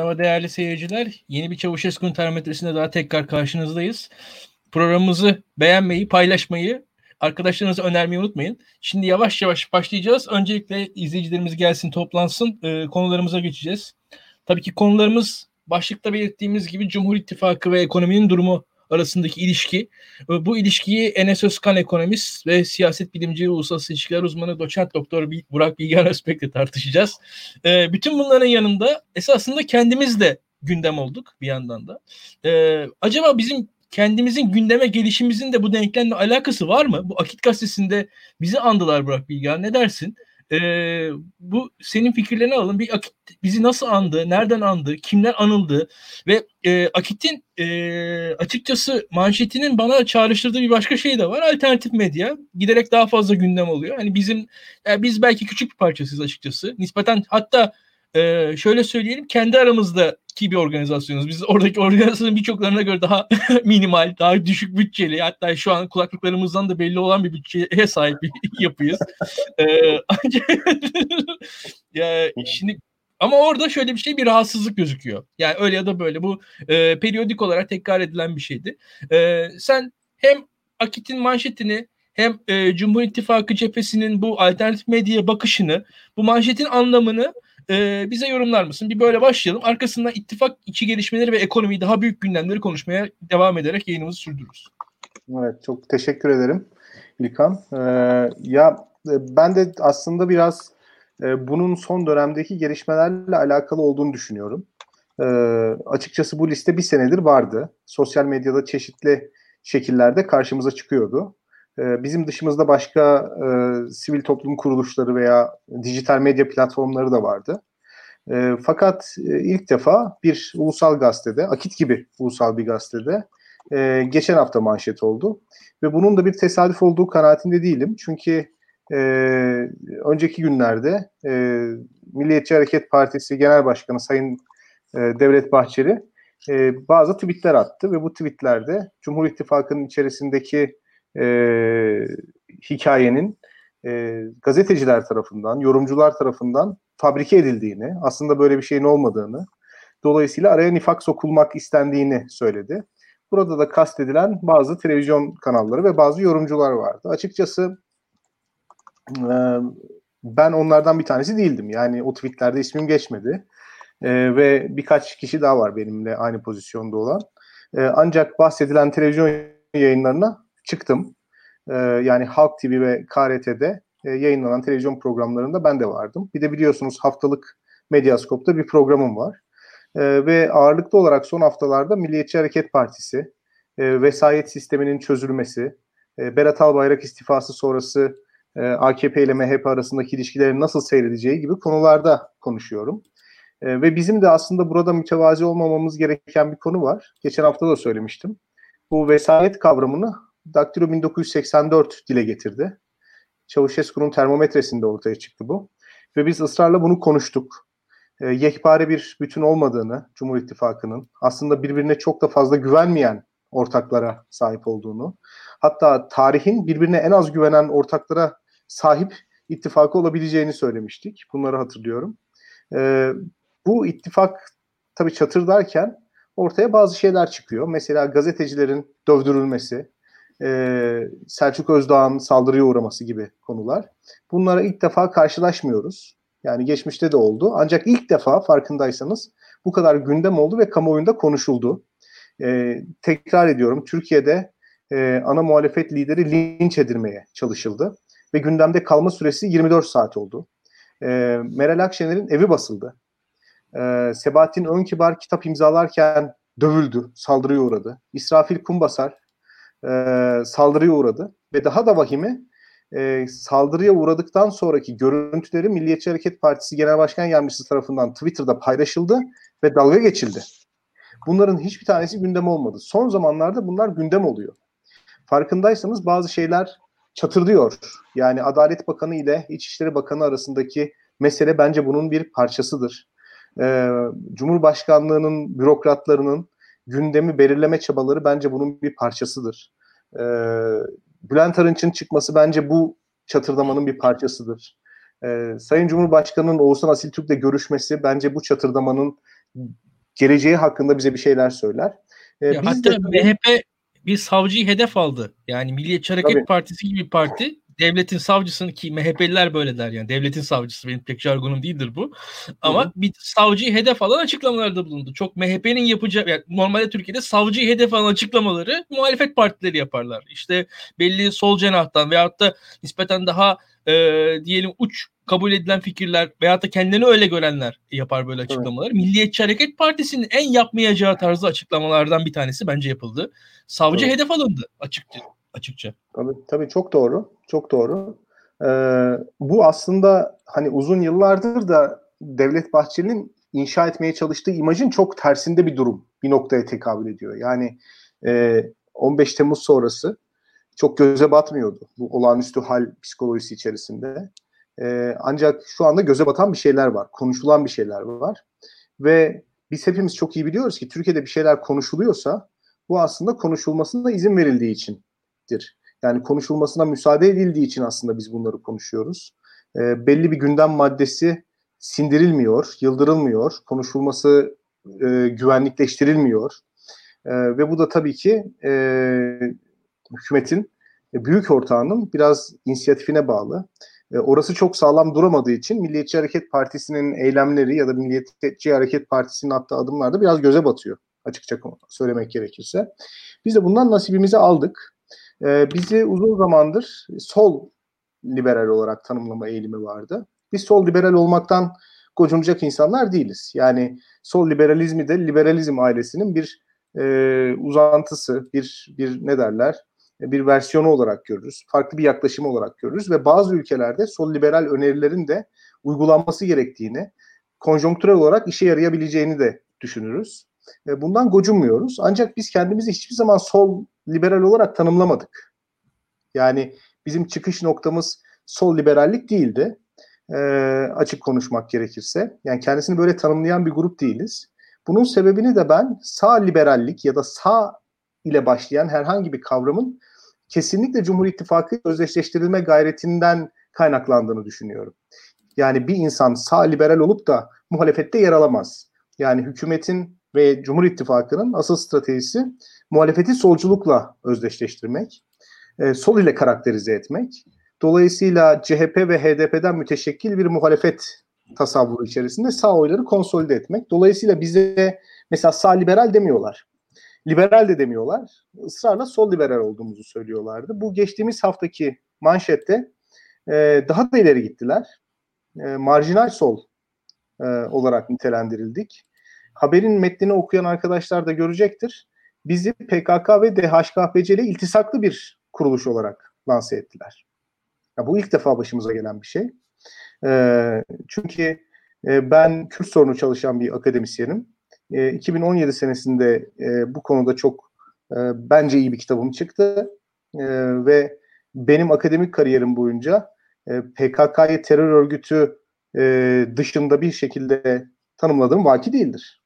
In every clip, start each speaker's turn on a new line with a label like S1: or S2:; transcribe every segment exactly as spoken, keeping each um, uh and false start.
S1: Merhaba değerli seyirciler. Yeni bir Çavuşesku'nun termometresinde daha tekrar karşınızdayız. Programımızı beğenmeyi, paylaşmayı, arkadaşlarınıza önermeyi unutmayın. Şimdi yavaş yavaş başlayacağız. Öncelikle izleyicilerimiz gelsin, toplansın. Ee, konularımıza geçeceğiz. Tabii ki konularımız başlıkta belirttiğimiz gibi Cumhur İttifakı ve ekonominin durumu arasındaki ilişki. Bu ilişkiyi Enes Özkan ekonomist ve siyaset bilimci, uluslararası ilişkiler uzmanı doçent doktor Burak Bilgehan Özbek'le tartışacağız. Ee, bütün bunların yanında esasında kendimiz de gündem olduk bir yandan da. Ee, acaba bizim kendimizin gündeme gelişimizin de bu denklemle alakası var mı? Bu Akit Gazetesi'nde bizi andılar Burak Bilgehan. Ne dersin? Ee, bu senin fikirlerini alalım. Bir Akit bizi nasıl andı, nereden andı, kimler anıldı ve e, Akit'in e, açıkçası manşetinin bana çağrıştırdığı bir başka şey de var. Alternatif medya giderek daha fazla gündem oluyor. Hani bizim yani biz belki küçük bir parçasıyız açıkçası. Nispeten hatta e, şöyle söyleyelim kendi aramızdaki bir organizasyonuz. Biz oradaki organizasyonun birçoklarına göre daha minimal, daha düşük bütçeli, hatta şu an kulaklıklarımızdan da belli olan bir bütçeye sahip bir yapıyız. Ee, ancak ya şimdi ama orada şöyle bir şey, bir rahatsızlık gözüküyor. Yani öyle ya da böyle bu e, periyodik olarak tekrar edilen bir şeydi. E, sen hem Akit'in manşetini hem e, Cumhur İttifakı cephesinin bu alternatif medyaya bakışını, bu manşetin anlamını e, bize yorumlar mısın? Bir böyle başlayalım. Arkasından ittifak içi gelişmeleri ve ekonomiyi, daha büyük gündemleri konuşmaya devam ederek yayınımızı sürdürürüz.
S2: Evet, çok teşekkür ederim İlkan. Ee, ya ben de aslında biraz e, bunun son dönemdeki gelişmelerle alakalı olduğunu düşünüyorum. Ee, açıkçası bu liste bir senedir vardı. Sosyal medyada çeşitli şekillerde karşımıza çıkıyordu. Ee, bizim dışımızda başka e, sivil toplum kuruluşları veya dijital medya platformları da vardı. E, fakat e, ilk defa bir ulusal gazetede, Akit gibi ulusal bir gazetede e, geçen hafta manşet oldu. Ve bunun da bir tesadüf olduğu kanaatinde değilim. Çünkü e, önceki günlerde e, Milliyetçi Hareket Partisi Genel Başkanı Sayın e, Devlet Bahçeli e, bazı tweetler attı ve bu tweetlerde Cumhur İttifakı'nın içerisindeki e, hikayenin e, gazeteciler tarafından, yorumcular tarafından fabrike edildiğini, aslında böyle bir şeyin olmadığını, dolayısıyla araya nifak sokulmak istendiğini söyledi. Burada da kastedilen bazı televizyon kanalları ve bazı yorumcular vardı. Açıkçası e, ben onlardan bir tanesi değildim. Yani o tweetlerde ismim geçmedi. E, ve birkaç kişi daha var benimle aynı pozisyonda olan. E, ancak bahsedilen televizyon yayınlarına çıktım. E, yani Halk T V ve K R T'de e, yayınlanan televizyon programlarında ben de vardım. Bir de biliyorsunuz haftalık Medyaskop'ta bir programım var. E, ve ağırlıklı olarak son haftalarda Milliyetçi Hareket Partisi, e, vesayet sisteminin çözülmesi, e, Berat Albayrak istifası sonrası e, A K P ile M H P arasındaki ilişkilerin nasıl seyredeceği gibi konularda konuşuyorum. E, ve bizim de aslında burada mütevazi olmamamız gereken bir konu var. Geçen hafta da söylemiştim. Bu vesayet kavramını Daktilo bin dokuz yüz seksen dört dile getirdi. Çavuşesku'nun termometresinde ortaya çıktı bu. Ve biz ısrarla bunu konuştuk. E, yekpare bir bütün olmadığını, Cumhur İttifakı'nın aslında birbirine çok da fazla güvenmeyen ortaklara sahip olduğunu, hatta tarihin birbirine en az güvenen ortaklara sahip ittifakı olabileceğini söylemiştik. Bunları hatırlıyorum. E, bu ittifak tabii çatırdarken ortaya bazı şeyler çıkıyor. Mesela gazetecilerin dövdürülmesi, e, Selçuk Özdağ'ın saldırıya uğraması gibi konular. Bunlara ilk defa karşılaşmıyoruz. Yani geçmişte de oldu. Ancak ilk defa farkındaysanız bu kadar gündem oldu ve kamuoyunda konuşuldu. E, tekrar ediyorum, Türkiye'de e, ana muhalefet lideri linç edilmeye çalışıldı. Ve gündemde kalma süresi yirmi dört saat oldu. E, Meral Akşener'in evi basıldı. E, Sebahattin Önkibar kitap imzalarken dövüldü, saldırıya uğradı. İsrafil Kumbasar e, saldırıya uğradı. Ve daha da vahimi, e, saldırıya uğradıktan sonraki görüntüleri Milliyetçi Hareket Partisi Genel Başkan Yardımcısı tarafından Twitter'da paylaşıldı ve dalga geçildi. Bunların hiçbir tanesi gündem olmadı. Son zamanlarda bunlar gündem oluyor. Farkındaysanız bazı şeyler çatırdıyor. Yani Adalet Bakanı ile İçişleri Bakanı arasındaki mesele bence bunun bir parçasıdır. Ee, Cumhurbaşkanlığının bürokratlarının gündemi belirleme çabaları bence bunun bir parçasıdır. Ee, Bülent Arınç'ın çıkması bence bu çatırdamanın bir parçasıdır. Ee, Sayın Cumhurbaşkanı'nın Oğuzhan Asiltürk'le görüşmesi bence bu çatırdamanın geleceği hakkında bize bir şeyler söyler. E,
S1: Ya
S2: biz
S1: hatta
S2: de tabii,
S1: M H P bir savcıyı hedef aldı. Yani Milliyetçi
S2: tabii,
S1: Hareket Partisi gibi bir parti devletin savcısını, ki M H P'liler böyle der yani, devletin savcısı, benim pek jargonum değildir bu.
S2: hı
S1: Ama
S2: hı,
S1: bir savcıyı hedef alan açıklamalarda bulundu. Çok M H P'nin yapacağı, yani normalde Türkiye'de savcıyı hedef alan açıklamaları muhalefet partileri yaparlar. İşte belli sol cenahtan veyahut da nispeten daha e, diyelim uç kabul edilen fikirler veyahut da kendini öyle görenler yapar böyle
S2: tabii,
S1: açıklamaları. Milliyetçi Hareket Partisi'nin en yapmayacağı tarzda açıklamalardan bir tanesi bence yapıldı. Savcı
S2: tabii.
S1: hedef alındı açıkça. açıkça.
S2: Tabii, tabii çok doğru. Çok doğru. Ee, bu aslında hani uzun yıllardır da Devlet Bahçeli'nin inşa etmeye çalıştığı imajın çok tersinde bir durum. Bir noktaya tekabül ediyor. Yani e, on beş Temmuz sonrası çok göze batmıyordu bu olağanüstü hal psikolojisi içerisinde. Ee, ancak şu anda göze batan bir şeyler var. Konuşulan bir şeyler var. Ve biz hepimiz çok iyi biliyoruz ki Türkiye'de bir şeyler konuşuluyorsa bu aslında konuşulmasına izin verildiği içindir. Yani konuşulmasına müsaade edildiği için aslında biz bunları konuşuyoruz. E, belli bir gündem maddesi sindirilmiyor, yıldırılmıyor, konuşulması e, güvenlikleştirilmiyor. E, ve bu da tabii ki e, hükümetin, e, büyük ortağının biraz inisiyatifine bağlı. E, orası çok sağlam duramadığı için Milliyetçi Hareket Partisi'nin eylemleri ya da Milliyetçi Hareket Partisi'nin attığı adımlar da biraz göze batıyor, açıkça söylemek gerekirse. Biz de bundan nasibimizi aldık. E, bizi uzun zamandır sol liberal olarak tanımlama eğilimi vardı. Biz sol liberal olmaktan gocunacak insanlar değiliz. Yani sol liberalizmi de liberalizm ailesinin bir e, uzantısı, bir bir ne derler, bir versiyonu olarak görürüz. Farklı bir yaklaşım olarak görürüz ve bazı ülkelerde sol liberal önerilerin de uygulanması gerektiğini, konjonktürel olarak işe yarayabileceğini de düşünürüz. E, bundan gocunmuyoruz. Ancak biz kendimizi hiçbir zaman sol liberal olarak tanımlamadık. Yani bizim çıkış noktamız sol liberallik değildi. E, açık konuşmak gerekirse. Yani kendisini böyle tanımlayan bir grup değiliz. Bunun sebebini de ben sağ liberallik ya da sağ ile başlayan herhangi bir kavramın kesinlikle Cumhur İttifakı özdeşleştirilme gayretinden kaynaklandığını düşünüyorum. Yani bir insan sağ liberal olup da muhalefette yer alamaz. Yani hükümetin ve Cumhur İttifakı'nın asıl stratejisi muhalefeti solculukla özdeşleştirmek, e, sol ile karakterize etmek. Dolayısıyla C H P ve H D P'den müteşekkil bir muhalefet tasavvuru içerisinde sağ oyları konsolide etmek. Dolayısıyla bize mesela sağ liberal demiyorlar. Liberal de demiyorlar. Israrla sol liberal olduğumuzu söylüyorlardı. Bu geçtiğimiz haftaki manşette e, daha da ileri gittiler. E, marjinal sol e, olarak nitelendirildik. Haberin metnini okuyan arkadaşlar da görecektir. Bizi P K K ve D H K P C ile iltisaklı bir kuruluş olarak lanse ettiler. Ya bu ilk defa başımıza gelen bir şey. E, çünkü e, ben Kürt sorunu çalışan bir akademisyenim. E, iki bin on yedi senesinde e, bu konuda çok e, bence iyi bir kitabım çıktı. E, ve benim akademik kariyerim boyunca e, P K K'yı terör örgütü e, dışında bir şekilde tanımladığım vaki değildir.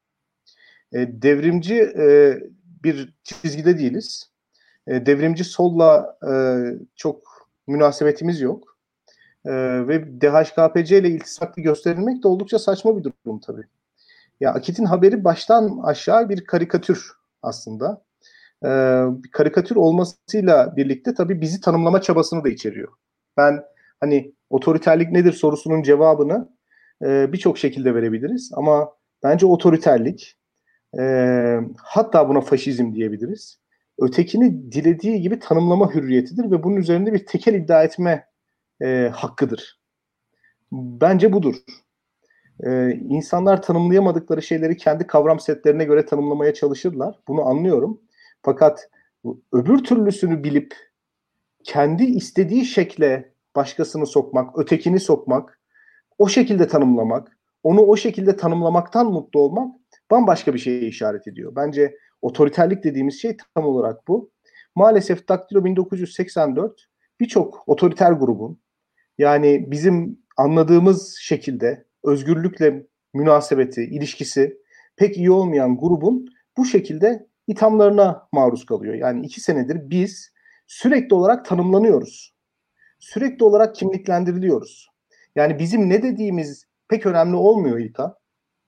S2: E, devrimci e, bir çizgide değiliz. E, devrimci solla e, çok münasebetimiz yok. E, ve D H K P C ile iltisaklı gösterilmek de oldukça saçma bir durum tabii. Ya Akit'in haberi baştan aşağı bir karikatür aslında. E, bir karikatür olmasıyla birlikte tabii bizi tanımlama çabasını da içeriyor. Ben hani otoriterlik nedir sorusunun cevabını e, birçok şekilde verebiliriz ama bence otoriterlik, e, hatta buna faşizm diyebiliriz, ötekini dilediği gibi tanımlama hürriyetidir ve bunun üzerinde bir tekel iddia etme e, hakkıdır. Bence budur. E, insanlar tanımlayamadıkları şeyleri kendi kavram setlerine göre tanımlamaya çalışırlar. Bunu anlıyorum. Fakat öbür türlüsünü bilip kendi istediği şekle başkasını sokmak, ötekini sokmak, o şekilde tanımlamak, onu o şekilde tanımlamaktan mutlu olmak bambaşka bir şeye işaret ediyor. Bence otoriterlik dediğimiz şey tam olarak bu. Maalesef Daktilo bin dokuz yüz seksen dört birçok otoriter grubun, yani bizim anladığımız şekilde özgürlükle münasebeti, ilişkisi pek iyi olmayan grubun bu şekilde ithamlarına maruz kalıyor. Yani iki senedir biz sürekli olarak tanımlanıyoruz. Sürekli olarak kimliklendiriliyoruz. Yani bizim ne dediğimiz pek önemli olmuyor İlkan.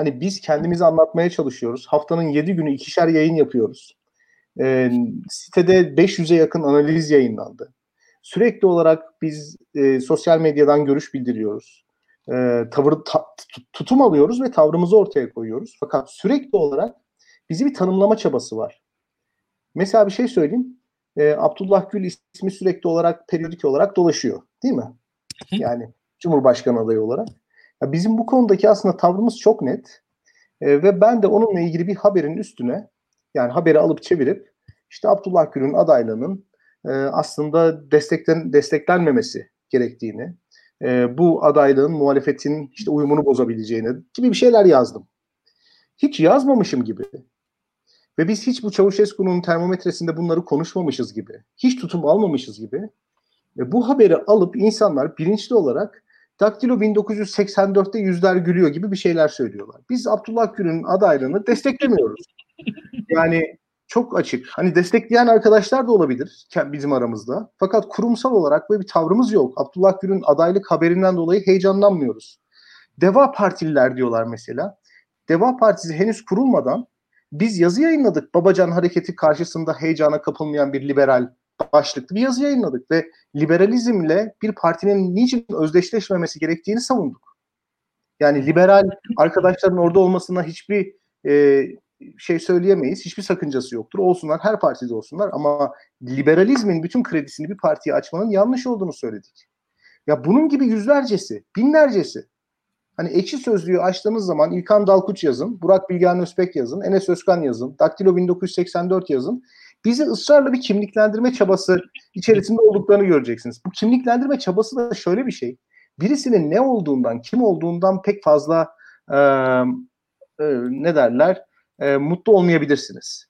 S2: Hani biz kendimizi anlatmaya çalışıyoruz. Haftanın yedi günü ikişer yayın yapıyoruz. E, sitede beş yüze yakın analiz yayınlandı. Sürekli olarak biz e, sosyal medyadan görüş bildiriyoruz. E, tavır ta, tutum alıyoruz ve tavrımızı ortaya koyuyoruz. Fakat sürekli olarak bizi bir tanımlama çabası var. Mesela bir şey söyleyeyim. E, Abdullah Gül ismi sürekli olarak periyodik olarak dolaşıyor, değil mi? Yani Cumhurbaşkanı adayı olarak. Ya bizim bu konudaki aslında tavrımız çok net. E, ve ben de onunla ilgili bir haberin üstüne, yani haberi alıp çevirip işte Abdullah Gül'ün adaylığının e, aslında desteklen desteklenmemesi gerektiğini, e, bu adaylığın muhalefetin işte uyumunu bozabileceğini gibi bir şeyler yazdım. Hiç yazmamışım gibi ve biz hiç bu Çavuşescu'nun termometresinde bunları konuşmamışız gibi, hiç tutum almamışız gibi ve bu haberi alıp insanlar bilinçli olarak Daktilo bin dokuz yüz seksen dörtte yüzler gülüyor gibi bir şeyler söylüyorlar. Biz Abdullah Gül'ün adaylığını desteklemiyoruz. Yani çok açık. Hani destekleyen arkadaşlar da olabilir bizim aramızda. Fakat kurumsal olarak böyle bir tavrımız yok. Abdullah Gül'ün adaylık haberinden dolayı heyecanlanmıyoruz. Deva Partililer diyorlar mesela. Deva Partisi henüz kurulmadan biz yazı yayınladık. Babacan hareketi karşısında heyecana kapılmayan bir liberal başlıklı bir yazı yayınladık ve liberalizmle bir partinin niçin özdeşleşmemesi gerektiğini savunduk. Yani liberal arkadaşların orada olmasına hiçbir e, şey söyleyemeyiz. Hiçbir sakıncası yoktur. Olsunlar, her partide olsunlar ama liberalizmin bütün kredisini bir partiye açmanın yanlış olduğunu söyledik. Ya bunun gibi yüzlercesi, binlercesi. Hani Ekşi Sözlüğü açtığınız zaman İlkan Dalkuç yazın, Burak Bilgehan Özbek yazın, Enes Özkan yazın, Daktilo bin dokuz yüz seksen dört yazın. Bizi ısrarla bir kimliklendirme çabası içerisinde olduklarını göreceksiniz. Bu kimliklendirme çabası da şöyle bir şey. Birisinin ne olduğundan, kim olduğundan pek fazla e, e, ne derler e, mutlu olmayabilirsiniz.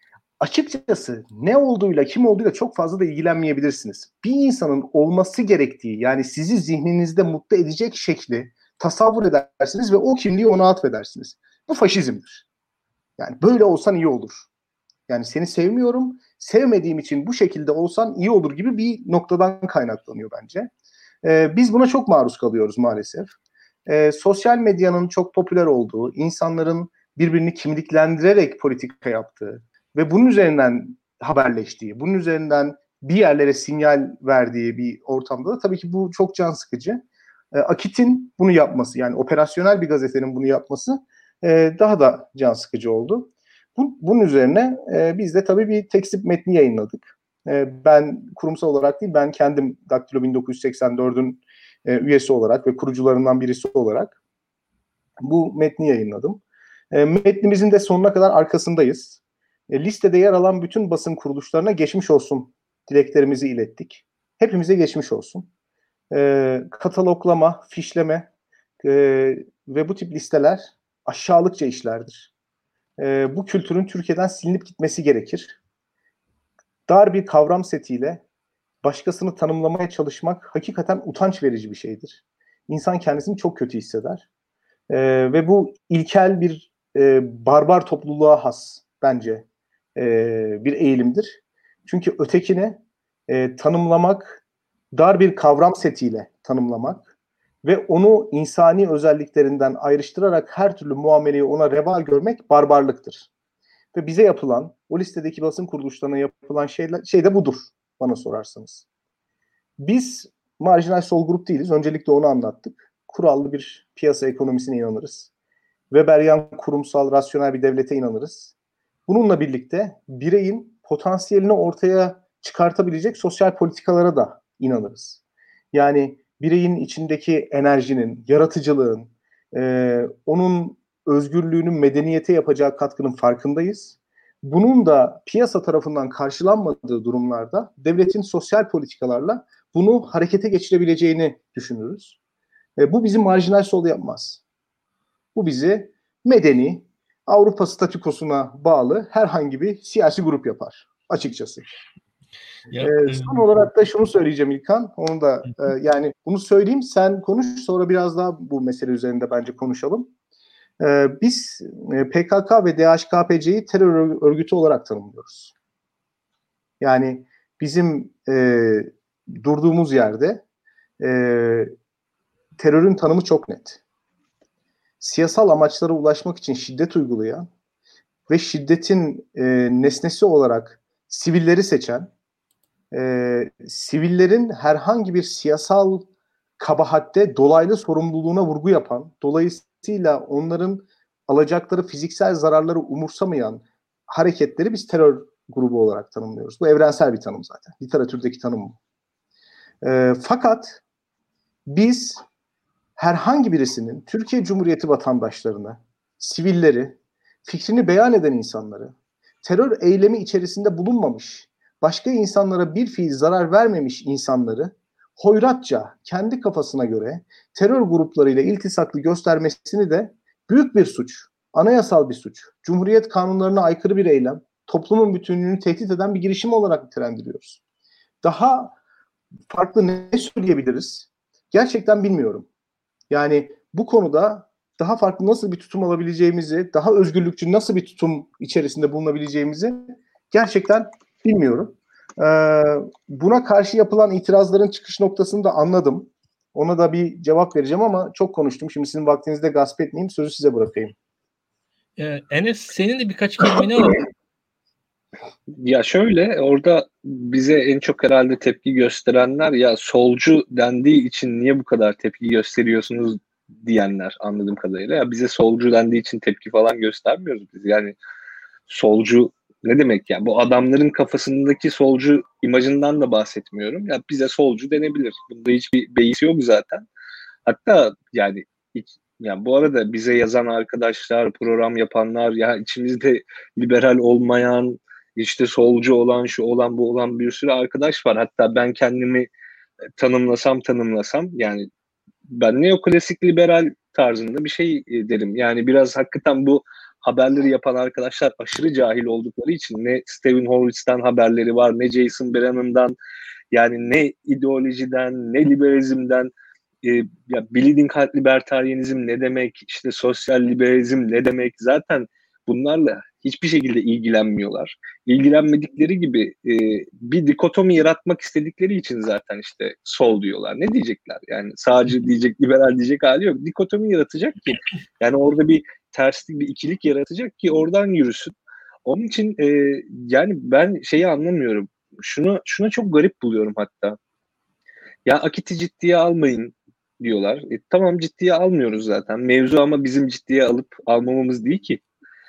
S2: Açıkçası ne olduğuyla, kim olduğuyla çok fazla da ilgilenmeyebilirsiniz. Bir insanın olması gerektiği, yani sizi zihninizde mutlu edecek şekli tasavvur edersiniz ve o kimliği ona atfedersiniz. Bu faşizmdir. Yani böyle olsan iyi olur. Yani seni sevmiyorum, sevmediğim için bu şekilde olsan iyi olur gibi bir noktadan kaynaklanıyor bence. Ee, biz buna çok maruz kalıyoruz maalesef. Ee, sosyal medyanın çok popüler olduğu, insanların birbirini kimliklendirerek politika yaptığı ve bunun üzerinden haberleştiği, bunun üzerinden bir yerlere sinyal verdiği bir ortamda da tabii ki bu çok can sıkıcı. E, Akit'in bunu yapması, yani operasyonel bir gazetenin bunu yapması e, daha da can sıkıcı oldu. Bu, bunun üzerine e, biz de tabii bir tekzip metni yayınladık. E, ben kurumsal olarak değil, ben kendim Daktilo bin dokuz yüz seksen dördün e, üyesi olarak ve kurucularından birisi olarak bu metni yayınladım. E, metnimizin de sonuna kadar arkasındayız. E, listede yer alan bütün basın kuruluşlarına geçmiş olsun dileklerimizi ilettik. Hepimize geçmiş olsun. E, kataloglama, fişleme e, ve bu tip listeler aşağılıkça işlerdir. E, bu kültürün Türkiye'den silinip gitmesi gerekir. Dar bir kavram setiyle başkasını tanımlamaya çalışmak hakikaten utanç verici bir şeydir. İnsan kendisini çok kötü hisseder. E, ve bu ilkel bir e, barbar topluluğa has bence e, bir eğilimdir. Çünkü ötekini e, tanımlamak, dar bir kavram setiyle tanımlamak ve onu insani özelliklerinden ayrıştırarak her türlü muameleyi ona reva görmek barbarlıktır. Ve bize yapılan, o listedeki basın kuruluşlarına yapılan şeyler, şey de budur bana sorarsanız. Biz marjinal sol grup değiliz. Öncelikle onu anlattık. Kurallı bir piyasa ekonomisine inanırız. Weberian kurumsal, rasyonel bir devlete inanırız. Bununla birlikte bireyin potansiyelini ortaya çıkartabilecek sosyal politikalara da inanırız. Yani bireyin içindeki enerjinin, yaratıcılığın, e, onun özgürlüğünün medeniyete yapacağı katkının farkındayız. Bunun da piyasa tarafından karşılanmadığı durumlarda devletin sosyal politikalarla bunu harekete geçirebileceğini düşünürüz. E, bu bizi marjinal sol yapmaz. Bu bizi medeni, Avrupa statükosuna bağlı herhangi bir siyasi grup yapar açıkçası.
S1: Ya,
S2: ee,
S1: e,
S2: son olarak da şunu söyleyeceğim İlkan. Onu da e, yani bunu söyleyeyim, sen konuş, sonra biraz daha bu mesele üzerinde bence konuşalım. Ee, biz e, P K K ve D H K P C'yi terör örgütü olarak tanımlıyoruz. Yani bizim e, durduğumuz yerde e, terörün tanımı çok net. siyasal amaçlara ulaşmak için şiddet uygulayan ve şiddetin e, nesnesi olarak sivilleri seçen, e, sivillerin herhangi bir siyasal kabahatte dolaylı sorumluluğuna vurgu yapan, dolayısıyla onların alacakları fiziksel zararları umursamayan hareketleri biz terör grubu olarak tanımlıyoruz. Bu evrensel bir tanım zaten. Literatürdeki tanım bu. E, fakat biz herhangi birisinin Türkiye Cumhuriyeti vatandaşlarına, sivilleri, fikrini beyan eden insanları, terör eylemi içerisinde bulunmamış, başka insanlara bir fiil zarar vermemiş insanları hoyratça kendi kafasına göre terör gruplarıyla iltisaklı göstermesini de büyük bir suç, anayasal bir suç, Cumhuriyet kanunlarına aykırı bir eylem, toplumun bütünlüğünü tehdit eden bir girişim olarak nitelendiriyoruz. Daha farklı ne söyleyebiliriz? Gerçekten bilmiyorum. Yani bu konuda daha farklı nasıl bir tutum alabileceğimizi, daha özgürlükçü nasıl bir tutum içerisinde bulunabileceğimizi gerçekten bilmiyorum. Ee, buna karşı yapılan itirazların çıkış noktasını da anladım. Ona da bir cevap vereceğim ama çok konuştum. Şimdi sizin vaktinizi de gasp etmeyeyim. Sözü size bırakayım.
S1: Ee, Enes, senin de birkaç kelimeni alalım.
S3: Ya şöyle, orada bize en çok herhalde tepki gösterenler, ya solcu dendiği için niye bu kadar tepki gösteriyorsunuz diyenler, anladığım kadarıyla. Ya bize solcu dendiği için tepki falan göstermiyoruz biz. Yani solcu ne demek ya? Bu adamların kafasındaki solcu imajından da bahsetmiyorum. Ya bize solcu denebilir. Bunda hiçbir beis yok zaten. Hatta yani hiç, ya bu arada bize yazan arkadaşlar, program yapanlar, ya içimizde liberal olmayan, işte solcu olan, şu olan, bu olan bir sürü arkadaş var. Hatta ben kendimi tanımlasam tanımlasam yani ben neoklasik liberal tarzında bir şey derim. Yani biraz hakikaten bu haberleri yapan arkadaşlar aşırı cahil oldukları için ne Stephen Horowitz'ten haberleri var, ne Jason Brennan'dan, yani ne ideolojiden, ne liberalizmden, e, ya bleeding heart libertarianizm ne demek, işte sosyal liberalizm ne demek, zaten bunlarla hiçbir şekilde ilgilenmiyorlar. İlgilenmedikleri gibi e, bir dikotomi yaratmak istedikleri için zaten işte sol diyorlar. Ne diyecekler? Yani sağcı diyecek, liberal diyecek hali yok. Dikotomi yaratacak ki, yani orada bir terslik, bir ikilik yaratacak ki oradan yürüsün. Onun için e, yani ben şeyi anlamıyorum. Şunu şuna çok garip buluyorum hatta. Ya Akit'i ciddiye almayın diyorlar. E, tamam, ciddiye almıyoruz zaten. Mevzu ama bizim ciddiye alıp almamamız değil ki.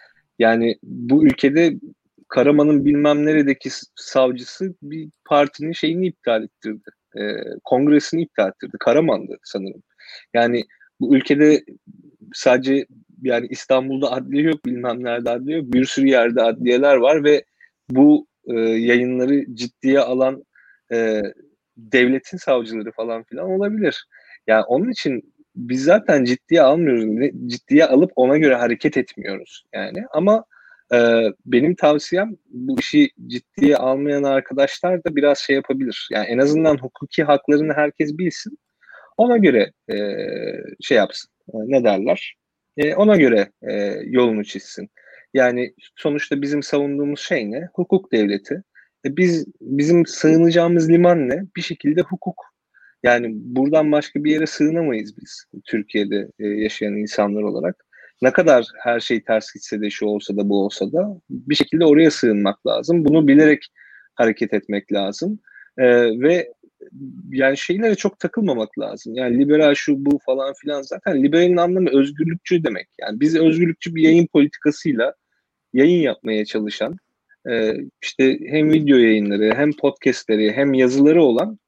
S3: Yani bu ülkede Karaman'ın bilmem neredeki savcısı bir partinin şeyini iptal ettirdi. E, kongresini iptal ettirdi. Karaman'dı sanırım. Yani bu ülkede sadece yani İstanbul'da adliye yok, bilmem nerede adliye yok. Bir sürü yerde adliyeler var ve bu e, yayınları ciddiye alan e, devletin savcıları falan filan olabilir. Yani onun için biz zaten ciddiye almıyoruz. Ciddiye alıp ona göre hareket etmiyoruz yani. Ama e, benim tavsiyem, bu işi ciddiye almayan arkadaşlar da biraz şey yapabilir. Yani en azından hukuki haklarını herkes bilsin. Ona göre e, şey yapsın. E, ne derler? E, ona göre e, yolunu çizsin. Yani sonuçta bizim savunduğumuz şey ne? Hukuk devleti. E, biz bizim sığınacağımız liman ne? Bir şekilde hukuk. Yani buradan başka bir yere sığınamayız biz Türkiye'de e, yaşayan insanlar olarak. Ne kadar her şey ters gitse de, şu olsa da bu olsa da, bir şekilde oraya sığınmak lazım. Bunu bilerek hareket etmek lazım. E, ve yani şeylere çok takılmamak lazım. Yani liberal şu bu falan filan, zaten liberalin anlamı özgürlükçü demek. Yani biz özgürlükçü bir yayın politikasıyla yayın yapmaya çalışan, e, işte hem video yayınları, hem podcastleri, hem yazıları olan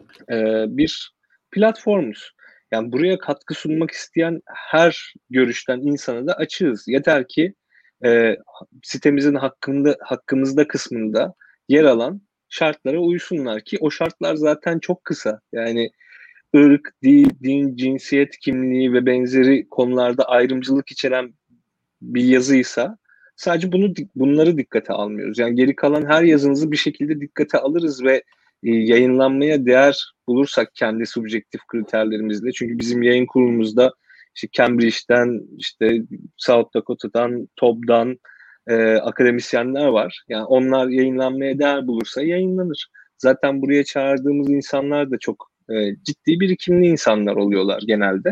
S3: e, bir platformuz. Yani buraya katkı sunmak isteyen her görüşten insana da açığız. Yeter ki e, sitemizin hakkında, hakkımızda kısmında yer alan şartlara uysunlar ki o şartlar zaten çok kısa. Yani ırk, dil, din, cinsiyet kimliği ve benzeri konularda ayrımcılık içeren bir yazıysa sadece bunu bunları dikkate almıyoruz. Yani geri kalan her yazınızı bir şekilde dikkate alırız ve e, yayınlanmaya değer bulursak kendi subjektif kriterlerimizle. Çünkü bizim yayın kurulumuzda işte Cambridge'den, işte South Dakota'dan, Tob'dan e, akademisyenler var. Yani onlar yayınlanmaya değer bulursa yayınlanır. Zaten buraya çağırdığımız insanlar da çok e, ciddi birikimli insanlar oluyorlar genelde.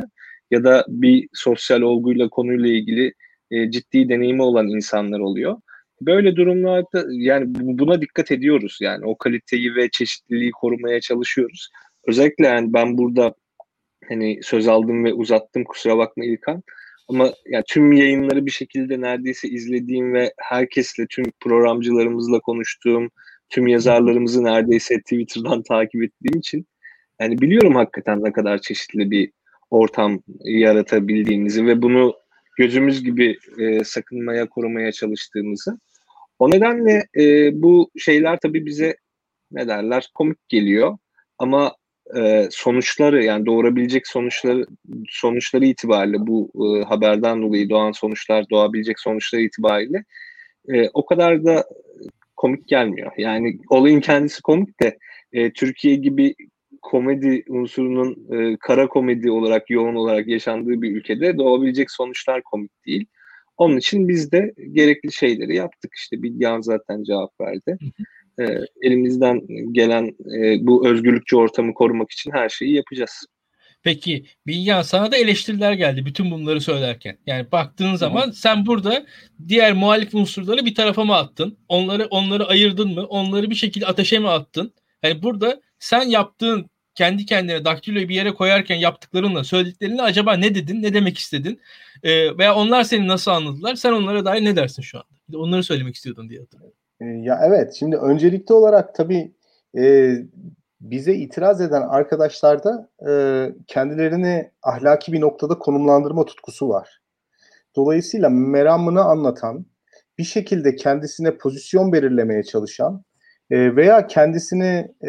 S3: ya da bir sosyal olguyla, konuyla ilgili e, ciddi deneyimi olan insanlar oluyor. Böyle durumlarda yani buna dikkat ediyoruz. Yani o kaliteyi ve çeşitliliği korumaya çalışıyoruz. Özellikle yani ben burada hani söz aldım ve uzattım, kusura bakma İlkan. Ama yani tüm yayınları bir şekilde neredeyse izlediğim ve herkesle, tüm programcılarımızla konuştuğum, tüm yazarlarımızı neredeyse Twitter'dan takip ettiğim için yani biliyorum hakikaten ne kadar çeşitli bir ortam yaratabildiğimizi ve bunu gözümüz gibi e, sakınmaya, korumaya çalıştığımızı. O nedenle e, bu şeyler tabii bize ne derler komik geliyor ama e, sonuçları yani doğurabilecek sonuçları sonuçları itibariyle bu e, haberden dolayı doğan sonuçlar doğabilecek sonuçları itibariyle e, o kadar da komik gelmiyor. Yani olayın kendisi komik de e, Türkiye gibi komedi unsurunun e, kara komedi olarak yoğun olarak yaşandığı bir ülkede doğabilecek sonuçlar komik değil. Onun için biz de gerekli şeyleri yaptık. İşte Bilgehan zaten cevap verdi. E, elimizden gelen e, bu özgürlükçü ortamı korumak için her şeyi yapacağız.
S1: Peki Bilgehan, sana da eleştiriler geldi bütün bunları söylerken. Yani baktığın zaman sen burada diğer muhalif unsurları bir tarafa mı attın? Onları onları ayırdın mı? Onları bir şekilde ateşe mi attın? Yani burada sen yaptığın kendi kendine daktiloyu bir yere koyarken yaptıklarınla söylediklerinle acaba ne dedin? Ne demek istedin? Ee, veya onlar seni nasıl anladılar? Sen onlara dair ne dersin şu anda? Bir de onları söylemek istiyordun diye hatırlıyorum.
S2: Ya evet, şimdi öncelikli olarak tabii e, bize itiraz eden arkadaşlarda e, kendilerini ahlaki bir noktada konumlandırma tutkusu var. Dolayısıyla meramını anlatan, bir şekilde kendisine pozisyon belirlemeye çalışan e, veya kendisini e,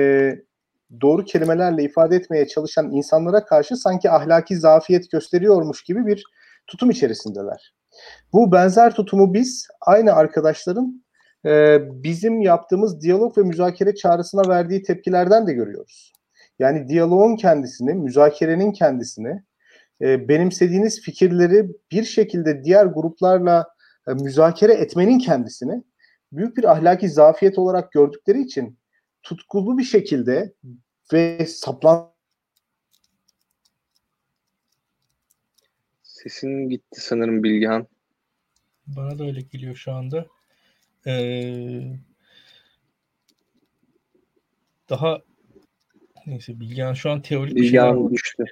S2: doğru kelimelerle ifade etmeye çalışan insanlara karşı sanki ahlaki zafiyet gösteriyormuş gibi bir tutum içerisindeler. Bu benzer tutumu biz aynı arkadaşların e, bizim yaptığımız diyalog ve müzakere çağrısına verdiği tepkilerden de görüyoruz. Yani diyaloğun kendisini, müzakerenin kendisini, e, benimsediğiniz fikirleri bir şekilde diğer gruplarla e, müzakere etmenin kendisini büyük bir ahlaki zafiyet olarak gördükleri için tutkulu bir şekilde ve saplan...
S3: Sesin gitti sanırım Bilgehan.
S1: Bana da öyle geliyor şu anda. Ee, daha neyse Bilgehan şu an teorik bir şeyler
S3: Bilgehan düştü.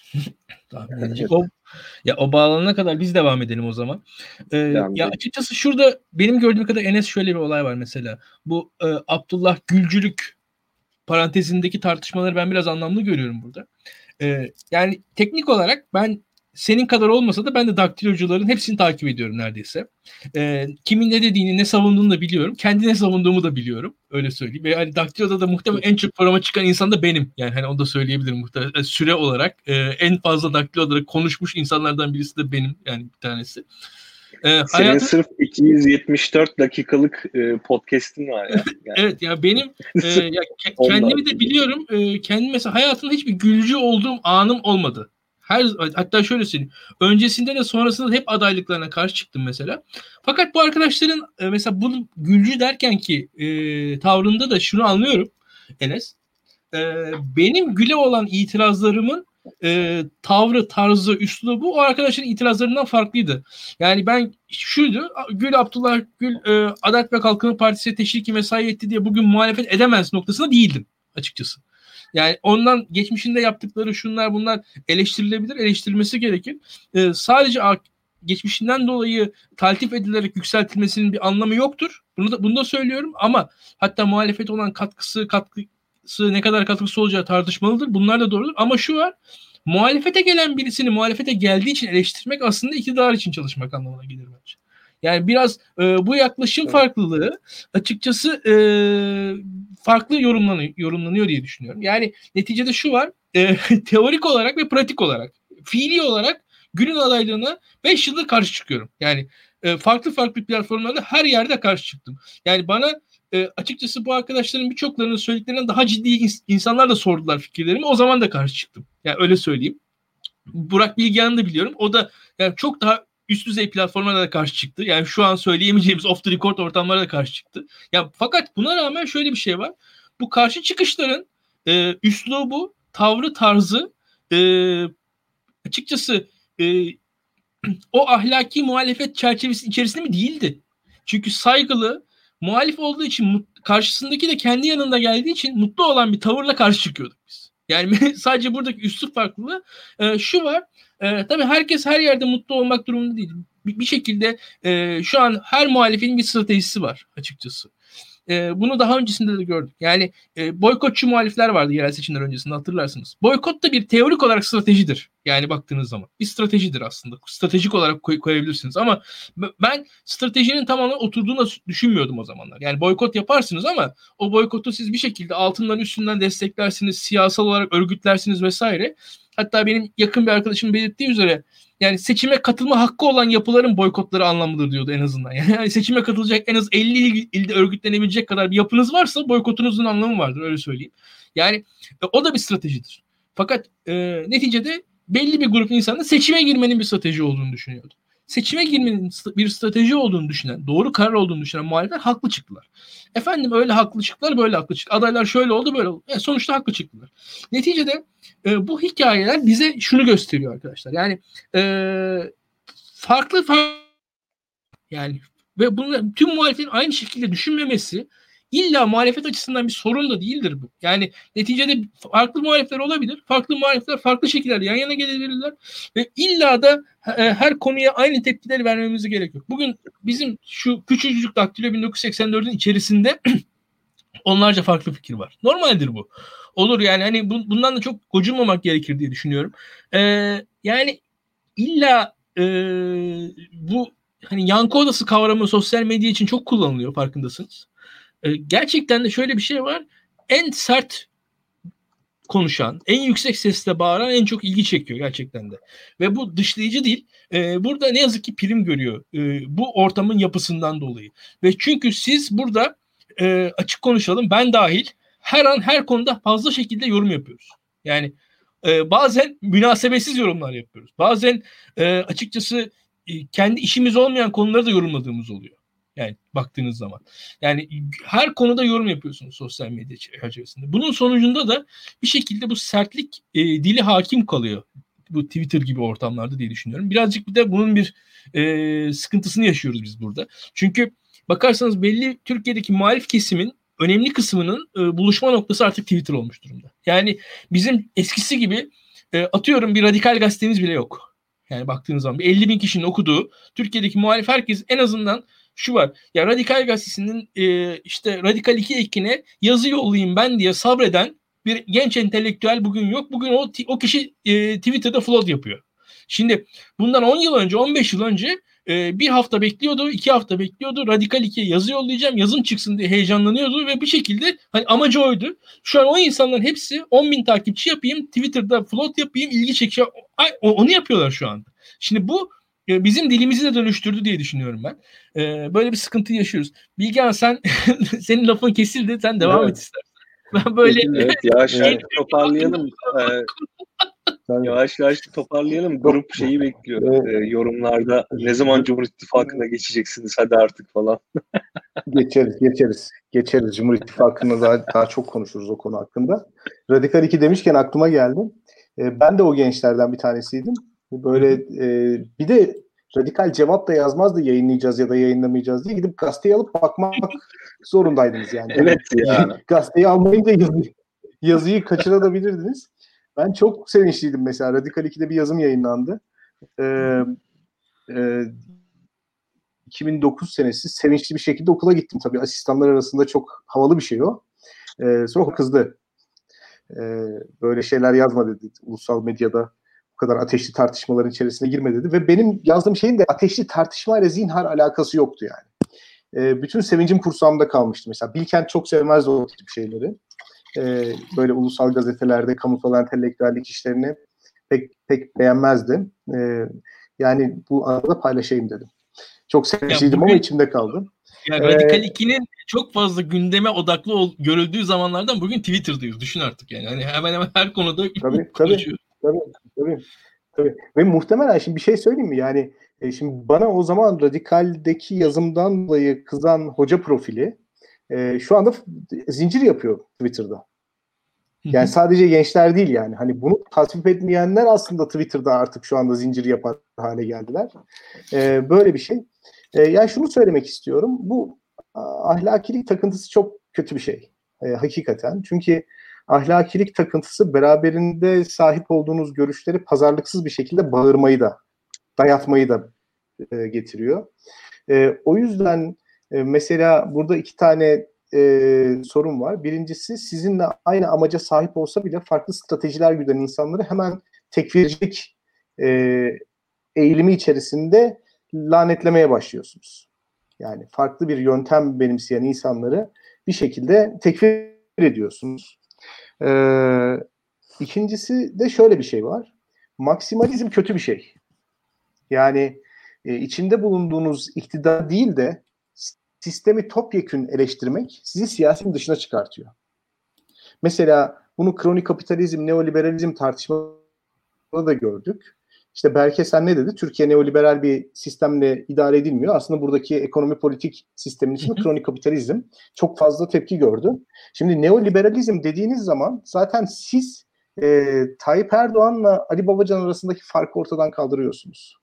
S1: tahmin edecek. O ya o bağlanana kadar biz devam edelim o zaman. Ee,
S3: Devam
S1: ya
S3: edelim.
S1: açıkçası şurada benim gördüğüm kadar Enes şöyle bir olay var mesela. Bu e, Abdullah Gülcülük parantezindeki tartışmaları ben biraz anlamlı görüyorum burada. Ee, yani teknik olarak ben senin kadar olmasa da ben de daktilocuların hepsini takip ediyorum neredeyse. Ee, kimin ne dediğini, ne savunduğunu da biliyorum. Kendine savunduğumu da biliyorum. Öyle söyleyeyim. Ve hani daktiloda da muhtemelen en çok programa çıkan insan da benim. Yani hani onu da söyleyebilirim muhtemelen. Süre olarak e, en fazla daktiloda konuşmuş insanlardan birisi de benim. Yani bir tanesi. Ee,
S3: Senin
S1: hayatım...
S3: sırf iki yüz yetmiş dört dakikalık e, podcast'in var ya. Yani.
S1: Evet ya benim e, ya ke- kendimi de biliyorum. E, kendim mesela hayatımda hiçbir gülcü olduğum anım olmadı. Her hatta şöyle söyleyeyim. Öncesinde de sonrasında da hep adaylıklarına karşı çıktım mesela. Fakat bu arkadaşların e, mesela bunu gülcü derken ki e, tavrında da şunu anlıyorum Enes. E, benim güle olan itirazlarımın e, tavrı, tarzı, üslubu o arkadaşların itirazlarından farklıydı. Yani ben şuydu, Gül Abdullah Gül e, Adalet ve Kalkınma Partisi'ne teşviki mesai etti diye bugün muhalefet edemez noktasında değildim açıkçası. Yani ondan geçmişinde yaptıkları şunlar bunlar eleştirilebilir, eleştirilmesi gerekir. E, sadece geçmişinden dolayı taltif edilerek yükseltilmesinin bir anlamı yoktur. Bunu da, bunu da söylüyorum ama hatta muhalefet olan katkısı, katkı ne kadar katkısı olacağı tartışmalıdır. Bunlar da doğrudur. Ama şu var, muhalefete gelen birisini muhalefete geldiği için eleştirmek aslında iktidar için çalışmak anlamına gelir bence. Yani biraz e, bu yaklaşım evet. farklılığı açıkçası e, farklı yorumlanıyor, yorumlanıyor diye düşünüyorum. Yani neticede şu var, e, teorik olarak ve pratik olarak, fiili olarak Gül'ün adaylığına beş yıldır karşı çıkıyorum. Yani e, farklı farklı platformlarda her yerde karşı çıktım. Yani bana E, açıkçası bu arkadaşların birçoklarının söylediklerinden daha ciddi ins- insanlar da sordular fikirlerimi. O zaman da karşı çıktım. Yani öyle söyleyeyim. Burak Bilgehan'ı da biliyorum. O da yani çok daha üst düzey platformlara da karşı çıktı. Yani şu an söyleyemeyeceğimiz off the record ortamlara da karşı çıktı. Yani fakat buna rağmen şöyle bir şey var. Bu karşı çıkışların e, üslubu, tavrı, tarzı e, açıkçası e, o ahlaki muhalefet çerçevesi içerisinde mi? Değildi. Çünkü saygılı, muhalif olduğu için, karşısındaki de kendi yanında geldiği için mutlu olan bir tavırla karşı çıkıyorduk biz. Yani sadece buradaki üslup farklılığı e, şu var. E, tabii herkes her yerde mutlu olmak durumunda değil. Bir, bir şekilde e, şu an her muhalifin bir stratejisi var açıkçası. E, bunu daha öncesinde de gördük. Yani e, boykotçu muhalifler vardı yerel seçimler öncesinde, hatırlarsınız. Boykot da bir teorik olarak stratejidir. Yani baktığınız zaman. Bir stratejidir aslında. Stratejik olarak koy, koyabilirsiniz. Ama ben stratejinin tamamen oturduğunu düşünmüyordum o zamanlar. Yani boykot yaparsınız ama o boykotu siz bir şekilde altından üstünden desteklersiniz. Siyasal olarak örgütlersiniz vesaire. Hatta benim yakın bir arkadaşım belirttiği üzere, yani seçime katılma hakkı olan yapıların boykotları anlamlıdır diyordu en azından. Yani seçime katılacak en az elli il, ilde örgütlenebilecek kadar bir yapınız varsa boykotunuzun anlamı vardır, öyle söyleyeyim. Yani e, o da bir stratejidir. Fakat e, neticede belli bir grup insanın seçime girmenin bir strateji olduğunu düşünüyordu. Seçime girmenin bir strateji olduğunu düşünen, doğru karar olduğunu düşünen muhalifler haklı çıktılar. Efendim öyle haklı çıktılar, böyle haklı çıktılar. Adaylar şöyle oldu, böyle oldu. Yani sonuçta haklı çıktılar. Neticede e, bu hikayeler bize şunu gösteriyor arkadaşlar. Yani e, farklı farklı yani ve bunu tüm muhaliflerin aynı şekilde düşünmemesi illa muhalefet açısından bir sorun da değildir bu. Yani neticede farklı muhalifler olabilir. Farklı muhalifler farklı şekillerde yan yana gelebilirler ve illa da e, her konuya aynı tepkileri vermemiz gerekiyor. Bugün bizim şu küçücük Daktilo bin dokuz yüz seksen dördün içerisinde onlarca farklı fikir var. Normaldir bu. Olur yani, hani bu, bundan da çok gocunmamak gerekir diye düşünüyorum. Ee, yani illa e, bu hani yankı odası kavramı sosyal medya için çok kullanılıyor, farkındasınız. Ee, gerçekten de şöyle bir şey var. En sert konuşan, en yüksek sesle bağıran en çok ilgi çekiyor gerçekten de. Ve bu dışlayıcı değil. Ee, burada ne yazık ki prim görüyor. Ee, bu ortamın yapısından dolayı. Ve çünkü siz burada e, açık konuşalım, ben dahil her an her konuda fazla şekilde yorum yapıyoruz. Yani e, bazen münasebetsiz yorumlar yapıyoruz. Bazen e, açıkçası e, kendi işimiz olmayan konuları da yorumladığımız oluyor. Yani baktığınız zaman. Yani her konuda yorum yapıyorsunuz sosyal medya çerçevesinde. Bunun sonucunda da bir şekilde bu sertlik e, dili hakim kalıyor. Bu Twitter gibi ortamlarda diye düşünüyorum. Birazcık bir de bunun bir e, sıkıntısını yaşıyoruz biz burada. Çünkü bakarsanız belli Türkiye'deki muhalif kesimin önemli kısmının e, buluşma noktası artık Twitter olmuş durumda. Yani bizim eskisi gibi e, atıyorum bir radikal gazetemiz bile yok. Yani baktığınız zaman bir elli bin kişinin okuduğu Türkiye'deki muhalif herkes en azından şu var. Ya Radikal Gazetesi'nin e, işte Radikal iki ekine yazı yollayayım ben diye sabreden bir genç entelektüel bugün yok. Bugün o o kişi e, Twitter'da flood yapıyor. Şimdi bundan on yıl önce, on beş yıl önce e, bir hafta bekliyordu, iki hafta bekliyordu. Radikal ikiye yazı yollayacağım, yazım çıksın diye heyecanlanıyordu ve bir şekilde hani amacı oydu. Şu an o insanların hepsi on bin takipçi yapayım, Twitter'da flood yapayım, ilgi çekeceğim. Onu yapıyorlar şu anda. Şimdi bu bizim dilimizi de dönüştürdü diye düşünüyorum ben. Ee, böyle bir sıkıntı yaşıyoruz. Bilgehan, sen senin lafın kesildi. Sen devam evet. et istersen. Ben böyle
S3: evet, yavaş yavaş toparlayalım. Ee, yavaş yavaş toparlayalım. Grup şeyi bekliyor. Ee, yorumlarda ne zaman Cumhur İttifakı'na geçeceksiniz? Hadi artık falan.
S2: geçeriz, geçeriz. Geçeriz. Cumhur İttifakı'nda daha, daha çok konuşuruz o konu hakkında. Radikal iki demişken aklıma geldi. Ee, ben de o gençlerden bir tanesiydim. Böyle e, bir de radikal cevap da yazmazdı, yayınlayacağız ya da yayınlamayacağız diye gidip gazeteyi alıp bakmak zorundaydınız yani.
S3: Evet ya.
S2: Gazeteyi almayınca yazı, yazıyı kaçırabilirdiniz. Ben çok sevinçliydim mesela. Radikal iki'de bir yazım yayınlandı. Ee, e, iki bin dokuz senesi sevinçli bir şekilde okula gittim. Tabii asistanlar arasında çok havalı bir şey o. Ee, sonra kızdı. Ee, böyle şeyler yazma dedi ulusal medyada. Bu kadar ateşli tartışmaların içerisine girme dedi. Ve benim yazdığım şeyin de ateşli tartışmayla zinhar alakası yoktu yani. E, bütün sevincim kursağımda kalmıştı. Mesela Bilkent çok sevmezdi o tip şeyleri. E, böyle ulusal gazetelerde kamusal entelektüellik işlerini pek pek beğenmezdi. E, yani bu arada paylaşayım dedim. Çok sevinçliydim ama içimde kaldı.
S1: Yani ee, Radikal iki'nin çok fazla gündeme odaklı ol, görüldüğü zamanlardan bugün Twitter'dayız. Düşün artık yani. Hani hemen hemen her konuda
S2: tabii, konuşuyoruz. Tabii, tabii, tabii. Ve muhtemelen şimdi bir şey söyleyeyim mi? Yani e, şimdi bana o zaman Radikal'deki yazımdan dolayı kızan hoca profili e, şu anda zincir yapıyor Twitter'da. Yani sadece gençler değil yani. Hani bunu tasvip etmeyenler aslında Twitter'da artık şu anda zincir yapar hale geldiler. Ee, böyle bir şey. Ee, yani şunu söylemek istiyorum. Bu ahlakilik takıntısı çok kötü bir şey. Ee, hakikaten. Çünkü ahlakilik takıntısı beraberinde sahip olduğunuz görüşleri pazarlıksız bir şekilde bağırmayı da, dayatmayı da e, getiriyor. E, o yüzden e, mesela burada iki tane e, sorun var. Birincisi, sizinle aynı amaca sahip olsa bile farklı stratejiler güden insanları hemen tekfircilik e, eğilimi içerisinde lanetlemeye başlıyorsunuz. Yani farklı bir yöntem benimseyen insanları bir şekilde tekfir ediyorsunuz. Ee, ikincisi de şöyle bir şey var. Maksimalizm kötü bir şey. Yani e, içinde bulunduğunuz iktidar değil de sistemi topyekün eleştirmek sizi siyasetin dışına çıkartıyor. Mesela bunu kronik kapitalizm, neoliberalizm tartışmasında da gördük. İşte Berkesen ne dedi? Türkiye neoliberal bir sistemle idare edilmiyor. Aslında buradaki ekonomi politik sistemin ismi kronik kapitalizm. Çok fazla tepki gördü. Şimdi neoliberalizm dediğiniz zaman zaten siz e, Tayyip Erdoğan'la Ali Babacan arasındaki farkı ortadan kaldırıyorsunuz.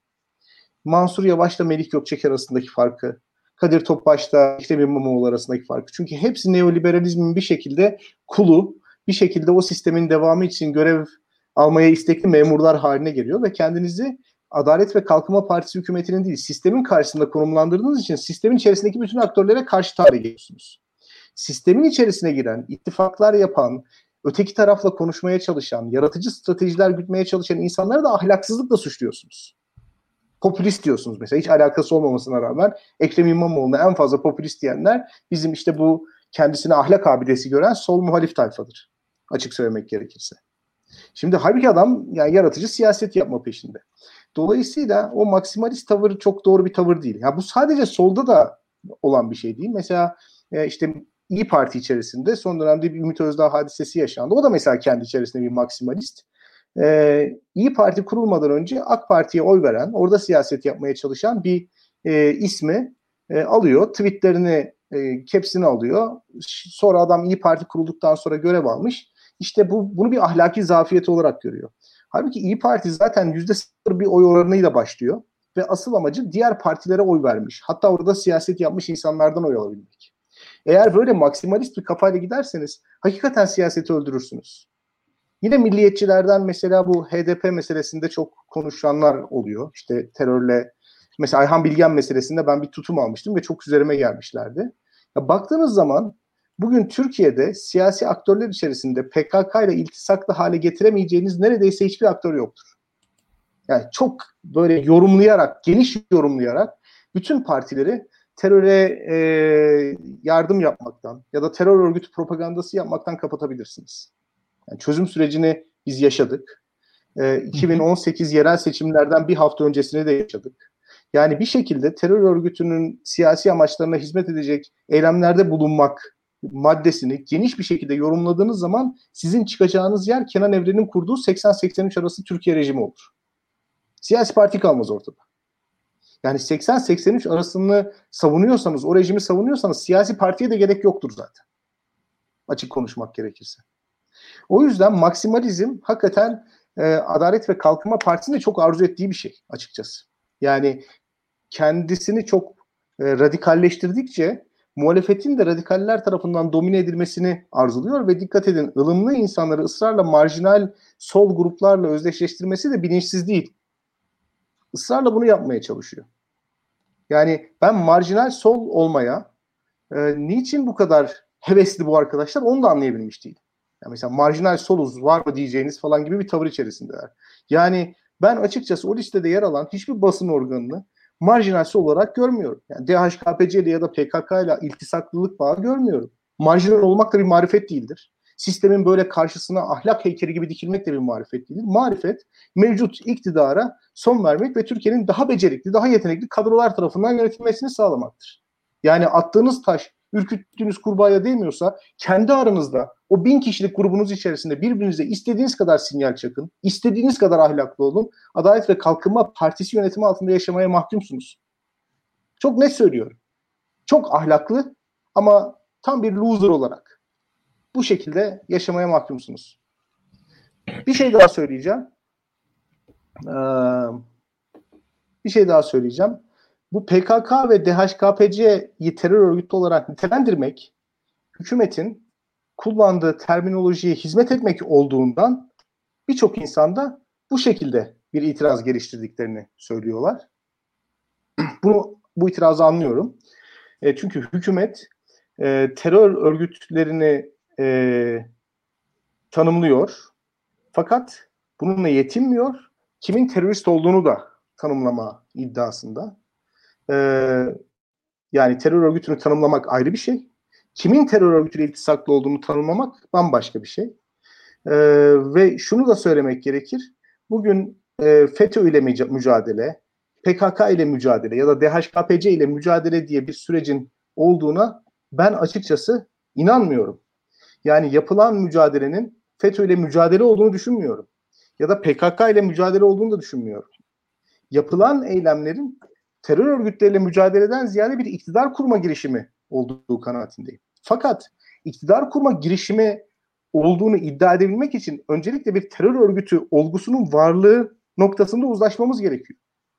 S2: Mansur Yavaş'la Melih Gökçek arasındaki farkı, Kadir Topbaş'la Ekrem İmamoğlu arasındaki farkı. Çünkü hepsi neoliberalizmin bir şekilde kulu, bir şekilde o sistemin devamı için görev almaya istekli memurlar haline geliyor ve kendinizi Adalet ve Kalkınma Partisi hükümetinin değil, sistemin karşısında konumlandırdığınız için sistemin içerisindeki bütün aktörlere karşı hale geliyorsunuz. Sistemin içerisine giren, ittifaklar yapan, öteki tarafla konuşmaya çalışan, yaratıcı stratejiler gütmeye çalışan insanları da ahlaksızlıkla suçluyorsunuz. Popülist diyorsunuz mesela. Hiç alakası olmamasına rağmen Ekrem İmamoğlu'na en fazla popülist diyenler bizim işte bu kendisine ahlak abidesi gören sol muhalif tayfadır. Açık söylemek gerekirse. Şimdi halbuki adam yani yaratıcı siyaset yapma peşinde. Dolayısıyla o maksimalist tavır çok doğru bir tavır değil. Ya bu sadece solda da olan bir şey değil. Mesela e, işte İYİ Parti içerisinde son dönemde bir Ümit Özdağ hadisesi yaşandı. O da mesela kendi içerisinde bir maksimalist. Ee, İYİ Parti kurulmadan önce AK Parti'ye oy veren, orada siyaset yapmaya çalışan bir e, ismi e, alıyor. Tweetlerini, e, caps'ini alıyor. Sonra adam İYİ Parti kurulduktan sonra görev almış. İşte bu bunu bir ahlaki zafiyet olarak görüyor. Halbuki İYİ Parti zaten yüzde sıfır bir oy oranıyla başlıyor. Ve asıl amacı diğer partilere oy vermiş. Hatta orada siyaset yapmış insanlardan oy alabilmek. Eğer böyle maksimalist bir kafayla giderseniz hakikaten siyaseti öldürürsünüz. Yine milliyetçilerden mesela bu H D P meselesinde çok konuşanlar oluyor. İşte terörle, mesela Ayhan Bilgen meselesinde ben bir tutum almıştım ve çok üzerime gelmişlerdi. Ya baktığınız zaman bugün Türkiye'de siyasi aktörler içerisinde P K K ile iltisaklı hale getiremeyeceğiniz neredeyse hiçbir aktör yoktur. Yani çok böyle yorumlayarak, geniş yorumlayarak bütün partileri teröre e, yardım yapmaktan ya da terör örgütü propagandası yapmaktan kapatabilirsiniz. Yani çözüm sürecini biz yaşadık. E, iki bin on sekiz yerel seçimlerden bir hafta öncesini de yaşadık. Yani bir şekilde terör örgütünün siyasi amaçlarına hizmet edecek eylemlerde bulunmak maddesini geniş bir şekilde yorumladığınız zaman sizin çıkacağınız yer Kenan Evren'in kurduğu seksen seksen üç arası Türkiye rejimi olur. Siyasi parti kalmaz ortada. Yani seksen seksen üç arasını savunuyorsanız, o rejimi savunuyorsanız siyasi partiye de gerek yoktur zaten. Açık konuşmak gerekirse. O yüzden maksimalizm hakikaten e, Adalet ve Kalkınma Partisi'nin de çok arzu ettiği bir şey açıkçası. Yani kendisini çok e, radikalleştirdikçe muhalefetin de radikaller tarafından domine edilmesini arzuluyor ve dikkat edin, ılımlı insanları ısrarla marjinal sol gruplarla özdeşleştirmesi de bilinçsiz değil. Israrla bunu yapmaya çalışıyor. Yani ben marjinal sol olmaya e, niçin bu kadar hevesli bu arkadaşlar onu da anlayabilmiş değilim. Yani mesela marjinal soluz var mı diyeceğiniz falan gibi bir tavır içerisindeler. Yani ben açıkçası o listede yer alan hiçbir basın organını marjinal sol olarak görmüyorum. Yani D H K P C ile ya da P K K ile iltisaklılık bağı görmüyorum. Marjinal olmak da bir marifet değildir. Sistemin böyle karşısına ahlak heykeli gibi dikilmek de bir marifet değildir. Marifet mevcut iktidara son vermek ve Türkiye'nin daha becerikli, daha yetenekli kadrolar tarafından yönetilmesini sağlamaktır. Yani attığınız taş ürküttüğünüz kurbağaya değmiyorsa kendi aranızda o bin kişilik grubunuz içerisinde birbirinize istediğiniz kadar sinyal çakın, istediğiniz kadar ahlaklı olun. Adalet ve Kalkınma Partisi yönetimi altında yaşamaya mahkumsunuz. Çok net söylüyorum. Çok ahlaklı ama tam bir loser olarak. bu şekilde yaşamaya mahkumsunuz. Bir şey daha söyleyeceğim. Ee, bir şey daha söyleyeceğim. Bu P K K ve D H K P C'yi terör örgütü olarak nitelendirmek, hükümetin kullandığı terminolojiye hizmet etmek olduğundan birçok insan da bu şekilde bir itiraz geliştirdiklerini söylüyorlar. Bunu, bu itirazı anlıyorum. E, çünkü hükümet e, terör örgütlerini e, tanımlıyor. Fakat bununla yetinmiyor. Kimin terörist olduğunu da tanımlama iddiasında. E, yani terör örgütünü tanımlamak ayrı bir şey. Kimin terör örgütüyle iltisaklı olduğunu tanımlamak bambaşka bir şey. E, ve şunu da söylemek gerekir. Bugün e, FETÖ ile mücadele, P K K ile mücadele ya da D H K P C ile mücadele diye bir sürecin olduğuna ben açıkçası inanmıyorum. Yani yapılan mücadelenin FETÖ ile mücadele olduğunu düşünmüyorum. Ya da P K K ile mücadele olduğunu da düşünmüyorum. Yapılan eylemlerin terör örgütleriyle mücadeleden ziyade bir iktidar kurma girişimi olduğu kanaatindeyim. Fakat iktidar kurma girişimi olduğunu iddia edebilmek için öncelikle bir terör örgütü olgusunun varlığı noktasında uzlaşmamız gerekiyor.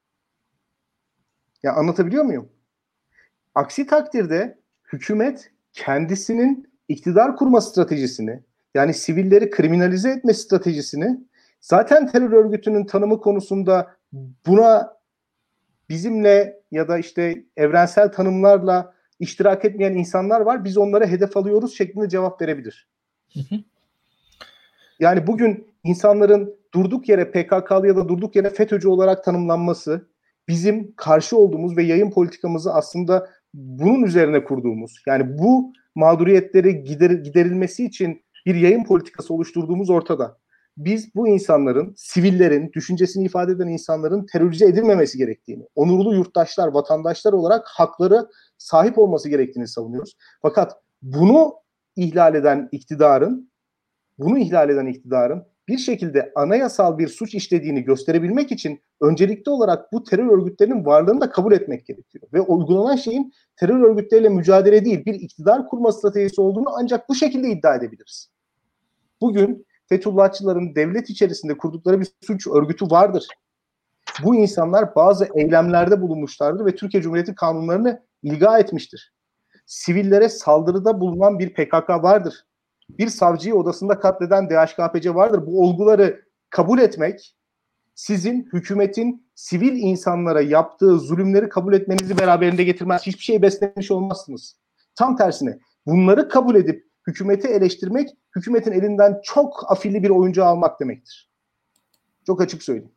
S2: Ya anlatabiliyor muyum? Aksi takdirde hükümet kendisinin iktidar kurma stratejisini, yani sivilleri kriminalize etme stratejisini zaten terör örgütünün tanımı konusunda buna bizimle ya da işte evrensel tanımlarla iştirak etmeyen insanlar var. Biz onlara hedef alıyoruz şeklinde cevap verebilir. Hı hı. Yani bugün insanların durduk yere P K K'lı ya da durduk yere FETÖ'cü olarak tanımlanması bizim karşı olduğumuz ve yayın politikamızı aslında bunun üzerine kurduğumuz, yani bu mağduriyetleri gider, giderilmesi için bir yayın politikası oluşturduğumuz ortada. Biz bu insanların, sivillerin, düşüncesini ifade eden insanların terörize edilmemesi gerektiğini, onurlu yurttaşlar, vatandaşlar olarak hakları sahip olması gerektiğini savunuyoruz. Fakat bunu ihlal eden iktidarın, bunu ihlal eden iktidarın bir şekilde anayasal bir suç işlediğini gösterebilmek için öncelikli olarak bu terör örgütlerinin varlığını da kabul etmek gerekiyor. Ve uygulanan şeyin terör örgütleriyle mücadele değil, bir iktidar kurma stratejisi olduğunu ancak bu şekilde iddia edebiliriz. Bugün Fethullahçıların devlet içerisinde kurdukları bir suç örgütü vardır. Bu insanlar bazı eylemlerde bulunmuşlardır ve Türkiye Cumhuriyeti kanunlarını ilga etmiştir. Sivillere saldırıda bulunan bir P K K vardır. Bir savcıyı odasında katleden D H K P C vardır. Bu olguları kabul etmek, sizin hükümetin sivil insanlara yaptığı zulümleri kabul etmenizi beraberinde getirmez. Hiçbir şey beslemiş olmazsınız. Tam tersine bunları kabul edip hükümeti eleştirmek, hükümetin elinden çok afilli bir oyuncağı almak demektir. Çok açık söyleyeyim.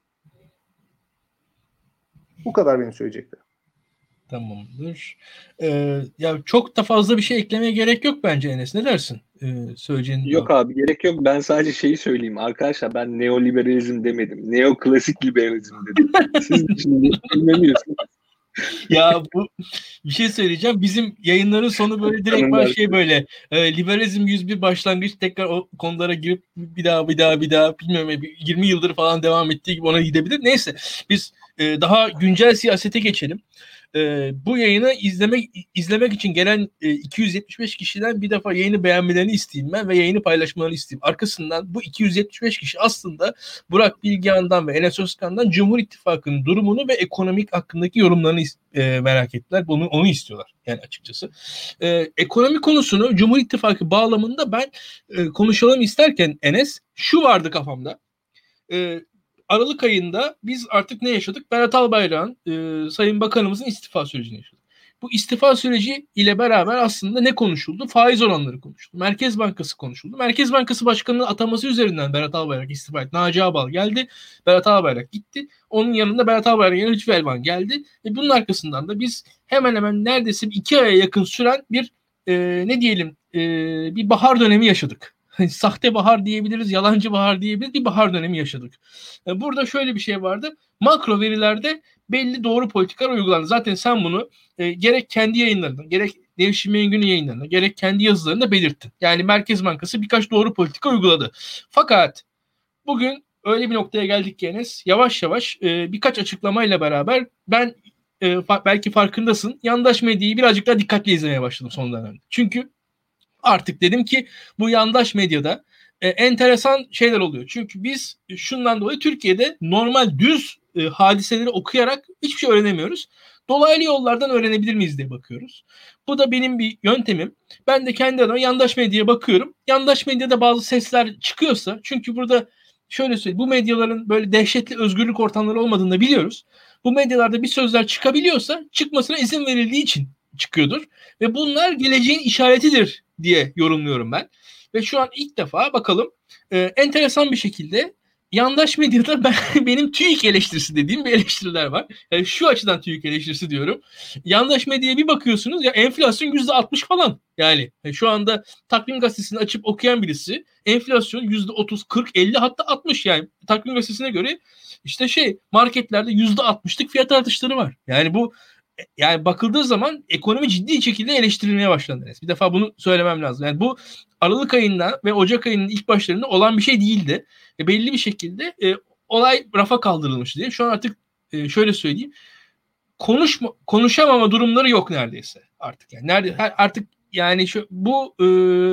S2: Bu kadar benim söyleyeceklerim.
S1: Tamamdır. Ee, ya çok da fazla bir şey eklemeye gerek yok bence Enes. Ne dersin? Ee, söyleyeceğin
S3: yok abi gerek yok. Ben sadece şeyi söyleyeyim. Arkadaşlar ben neoliberalizm demedim. Neoklasik liberalizm dedim. Siz şimdi dinlemiyorsunuz.
S1: Ya bu bir şey söyleyeceğim. Bizim yayınların sonu böyle direkt baş şey böyle e, liberalizm yüz bir başlangıç, tekrar o konulara girip bir daha bir daha bir daha bilmiyorum yirmi yıldır falan devam ettiği gibi ona gidebilir. Neyse biz e, daha güncel siyasete geçelim. E, bu yayını izlemek izlemek için gelen e, iki yüz yetmiş beş kişiden bir defa yayını beğenmelerini isteyeyim ben ve yayını paylaşmalarını isteyeyim. Arkasından bu iki yüz yetmiş beş kişi aslında Burak Bilgehan'dan ve Enes Özkan'dan Cumhur İttifakı'nın durumunu ve ekonomik hakkındaki yorumlarını e, merak ettiler. Bunu onu istiyorlar yani açıkçası. E, ekonomi konusunu Cumhur İttifakı bağlamında ben e, konuşalım isterken Enes şu vardı kafamda. E, Aralık ayında biz artık ne yaşadık? Berat Albayrak'ın, e, Sayın Bakanımızın istifa sürecini yaşadık. Bu istifa süreci ile beraber aslında ne konuşuldu? Faiz oranları konuşuldu. Merkez Bankası konuşuldu. Merkez Bankası Başkanı'nın ataması üzerinden Berat Albayrak istifa etti. Naci Ağbal geldi. Berat Albayrak gitti. Onun yanında Berat Albayrak yerine Lütfü Elvan geldi. Ve bunun arkasından da biz hemen hemen neredeyse iki aya yakın süren bir e, ne diyelim e, bir bahar dönemi yaşadık. Sahte bahar diyebiliriz, yalancı bahar diyebiliriz. Bir bahar dönemi yaşadık. Burada şöyle bir şey vardı. Makro verilerde belli doğru politikalar uygulandı. Zaten sen bunu e, gerek kendi yayınlarında, gerek Devşirme Yayın yayınlarında, gerek kendi yazılarında belirttin. Yani Merkez Bankası birkaç doğru politika uyguladı. Fakat bugün öyle bir noktaya geldik ki Enes, yavaş yavaş e, birkaç açıklamayla beraber ben e, fa- belki farkındasın, yandaş medyayı birazcık daha dikkatli izlemeye başladım son dönemde. Çünkü Artık dedim ki bu yandaş medyada e, enteresan şeyler oluyor. Çünkü biz şundan dolayı Türkiye'de normal düz e, hadiseleri okuyarak hiçbir şey öğrenemiyoruz. Dolaylı yollardan öğrenebilir miyiz diye bakıyoruz. Bu da benim bir yöntemim. Ben de kendi adıma yandaş medyaya bakıyorum. Yandaş medyada bazı sesler çıkıyorsa, çünkü burada şöyle söyleyeyim, bu medyaların böyle dehşetli özgürlük ortamları olmadığını da biliyoruz. Bu medyalarda bir sözler çıkabiliyorsa çıkmasına izin verildiği için çıkıyordur. Ve bunlar geleceğin işaretidir diye yorumluyorum ben. Ve şu an ilk defa bakalım e, enteresan bir şekilde yandaş medyada ben, benim TÜİK eleştirisi dediğim bir eleştiriler var. Yani şu açıdan TÜİK eleştirisi diyorum. Yandaş medyaya bir bakıyorsunuz ya, enflasyon yüzde altmış falan. Yani şu anda Takvim Gazetesi'ni açıp okuyan birisi enflasyon yüzde otuz, kırk, elli hatta altmış, yani Takvim Gazetesi'ne göre işte şey marketlerde yüzde altmışlık fiyat artışları var. Yani bu, yani bakıldığı zaman ekonomi ciddi şekilde eleştirilmeye başlandı. Bir defa bunu söylemem lazım. Yani bu Aralık ayında ve Ocak ayının ilk başlarında olan bir şey değildi. E, belli bir şekilde e, olay rafa kaldırılmış diye. Şu an artık e, şöyle söyleyeyim. Konuşma, konuşamama durumları yok neredeyse artık. Yani nerede artık, yani şu bu e,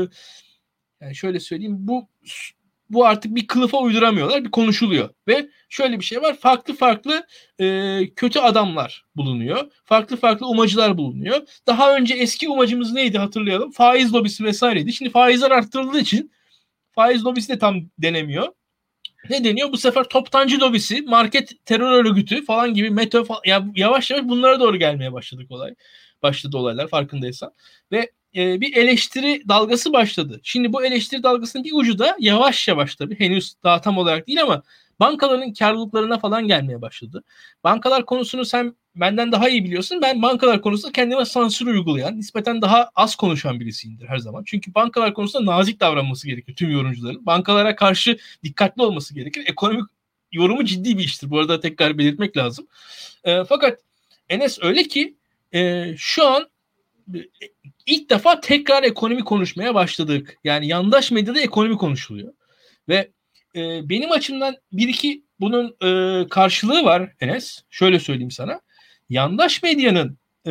S1: yani şöyle söyleyeyim, bu bu artık bir kılıfa uyduramıyorlar, bir konuşuluyor. Ve şöyle bir şey var, farklı farklı e, kötü adamlar bulunuyor. Farklı farklı umacılar bulunuyor. Daha önce eski umacımız neydi hatırlayalım. Faiz lobisi vesaireydi. Şimdi faizler arttırıldığı için faiz lobisi de tam denemiyor. Ne deniyor? Bu sefer toptancı lobisi, market terör örgütü falan gibi meto falan, ya yavaş yavaş bunlara doğru gelmeye başladık olay. Başladı olaylar farkındaysan. Ve e, bir eleştiri dalgası başladı. Şimdi bu eleştiri dalgasının bir ucu da yavaş yavaş, tabii henüz daha tam olarak değil ama bankaların karlılıklarına falan gelmeye başladı. Bankalar konusunu sen benden daha iyi biliyorsun. Ben bankalar konusunda kendime sansür uygulayan, nispeten daha az konuşan birisiyimdir her zaman. Çünkü bankalar konusunda nazik davranması gerekiyor tüm yorumcuların. Bankalara karşı dikkatli olması gerekir. Ekonomik yorumu ciddi bir iştir. Bu arada tekrar belirtmek lazım. E, fakat Enes, öyle ki e, şu an e, ilk defa tekrar ekonomi konuşmaya başladık. Yani yandaş medyada ekonomi konuşuluyor. Ve e, benim açımdan bir iki bunun e, karşılığı var Enes. Şöyle söyleyeyim sana. Yandaş medyanın e,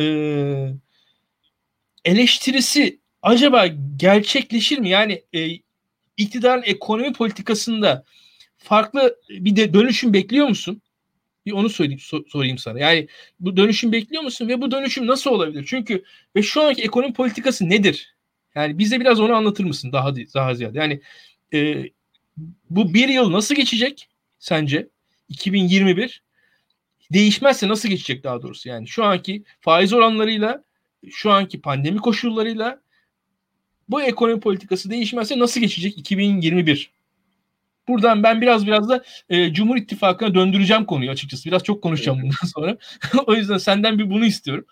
S1: eleştirisi acaba gerçekleşir mi? Yani e, iktidarın ekonomi politikasında farklı bir de dönüşüm bekliyor musun? Bir onu söyleyeyim, so- sorayım sana. Yani bu dönüşüm bekliyor musun ve bu dönüşüm nasıl olabilir? Çünkü ve şu anki ekonomi politikası nedir? Yani bize biraz onu anlatır mısın daha daha ziyade? Yani e, bu bir yıl nasıl geçecek sence? iki bin yirmi bir değişmezse nasıl geçecek daha doğrusu? Yani şu anki faiz oranlarıyla, şu anki pandemi koşullarıyla bu ekonomi politikası değişmezse nasıl geçecek iki bin yirmi bir? Buradan ben biraz biraz da e, Cumhur İttifakı'na döndüreceğim konuyu açıkçası. Biraz çok konuşacağım bundan sonra. O yüzden senden bir bunu istiyorum.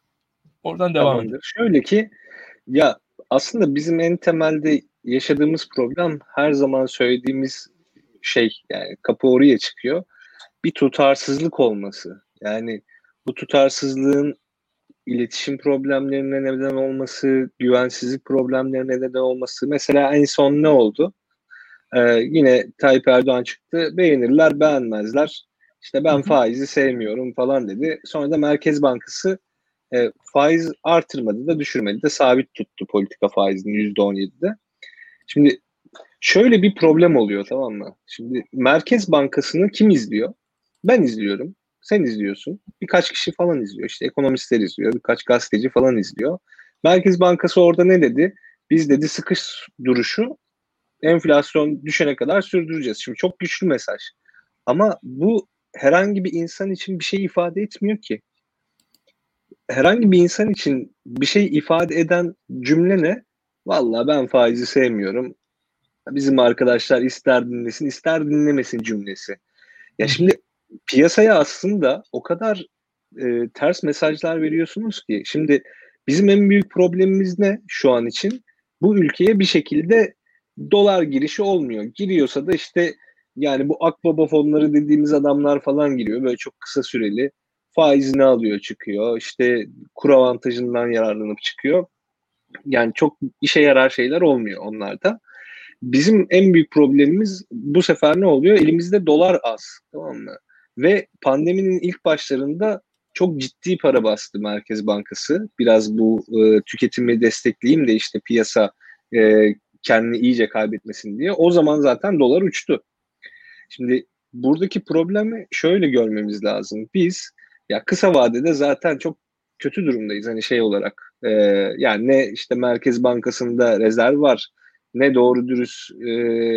S1: Oradan devam edelim.
S3: Şöyle ki, ya aslında bizim en temelde yaşadığımız problem, her zaman söylediğimiz şey, yani kapı oraya çıkıyor. Bir tutarsızlık olması. Yani bu tutarsızlığın iletişim problemlerine neden olması, güvensizlik problemlerine neden olması. Mesela en son ne oldu? Ee, yine Tayyip Erdoğan çıktı. Beğenirler, beğenmezler. İşte ben faizi sevmiyorum falan dedi. Sonra da Merkez Bankası e, faiz artırmadı da düşürmedi de sabit tuttu politika faizini yüzde on yedide. Şimdi şöyle bir problem oluyor, tamam mı? Şimdi Merkez Bankası'nı kim izliyor? Ben izliyorum. Sen izliyorsun. Birkaç kişi falan izliyor. İşte ekonomistler izliyor. Birkaç gazeteci falan izliyor. Merkez Bankası orada ne dedi? Biz dedi sıkış duruşu enflasyon düşene kadar sürdüreceğiz. Şimdi çok güçlü mesaj. Ama bu herhangi bir insan için bir şey ifade etmiyor ki. Herhangi bir insan için bir şey ifade eden cümle ne? Vallahi ben faizi sevmiyorum. Bizim arkadaşlar ister dinlesin ister dinlemesin cümlesi. Ya şimdi piyasaya aslında o kadar e, ters mesajlar veriyorsunuz ki. Şimdi bizim en büyük problemimiz ne şu an için? Bu ülkeye bir şekilde dolar girişi olmuyor. Giriyorsa da işte yani bu akbaba fonları dediğimiz adamlar falan giriyor. Böyle çok kısa süreli faizini alıyor çıkıyor. İşte kur avantajından yararlanıp çıkıyor. Yani çok işe yarar şeyler olmuyor onlarda. Bizim en büyük problemimiz bu sefer ne oluyor? Elimizde dolar az, tamam mı? Ve pandeminin ilk başlarında çok ciddi para bastı Merkez Bankası. Biraz bu e, tüketimi destekleyeyim de işte piyasa e, kendini iyice kaybetmesin diye. O zaman zaten dolar uçtu. Şimdi buradaki problemi şöyle görmemiz lazım. Biz ya kısa vadede zaten çok kötü durumdayız hani şey olarak. E, yani ne işte Merkez Bankası'nda rezerv var, ne doğru dürüst e,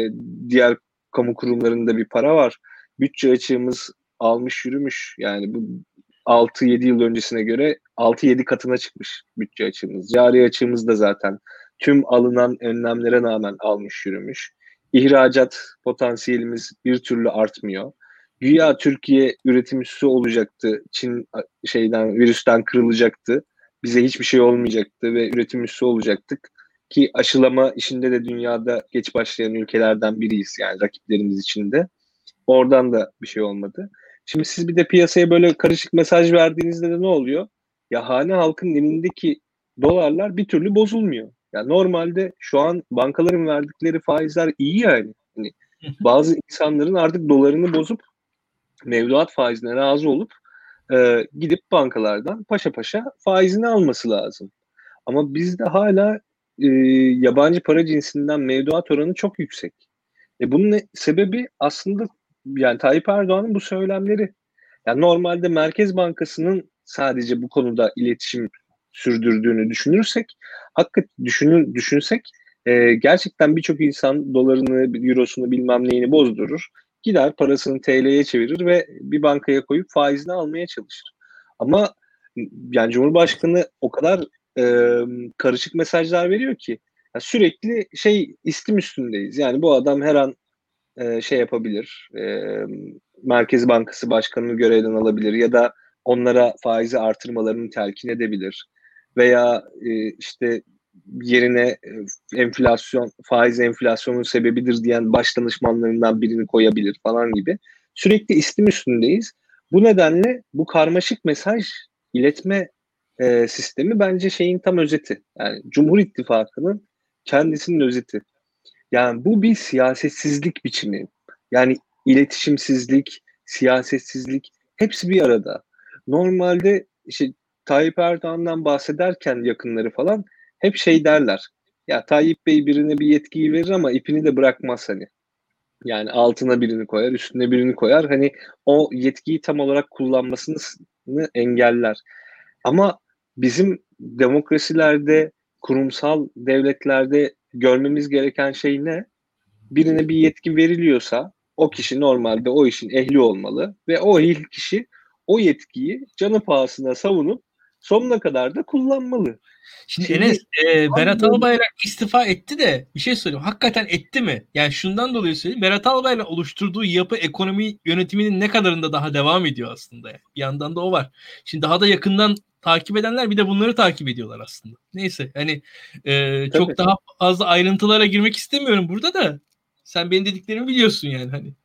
S3: diğer kamu kurumlarında bir para var. Bütçe açığımız almış yürümüş. Yani bu altı yedi yıl öncesine göre altı yedi katına çıkmış bütçe açığımız. Cari açığımız da zaten tüm alınan önlemlere rağmen almış yürümüş. İhracat potansiyelimiz bir türlü artmıyor. Güya Türkiye üretim üssü olacaktı. Çin şeyden virüsten kırılacaktı. Bize hiçbir şey olmayacaktı ve üretim üssü olacaktık. Ki aşılama işinde de dünyada geç başlayan ülkelerden biriyiz yani rakiplerimiz içinde. Oradan da bir şey olmadı. Şimdi siz bir de piyasaya böyle karışık mesaj verdiğinizde de ne oluyor? Ya hane halkın elindeki dolarlar bir türlü bozulmuyor. Ya normalde şu an bankaların verdikleri faizler iyi yani. Hani bazı insanların artık dolarını bozup mevduat faizine razı olup e, gidip bankalardan paşa paşa faizini alması lazım. Ama bizde hala e, yabancı para cinsinden mevduat oranı çok yüksek. E bunun ne, sebebi aslında yani Tayyip Erdoğan'ın bu söylemleri. Yani normalde Merkez Bankası'nın sadece bu konuda iletişim sürdürdüğünü düşünürsek, hakikaten düşünün, düşünsek e, gerçekten birçok insan dolarını, eurosunu bilmem neyini bozdurur. Gider parasını T L'ye çevirir ve bir bankaya koyup faizini almaya çalışır. Ama yani Cumhurbaşkanı o kadar e, karışık mesajlar veriyor ki yani sürekli şey istim üstündeyiz. Yani bu adam her an e, şey yapabilir. E, Merkez Bankası Başkanı'nı görevden alabilir ya da onlara faizi artırmalarını telkin edebilir. Veya e, işte yerine e, enflasyon, faiz enflasyonun sebebidir diyen baş danışmanlarından birini koyabilir falan gibi. Sürekli istim üstündeyiz. Bu nedenle bu karmaşık mesaj iletme e, sistemi bence şeyin tam özeti. Yani Cumhur İttifakı'nın kendisinin özeti. Yani bu bir siyasetsizlik biçimi. Yani iletişimsizlik, siyasetsizlik hepsi bir arada. Normalde işte Tayyip Erdoğan'dan bahsederken yakınları falan hep şey derler. Ya Tayyip Bey birine bir yetkiyi verir ama ipini de bırakmaz hani. Yani altına birini koyar, üstüne birini koyar. Hani o yetkiyi tam olarak kullanmasını engeller. Ama bizim demokrasilerde, kurumsal devletlerde görmemiz gereken şey ne? Birine bir yetki veriliyorsa o kişi normalde o işin ehli olmalı ve o ehil kişi o yetkiyi canı pahasına savunup sonuna kadar da kullanmalı.
S1: Şimdi,
S3: Şimdi
S1: Enes, e, Berat
S3: böyle...
S1: Albayrak istifa etti de bir şey söyleyeyim. Hakikaten etti mi? Yani şundan dolayı söyleyeyim. Berat Albayrak oluşturduğu yapı ekonomi yönetiminin ne kadarında daha devam ediyor aslında. Yani. Bir yandan da o var. Şimdi daha da yakından takip edenler bir de bunları takip ediyorlar aslında. Neyse hani e, çok daha fazla ayrıntılara girmek istemiyorum burada da. Sen benim dediklerimi biliyorsun yani hani.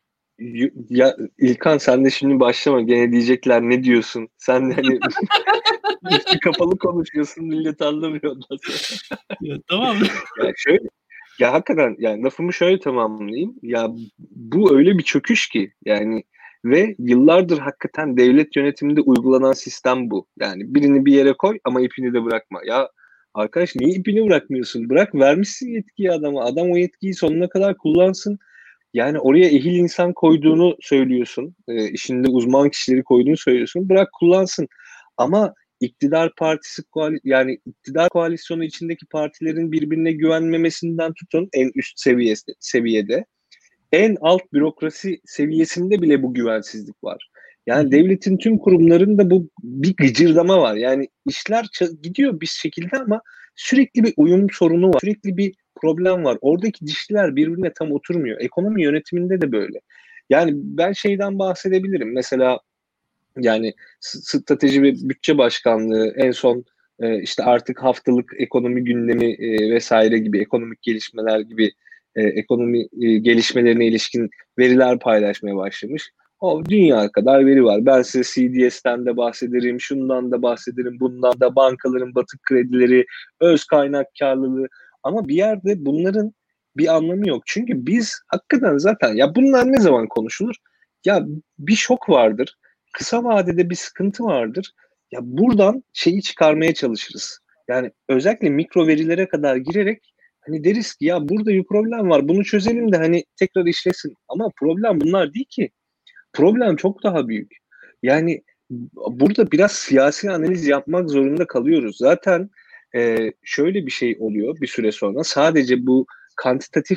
S3: Ya İlkan sen de şimdi başlama gene diyecekler ne diyorsun? Sen de hani üstü kapalı konuşuyorsun millet anlamıyor ondan sonra.
S1: Ya, tamam.
S3: Ya şöyle ya hakikaten yani lafımı şöyle tamamlayayım. Ya bu öyle bir çöküş ki yani ve yıllardır hakikaten devlet yönetiminde uygulanan sistem bu. Yani birini bir yere koy ama ipini de bırakma. Ya arkadaş niye ipini bırakmıyorsun? Bırak vermişsin yetkiyi adama. Adam o yetkiyi sonuna kadar kullansın. Yani oraya ehil insan koyduğunu söylüyorsun. E, işinde uzman kişileri koyduğunu söylüyorsun. Bırak kullansın. Ama iktidar partisi yani iktidar koalisyonu içindeki partilerin birbirine güvenmemesinden tutun en üst seviyesi, seviyede en alt bürokrasi seviyesinde bile bu güvensizlik var. Yani devletin tüm kurumlarında bu bir gıcırdama var. Yani işler gidiyor bir şekilde ama sürekli bir uyum sorunu var. Sürekli bir problem var. Oradaki dişliler birbirine tam oturmuyor. Ekonomi yönetiminde de böyle. Yani ben şeyden bahsedebilirim. Mesela yani strateji ve bütçe başkanlığı en son e, işte artık haftalık ekonomi gündemi e, vesaire gibi ekonomik gelişmeler gibi e, ekonomi e, gelişmelerine ilişkin veriler paylaşmaya başlamış. O dünya kadar veri var. Ben size C D S'ten de bahsederim, şundan da bahsederim, bundan da bankaların batık kredileri, öz kaynak karlılığı. Ama bir yerde bunların bir anlamı yok. Çünkü biz hakikaten zaten ya bunlar ne zaman konuşulur? Ya bir şok vardır. Kısa vadede bir sıkıntı vardır. Ya buradan şeyi çıkarmaya çalışırız. Yani özellikle mikro verilere kadar girerek Hani deriz ki ya burada bir problem var. Bunu çözelim de hani tekrar işlesin. Ama problem bunlar değil ki. Problem çok daha büyük. Yani burada biraz siyasi analiz yapmak zorunda kalıyoruz. Zaten e, şöyle bir şey oluyor bir süre sonra. Sadece bu kantitatif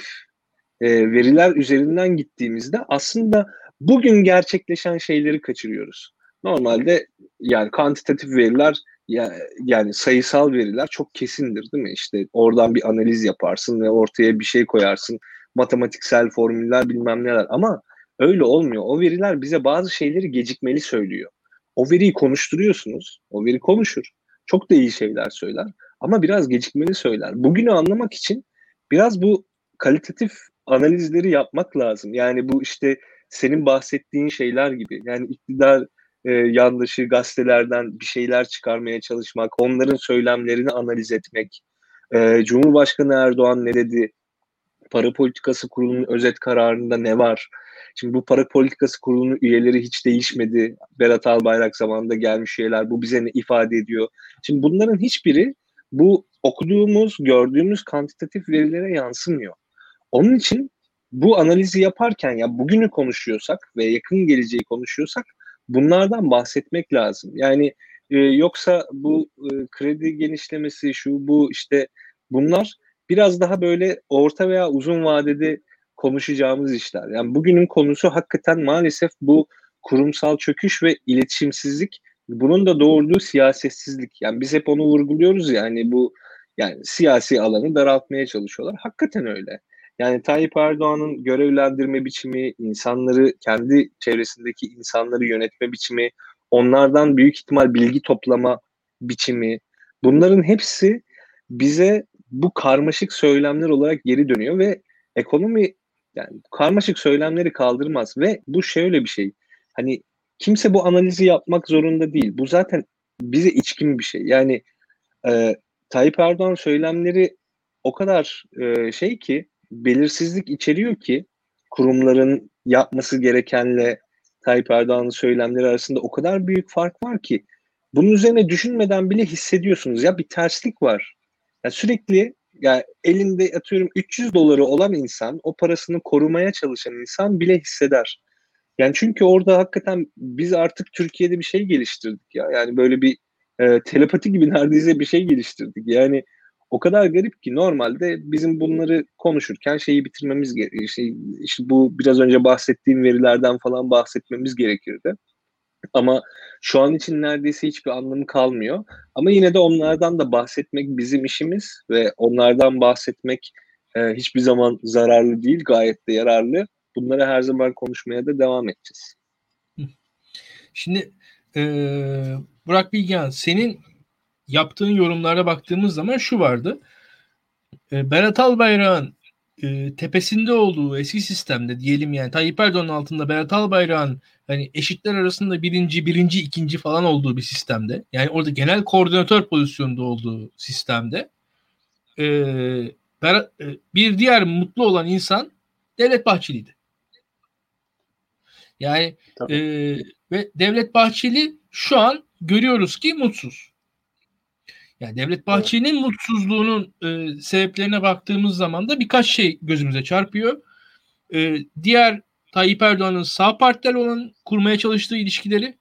S3: e, veriler üzerinden gittiğimizde aslında bugün gerçekleşen şeyleri kaçırıyoruz. Normalde yani kantitatif veriler ya, yani sayısal veriler çok kesindir değil mi? İşte oradan bir analiz yaparsın ve ortaya bir şey koyarsın. Matematiksel formüller bilmem neler ama öyle olmuyor. O veriler bize bazı şeyleri gecikmeli söylüyor. O veriyi konuşturuyorsunuz. O veri konuşur. Çok da iyi şeyler söyler. Ama biraz gecikmeli söyler. Bugünü anlamak için biraz bu kalitatif analizleri yapmak lazım. Yani bu işte senin bahsettiğin şeyler gibi. Yani iktidar e, yandaşı gazetelerden bir şeyler çıkarmaya çalışmak, onların söylemlerini analiz etmek. E, Cumhurbaşkanı Erdoğan ne dedi? Para Politikası Kurulu'nun özet kararında ne var? Şimdi bu Para Politikası Kurulu'nun üyeleri hiç değişmedi. Berat Albayrak zamanında gelmiş üyeler. Bu bize ne ifade ediyor? Şimdi bunların hiçbiri bu okuduğumuz, gördüğümüz kantitatif verilere yansımıyor. Onun için bu analizi yaparken ya bugünü konuşuyorsak ve yakın geleceği konuşuyorsak bunlardan bahsetmek lazım. Yani e, yoksa bu e, kredi genişlemesi şu bu işte bunlar biraz daha böyle orta veya uzun vadede konuşacağımız işler. Yani bugünün konusu hakikaten maalesef bu kurumsal çöküş ve iletişimsizlik. Bunun da doğurduğu siyasetsizlik. Yani biz hep onu vurguluyoruz ya hani bu yani siyasi alanı daraltmaya çalışıyorlar. Hakikaten öyle. Yani Tayyip Erdoğan'ın görevlendirme biçimi, insanları, kendi çevresindeki insanları yönetme biçimi, onlardan büyük ihtimal bilgi toplama biçimi, bunların hepsi bize bu karmaşık söylemler olarak geri dönüyor ve ekonomi yani karmaşık söylemleri kaldırmaz ve bu şöyle bir şey. Hani kimse bu analizi yapmak zorunda değil. Bu zaten bize içkin bir şey. Yani e, Tayyip Erdoğan söylemleri o kadar e, şey ki belirsizlik içeriyor ki kurumların yapması gerekenle Tayyip Erdoğan'ın söylemleri arasında o kadar büyük fark var ki bunun üzerine düşünmeden bile hissediyorsunuz ya bir terslik var. Yani sürekli yani elinde atıyorum üç yüz doları olan insan o parasını korumaya çalışan insan bile hisseder. Yani çünkü orada hakikaten biz artık Türkiye'de bir şey geliştirdik ya. Yani böyle bir e, telepati gibi neredeyse bir şey geliştirdik. Yani o kadar garip ki normalde bizim bunları konuşurken şeyi bitirmemiz gerekiyor. Şey, işte bu biraz önce bahsettiğim verilerden falan bahsetmemiz gerekirdi. Ama şu an için neredeyse hiçbir anlamı kalmıyor. Ama yine de onlardan da bahsetmek bizim işimiz ve onlardan bahsetmek e, hiçbir zaman zararlı değil, gayet de yararlı. Bunları her zaman konuşmaya da devam edeceğiz.
S1: Şimdi e, Burak Bilgehan, senin yaptığın yorumlara baktığımız zaman şu vardı. E, Berat Albayrak'ın e, tepesinde olduğu eski sistemde diyelim yani Tayyip Erdoğan'ın altında Berat Albayrak'ın hani eşitler arasında birinci, birinci, ikinci falan olduğu bir sistemde yani orada genel koordinatör pozisyonunda olduğu sistemde e, Berat, e, bir diğer mutlu olan insan Devlet Bahçeli'ydi. Yani e, ve Devlet Bahçeli şu an görüyoruz ki mutsuz. Yani Devlet Bahçeli'nin evet. mutsuzluğunun e, sebeplerine baktığımız zaman da birkaç şey gözümüze çarpıyor. E, diğer Tayyip Erdoğan'ın sağ partilerle olan kurmaya çalıştığı ilişkileri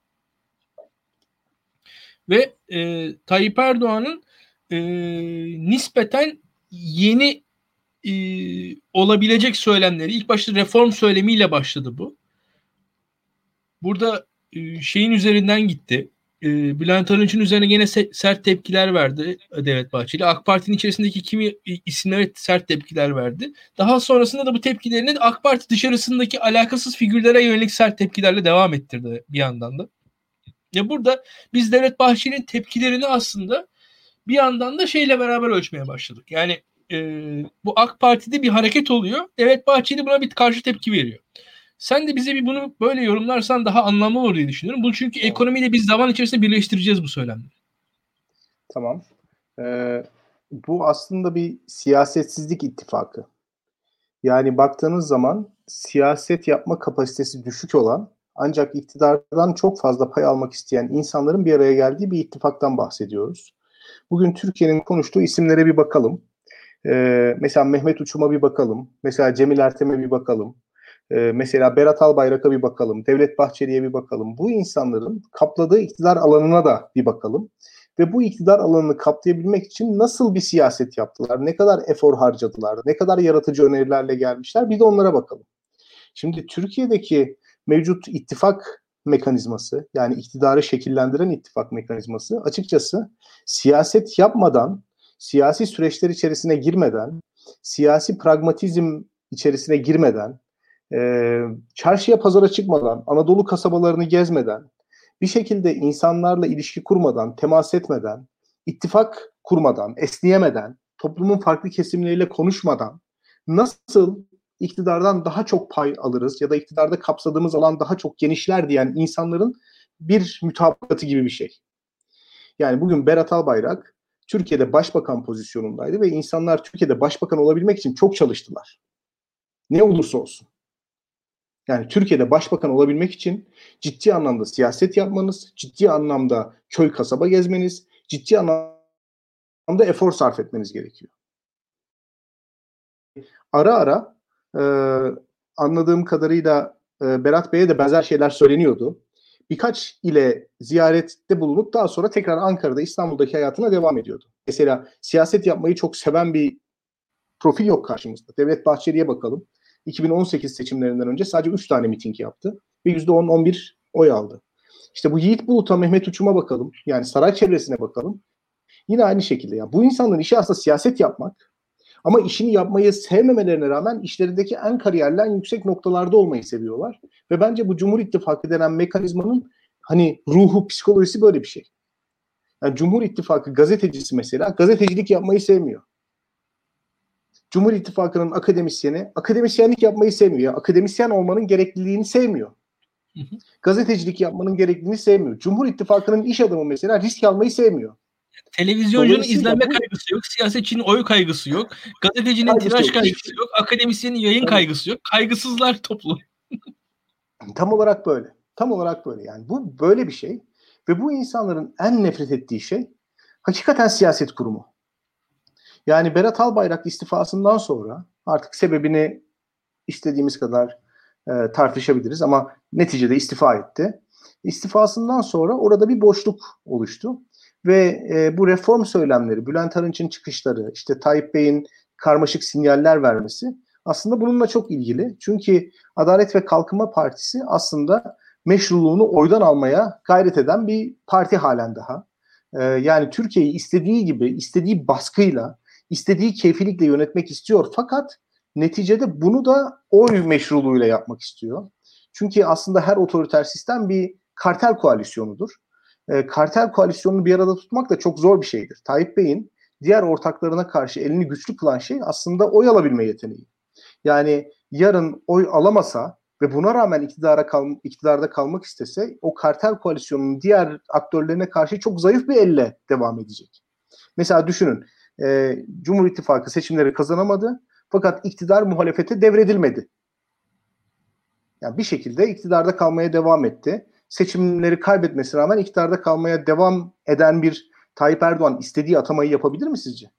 S1: ve e, Tayyip Erdoğan'ın e, nispeten yeni e, olabilecek söylemleri. İlk başta reform söylemiyle başladı bu. Burada e, şeyin üzerinden gitti. E, Bülent Arınç'ın üzerine yine se- sert tepkiler verdi Devlet Bahçeli. AK Parti'nin içerisindeki kimi isimlere sert tepkiler verdi. Daha sonrasında da bu tepkilerini AK Parti dışarısındaki alakasız figürlere yönelik sert tepkilerle devam ettirdi bir yandan da. Ya burada biz Devlet Bahçeli'nin tepkilerini aslında bir yandan da şeyle beraber ölçmeye başladık. Yani e, bu AK Parti'de bir hareket oluyor. Devlet Bahçeli buna bir karşı tepki veriyor. Sen de bize bir bunu böyle yorumlarsan daha anlamlı olur diye düşünüyorum. Bu çünkü tamam. Ekonomiyle biz zaman içerisinde birleştireceğiz bu söylemleri.
S2: Tamam. Ee, bu aslında bir siyasetsizlik ittifakı. Yani baktığınız zaman siyaset yapma kapasitesi düşük olan ancak iktidardan çok fazla pay almak isteyen insanların bir araya geldiği bir ittifaktan bahsediyoruz. Bugün Türkiye'nin konuştuğu isimlere bir bakalım. Ee, mesela Mehmet Uçum'a bir bakalım. Mesela Cemil Ertem'e bir bakalım. Ee, mesela Berat Albayrak'a bir bakalım. Devlet Bahçeli'ye bir bakalım. Bu insanların kapladığı iktidar alanına da bir bakalım. Ve bu iktidar alanını kaplayabilmek için nasıl bir siyaset yaptılar? Ne kadar efor harcadılar? Ne kadar yaratıcı önerilerle gelmişler? Bir de onlara bakalım. Şimdi Türkiye'deki mevcut ittifak mekanizması, yani iktidarı şekillendiren ittifak mekanizması açıkçası siyaset yapmadan, siyasi süreçler içerisine girmeden, siyasi pragmatizm içerisine girmeden, e, çarşıya pazara çıkmadan, Anadolu kasabalarını gezmeden, bir şekilde insanlarla ilişki kurmadan, temas etmeden, ittifak kurmadan, esneyemeden, toplumun farklı kesimleriyle konuşmadan nasıl iktidardan daha çok pay alırız ya da iktidarda kapsadığımız alan daha çok genişler diyen insanların bir mütabakatı gibi bir şey. Yani bugün Berat Albayrak Türkiye'de başbakan pozisyonundaydı ve insanlar Türkiye'de başbakan olabilmek için çok çalıştılar. Ne olursa olsun. Yani Türkiye'de başbakan olabilmek için ciddi anlamda siyaset yapmanız, ciddi anlamda köy kasaba gezmeniz, ciddi anlamda efor sarf etmeniz gerekiyor. Ara ara e, anladığım kadarıyla e, Berat Bey'e de benzer şeyler söyleniyordu. Birkaç ile ziyarette bulunup daha sonra tekrar Ankara'da, İstanbul'daki hayatına devam ediyordu. Mesela siyaset yapmayı çok seven bir profil yok karşımızda. Devlet Bahçeli'ye bakalım. iki bin on sekiz seçimlerinden önce sadece üç tane miting yaptı ve yüzde on on bir oy aldı. İşte bu Yiğit Bulut'a, Mehmet Uçum'a bakalım. Yani saray çevresine bakalım. Yine aynı şekilde. Ya bu insanların işi aslında siyaset yapmak. Ama işini yapmayı sevmemelerine rağmen işlerindeki en kariyerli, en yüksek noktalarda olmayı seviyorlar. Ve bence bu Cumhur İttifakı denen mekanizmanın hani ruhu, psikolojisi böyle bir şey. Yani Cumhur İttifakı gazetecisi mesela gazetecilik yapmayı sevmiyor. Cumhur İttifakı'nın akademisyeni akademisyenlik yapmayı sevmiyor. Yani akademisyen olmanın gerekliliğini sevmiyor. Hı hı. Gazetecilik yapmanın gerekliliğini sevmiyor. Cumhur İttifakı'nın iş adamı mesela risk almayı sevmiyor.
S1: Televizyoncunun izlenme bu, kaygısı yok, siyasetçinin oy kaygısı yok, gazetecinin kaygısı tiraj yok, kaygısı yok, akademisyenin yayın evet. kaygısı yok. Kaygısızlar toplum.
S2: Tam olarak böyle. Tam olarak böyle. Yani bu böyle bir şey ve bu insanların en nefret ettiği şey hakikaten siyaset kurumu. Yani Berat Albayrak istifasından sonra artık sebebini istediğimiz kadar e, tartışabiliriz ama neticede istifa etti. İstifasından sonra orada bir boşluk oluştu. Ve e, bu reform söylemleri, Bülent Arınç'ın çıkışları, işte Tayyip Bey'in karmaşık sinyaller vermesi aslında bununla çok ilgili. Çünkü Adalet ve Kalkınma Partisi aslında meşruluğunu oydan almaya gayret eden bir parti halen daha. E, yani Türkiye'yi istediği gibi, istediği baskıyla, istediği keyfilikle yönetmek istiyor. Fakat neticede bunu da oy meşruluğuyla yapmak istiyor. Çünkü aslında her otoriter sistem bir kartel koalisyonudur. E, kartel koalisyonunu bir arada tutmak da çok zor bir şeydir. Tayyip Bey'in diğer ortaklarına karşı elini güçlü kılan şey aslında oy alabilme yeteneği. Yani yarın oy alamasa ve buna rağmen iktidara kal, iktidarda kalmak istese o kartel koalisyonunun diğer aktörlerine karşı çok zayıf bir elle devam edecek. Mesela düşünün e, Cumhur İttifakı seçimleri kazanamadı fakat iktidar muhalefete devredilmedi. Yani bir şekilde iktidarda kalmaya devam etti. Seçimleri kaybetmesine rağmen iktidarda kalmaya devam eden bir Tayyip Erdoğan istediği atamayı yapabilir mi sizce?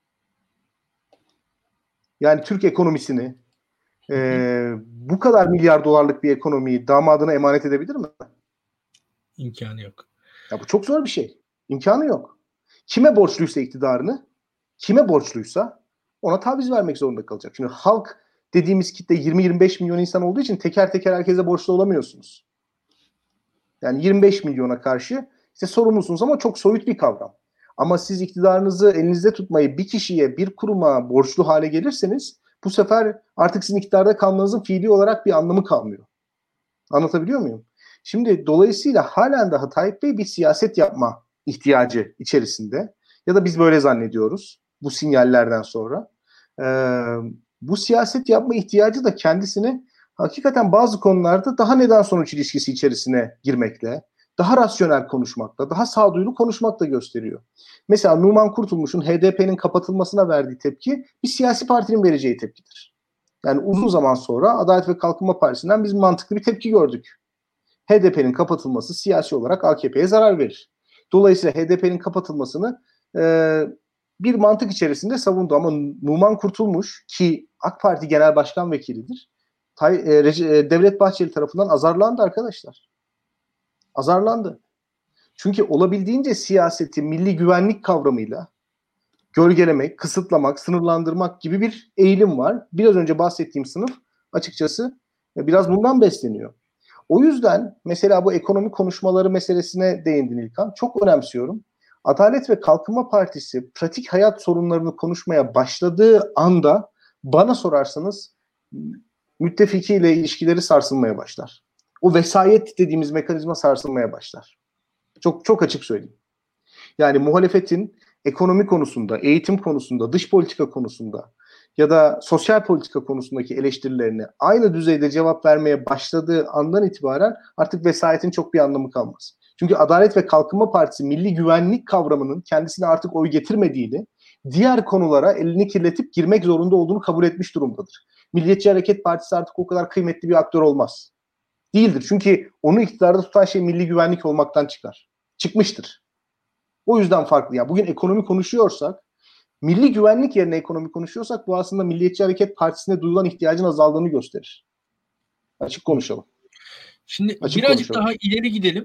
S2: Yani Türk ekonomisini e, bu kadar milyar dolarlık bir ekonomiyi damadına emanet edebilir mi?
S1: İmkanı yok.
S2: Ya bu çok zor bir şey. İmkanı yok. Kime borçluysa iktidarını, kime borçluysa ona taviz vermek zorunda kalacak. Şimdi halk dediğimiz kitle yirmi yirmi beş milyon insan olduğu için teker teker herkese borçlu olamıyorsunuz. Yani yirmi beş milyona karşı işte sorumlusunuz ama çok soyut bir kavram. Ama siz iktidarınızı elinizde tutmayı bir kişiye, bir kuruma borçlu hale gelirseniz bu sefer artık sizin iktidarda kalmanızın fiili olarak bir anlamı kalmıyor. Anlatabiliyor muyum? Şimdi dolayısıyla halen daha Tayyip Bey bir siyaset yapma ihtiyacı içerisinde. Ya da biz böyle zannediyoruz bu sinyallerden sonra. Ee, bu siyaset yapma ihtiyacı da kendisini hakikaten bazı konularda daha neden sonuç ilişkisi içerisine girmekle, daha rasyonel konuşmakla, daha sağduyulu konuşmakla gösteriyor. Mesela Numan Kurtulmuş'un H D P'nin kapatılmasına verdiği tepki bir siyasi partinin vereceği tepkidir. Yani uzun zaman sonra Adalet ve Kalkınma Partisi'nden biz mantıklı bir tepki gördük. H D P'nin kapatılması siyasi olarak A K P'ye zarar verir. Dolayısıyla H D P'nin kapatılmasını e, bir mantık içerisinde savundu. Ama Numan Kurtulmuş ki AK Parti Genel Başkan Vekilidir, Tay, e, Devlet Bahçeli tarafından azarlandı arkadaşlar. Azarlandı. Çünkü olabildiğince siyaseti milli güvenlik kavramıyla gölgelemek, kısıtlamak, sınırlandırmak gibi bir eğilim var. Biraz önce bahsettiğim sınıf açıkçası biraz bundan besleniyor. O yüzden mesela bu ekonomi konuşmaları meselesine değindin İlkan. Çok önemsiyorum. Adalet ve Kalkınma Partisi pratik hayat sorunlarını konuşmaya başladığı anda bana sorarsanız müttefikiyle ilişkileri sarsılmaya başlar. O vesayet dediğimiz mekanizma sarsılmaya başlar. Çok çok açık söyleyeyim. Yani muhalefetin ekonomi konusunda, eğitim konusunda, dış politika konusunda ya da sosyal politika konusundaki eleştirilerine aynı düzeyde cevap vermeye başladığı andan itibaren artık vesayetin çok bir anlamı kalmaz. Çünkü Adalet ve Kalkınma Partisi milli güvenlik kavramının kendisine artık oy getirmediğini, diğer konulara elini kirletip girmek zorunda olduğunu kabul etmiş durumdadır. Milliyetçi Hareket Partisi artık o kadar kıymetli bir aktör olmaz. Değildir. Çünkü onu iktidarda tutan şey milli güvenlik olmaktan çıkar. Çıkmıştır. O yüzden farklı. Yani bugün ekonomi konuşuyorsak, milli güvenlik yerine ekonomi konuşuyorsak bu aslında Milliyetçi Hareket Partisi'ne duyulan ihtiyacın azaldığını gösterir. Açık konuşalım.
S1: Şimdi
S2: Açık
S1: birazcık
S2: konuşalım.
S1: daha ileri gidelim.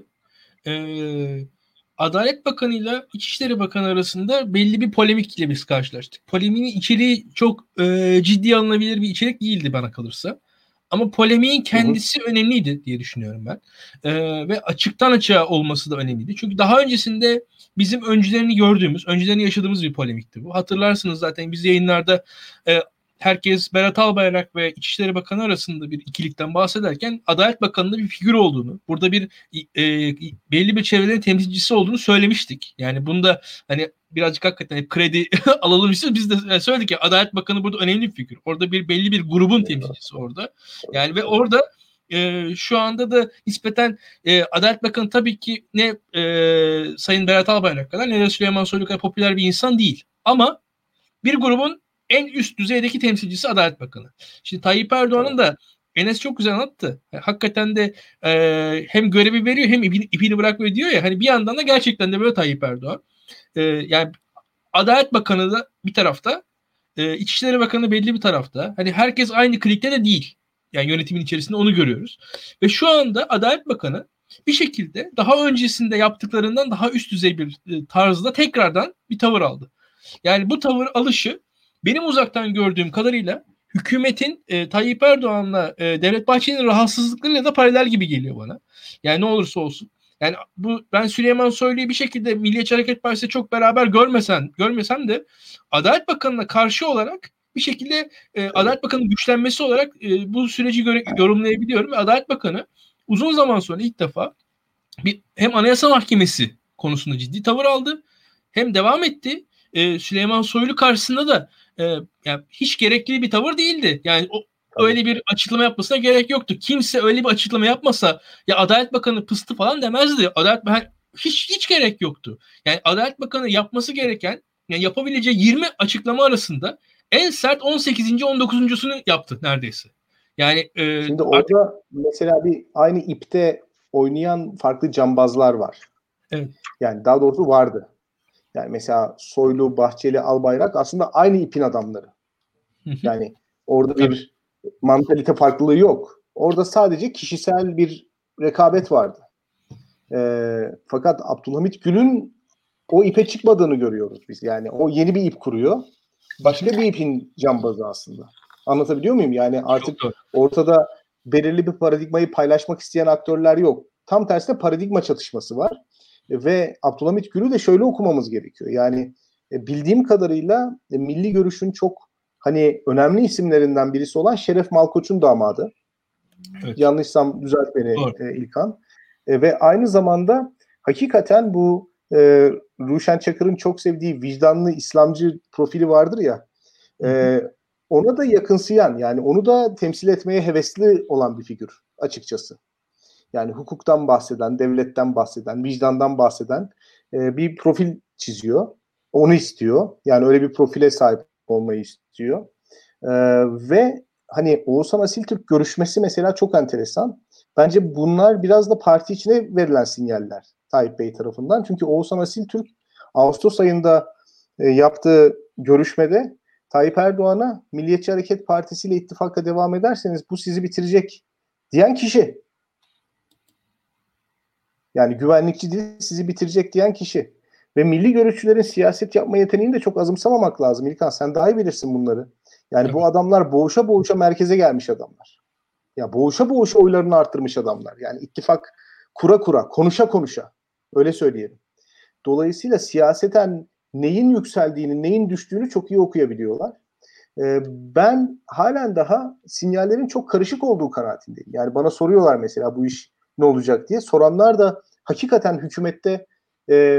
S1: Ee, Adalet Bakanı ile İçişleri Bakanı arasında belli bir polemikle biz karşılaştık. Polemiğin içeriği çok e, ciddiye alınabilir bir içerik değildi bana kalırsa. Ama polemiğin kendisi hı hı. önemliydi diye düşünüyorum ben. Ee, ve açıktan açığa olması da önemliydi. Çünkü daha öncesinde bizim öncülerini gördüğümüz, öncülerini yaşadığımız bir polemikti bu. Hatırlarsınız zaten biz yayınlarda e, herkes Berat Albayrak ve İçişleri Bakanı arasında bir ikilikten bahsederken Adalet Bakanı'nda bir figür olduğunu, burada bir e, belli bir çevrelerin temsilcisi olduğunu söylemiştik. Yani bunda hani birazcık hakikaten hep kredi alalım istiyoruz. Biz de söyledik ya Adalet Bakanı burada önemli bir figür. Orada bir belli bir grubun temsilcisi orada. Yani ve orada e, şu anda da nispeten e, Adalet Bakanı tabii ki ne e, Sayın Berat Albayrak kadar ne de Süleyman Soylu kadar popüler bir insan değil. Ama bir grubun en üst düzeydeki temsilcisi Adalet Bakanı. Şimdi Tayyip Erdoğan'ın da Enes çok güzel anlattı. Yani hakikaten de e, hem görevi veriyor hem ipini, ipini bırakmıyor diyor ya. Hani bir yandan da gerçekten de böyle Tayyip Erdoğan. E, yani Adalet Bakanı da bir tarafta, e, İçişleri Bakanı belli bir tarafta. Hani herkes aynı klikte de değil. Yani yönetimin içerisinde onu görüyoruz. Ve şu anda Adalet Bakanı bir şekilde daha öncesinde yaptıklarından daha üst düzey bir e, tarzda tekrardan bir tavır aldı. Yani bu tavır alışı benim uzaktan gördüğüm kadarıyla hükümetin e, Tayyip Erdoğan'la e, Devlet Bahçeli'nin rahatsızlıklarıyla da paralel gibi geliyor bana. Yani ne olursa olsun. Yani bu ben Süleyman Soylu'yu bir şekilde Milliyetçi Hareket Partisi'yle çok beraber görmesen, görmesem de Adalet Bakanı'na karşı olarak bir şekilde e, Adalet Bakanı'nın güçlenmesi olarak e, bu süreci göre, yorumlayabiliyorum. Ve Adalet Bakanı uzun zaman sonra ilk defa bir hem Anayasa Mahkemesi konusunda ciddi tavır aldı hem devam etti. Ee, Süleyman Soylu karşısında da e, yani hiç gerekli bir tavır değildi. Yani o, öyle bir açıklama yapmasına gerek yoktu. Kimse öyle bir açıklama yapmasa ya Adalet Bakanı pıstı falan demezdi. Adalet Bakanı hiç hiç gerek yoktu. Yani Adalet Bakanı yapması gereken yani yapabileceği yirmi açıklama arasında en sert on sekizinci on dokuzuncusunu yaptı neredeyse. Yani e,
S2: şimdi orada artık... mesela bir aynı ipte oynayan farklı cambazlar var.
S1: Evet.
S2: Yani daha doğrusu vardı. Yani mesela Soylu, Bahçeli, Albayrak aslında aynı ipin adamları. Yani orada bir mantalite farklılığı yok. Orada sadece kişisel bir rekabet vardı. E, fakat Abdülhamit Gül'ün o ipe çıkmadığını görüyoruz biz. Yani o yeni bir ip kuruyor. Başka bir ipin cambazı aslında. Anlatabiliyor muyum? Yani artık ortada belirli bir paradigmayı paylaşmak isteyen aktörler yok. Tam tersine paradigma çatışması var. Ve Abdülhamit Gül'ü de şöyle okumamız gerekiyor. Yani bildiğim kadarıyla milli görüşün çok hani önemli isimlerinden birisi olan Şeref Malkoç'un damadı. Evet. Yanlışsam düzelt beni e, İlkan. E, ve aynı zamanda hakikaten bu e, Ruşen Çakır'ın çok sevdiği vicdanlı İslamcı profili vardır ya. E, ona da yakınsayan yani onu da temsil etmeye hevesli olan bir figür açıkçası. Yani hukuktan bahseden, devletten bahseden, vicdandan bahseden e, bir profil çiziyor. Onu istiyor. Yani öyle bir profile sahip olmayı istiyor. E, ve hani Oğuzhan Asiltürk görüşmesi mesela çok enteresan. Bence bunlar biraz da parti içine verilen sinyaller Tayyip Bey tarafından. Çünkü Oğuzhan Asiltürk Ağustos ayında e, yaptığı görüşmede Tayyip Erdoğan'a Milliyetçi Hareket Partisi ile ittifaka devam ederseniz bu sizi bitirecek diyen kişi. Yani güvenlikçi değil, sizi bitirecek diyen kişi. Ve milli görüşçülerin siyaset yapma yeteneğini de çok azımsamamak lazım. İlkan, sen daha iyi bilirsin bunları. Yani evet. Bu adamlar boğuşa boğuşa merkeze gelmiş adamlar. Ya boğuşa boğuşa oylarını arttırmış adamlar. Yani ittifak kura kura, konuşa konuşa. Öyle söyleyelim. Dolayısıyla siyaseten neyin yükseldiğini, neyin düştüğünü çok iyi okuyabiliyorlar. Ee, ben halen daha sinyallerin çok karışık olduğu kanaatindeyim. Yani bana soruyorlar mesela bu iş ne olacak diye. Soranlar da hakikaten hükümette e,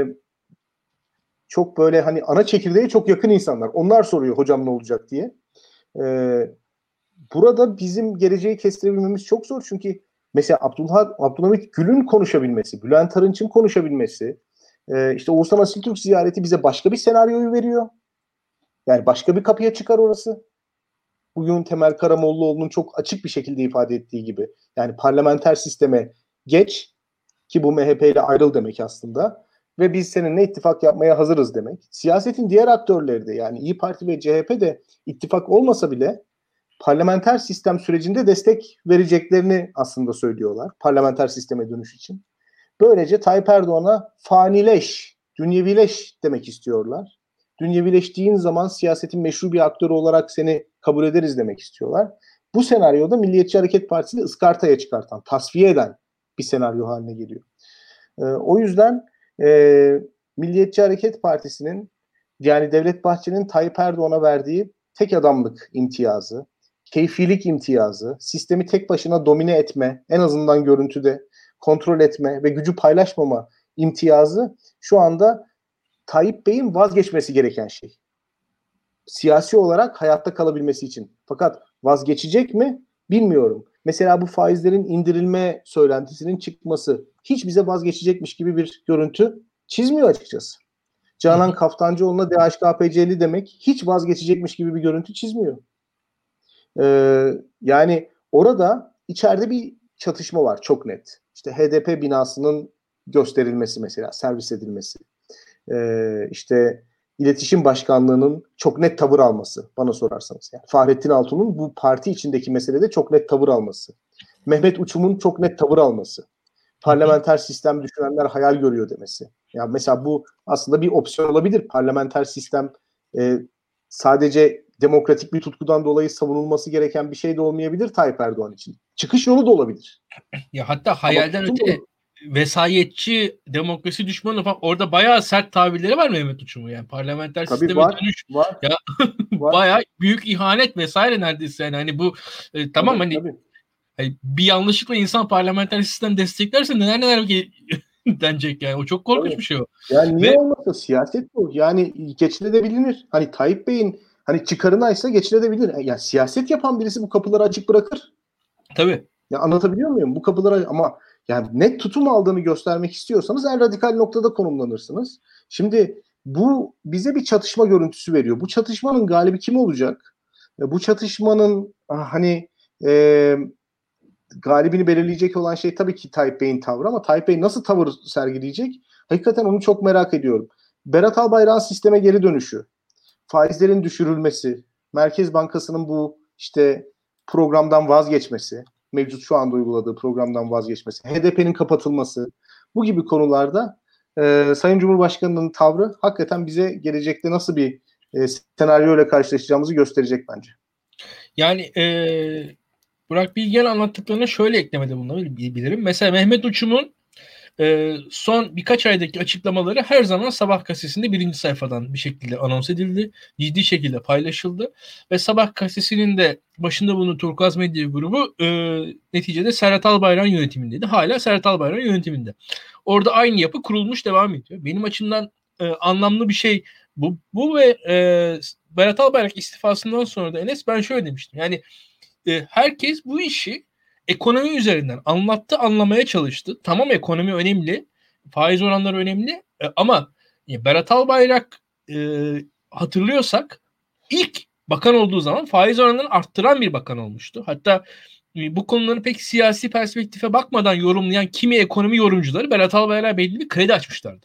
S2: çok böyle hani ana çekirdeğe çok yakın insanlar. Onlar soruyor hocam ne olacak diye. Ee, burada bizim geleceği kestirebilmemiz çok zor. Çünkü mesela Abdullah, Abdülhamit Gül'ün konuşabilmesi, Bülent Arınç'ın konuşabilmesi, e, işte Oğuzhan Asiltürk ziyareti bize başka bir senaryoyu veriyor. Yani başka bir kapıya çıkar orası. Bugün Temel Karamollaoğlu'nun çok açık bir şekilde ifade ettiği gibi. Yani parlamenter sisteme geç ki bu M H P ile ayrıl demek aslında. Ve biz seninle ittifak yapmaya hazırız demek. Siyasetin diğer aktörleri de yani İYİ Parti ve C H P de ittifak olmasa bile parlamenter sistem sürecinde destek vereceklerini aslında söylüyorlar. Parlamenter sisteme dönüş için. Böylece Tayyip Erdoğan'a fanileş, dünyevileş demek istiyorlar. Dünyevileştiğin zaman siyasetin meşru bir aktörü olarak seni kabul ederiz demek istiyorlar. Bu senaryoda Milliyetçi Hareket Partisi'ni ıskartaya çıkartan, tasfiye eden bir senaryo haline geliyor. Ee, o yüzden e, Milliyetçi Hareket Partisi'nin yani Devlet Bahçeli'nin Tayyip Erdoğan'a verdiği tek adamlık imtiyazı, keyfilik imtiyazı, sistemi tek başına domine etme, en azından görüntüde kontrol etme ve gücü paylaşmama imtiyazı şu anda Tayyip Bey'in vazgeçmesi gereken şey. Siyasi olarak hayatta kalabilmesi için. Fakat vazgeçecek mi? Bilmiyorum. Mesela bu faizlerin indirilme söylentisinin çıkması hiç bize vazgeçecekmiş gibi bir görüntü çizmiyor açıkçası. Canan Kaftancıoğlu'na D H K P C'li demek hiç vazgeçecekmiş gibi bir görüntü çizmiyor. Ee, yani orada içeride bir çatışma var çok net. İşte H D P binasının gösterilmesi mesela, servis edilmesi. Ee, işte İletişim Başkanlığı'nın çok net tavır alması bana sorarsanız. Yani Fahrettin Altun'un bu parti içindeki meselede çok net tavır alması. Mehmet Uçum'un çok net tavır alması. Parlamenter sistem düşünenler hayal görüyor demesi. Yani mesela bu aslında bir opsiyon olabilir. Parlamenter sistem e, sadece demokratik bir tutkudan dolayı savunulması gereken bir şey de olmayabilir Tayyip Erdoğan için. Çıkış yolu da olabilir.
S1: Ya hatta hayalden öte vesayetçi, demokrasi düşmanı falan orada bayağı sert tabirleri var Mehmet Uçum'un yani parlamenter
S2: Tabii
S1: sisteme
S2: var,
S1: dönüş
S2: var,
S1: ya
S2: var.
S1: bayağı büyük ihanet vesaire neredeyse yani hani bu e, tamam tabii, hani, tabii. hani bir yanlışlıkla insan parlamenter sistem desteklerse neler neler denecek yani o çok korkunç tabii. bir şey o.
S2: Yani niye
S1: Ve,
S2: olmasın siyaset bu yani geçilebilir. Hani Tayyip Bey'in hani çıkarınaysa geçilebilir. Yani siyaset yapan birisi bu kapıları açık bırakır.
S1: Tabii.
S2: Ya anlatabiliyor muyum? Bu kapılara ama yani net tutum aldığını göstermek istiyorsanız en radikal noktada konumlanırsınız. Şimdi bu bize bir çatışma görüntüsü veriyor. Bu çatışmanın galibi kim olacak? E, bu çatışmanın hani e, galibini belirleyecek olan şey tabii ki Tayyip Bey'in tavrı ama Tayyip Bey nasıl tavır sergileyecek? Hakikaten onu çok merak ediyorum. Berat Albayrak'ın sisteme geri dönüşü, faizlerin düşürülmesi, Merkez Bankası'nın bu işte programdan vazgeçmesi, mevcut şu anda uyguladığı programdan vazgeçmesi, H D P'nin kapatılması, bu gibi konularda e, Sayın Cumhurbaşkanı'nın tavrı hakikaten bize gelecekte nasıl bir e, senaryo ile karşılaşacağımızı gösterecek bence.
S1: Yani e, Burak Bilge'nin anlattıklarına şöyle eklemede bulunabilirim. Mesela Mehmet Uçum'un e, son birkaç aydaki açıklamaları her zaman Sabah gazetesinde birinci sayfadan bir şekilde anons edildi. Ciddi şekilde paylaşıldı. Ve Sabah gazetesinin de başında bulunan Turkuaz Medya Grubu e, neticede Serhat Albayrak'ın yönetimindeydi. Hala Serhat Albayrak'ın yönetiminde. Orada aynı yapı kurulmuş devam ediyor. Benim açımdan e, anlamlı bir şey bu. Bu ve e, Berat Albayrak istifasından sonra da Enes ben şöyle demiştim. Yani e, herkes bu işi ekonomi üzerinden anlattı, anlamaya çalıştı. Tamam ekonomi önemli, faiz oranları önemli e, ama e, Berat Albayrak e, hatırlıyorsak ilk bakan olduğu zaman faiz oranlarını arttıran bir bakan olmuştu. Hatta e, bu konuları pek siyasi perspektife bakmadan yorumlayan kimi ekonomi yorumcuları Berat Albayrak'a belli bir kredi açmışlardı.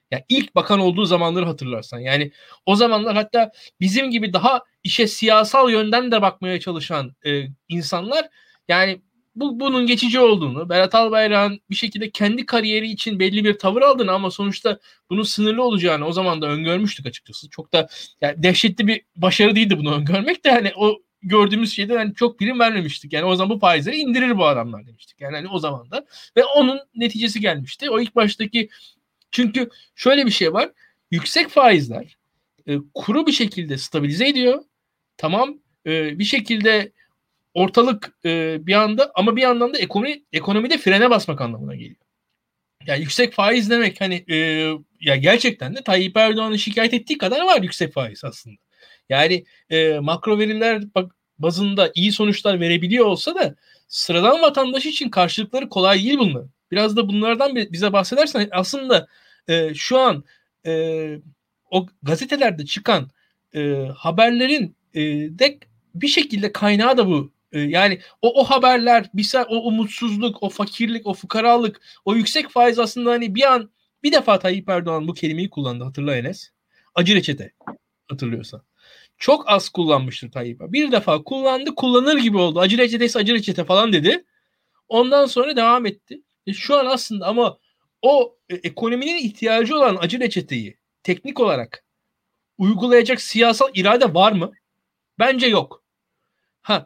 S1: Yani ilk bakan olduğu zamanları hatırlarsan. Yani o zamanlar hatta bizim gibi daha işe siyasal yönden de bakmaya çalışan e, insanlar yani bu bunun geçici olduğunu, Berat Albayrak'ın bir şekilde kendi kariyeri için belli bir tavır aldığını ama sonuçta bunun sınırlı olacağını o zaman da öngörmüştük açıkçası. Çok da yani dehşetli bir başarı değildi bunu öngörmek de hani o gördüğümüz şeyden hani çok prim vermemiştik. Yani o zaman bu faizleri indirir bu adamlar demiştik. Yani hani o zaman da ve onun neticesi gelmişti. O ilk baştaki çünkü şöyle bir şey var. Yüksek faizler e, kuru bir şekilde stabilize ediyor. Tamam. E, bir şekilde ortalık e, bir anda ama bir yandan da ekonomi ekonomide frene basmak anlamına geliyor. Yani yüksek faiz demek hani e, ya gerçekten de Tayyip Erdoğan'ın şikayet ettiği kadar var yüksek faiz aslında. Yani e, makro veriler bak, bazında iyi sonuçlar verebiliyor olsa da sıradan vatandaş için karşılıkları kolay değil bunlar. Biraz da bunlardan bize bahsedersen aslında e, şu an e, o gazetelerde çıkan e, haberlerin e, de bir şekilde kaynağı da bu. E, yani o, o haberler, bir, o umutsuzluk, o fakirlik, o fukaralık, o yüksek faiz aslında hani bir an bir defa Tayyip Erdoğan bu kelimeyi kullandı hatırla Enes. Acı reçete hatırlıyorsan. Çok az kullanmıştır Tayyip. Bir defa kullandı, kullanır gibi oldu. Acı reçetesi acı reçete falan dedi. Ondan sonra devam etti. E şu an aslında ama o e, ekonominin ihtiyacı olan acı reçeteyi teknik olarak uygulayacak siyasal irade var mı? Bence yok. Ha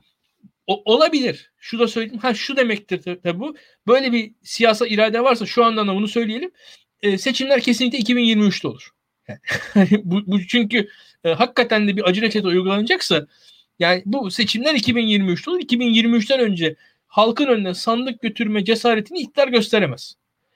S1: o, olabilir. Şu da söyleyeyim. Ha şu demektir tabii bu. Böyle bir siyasal irade varsa şu andan da bunu söyleyelim. E, seçimler kesinlikle iki bin yirmi üçte olur. Yani, bu, bu çünkü e, hakikaten de bir acı reçete uygulanacaksa yani bu seçimler iki bin yirmi üçte olur. iki bin yirmi üçten önce halkın önüne sandık götürme cesaretini iktidar gösteremez.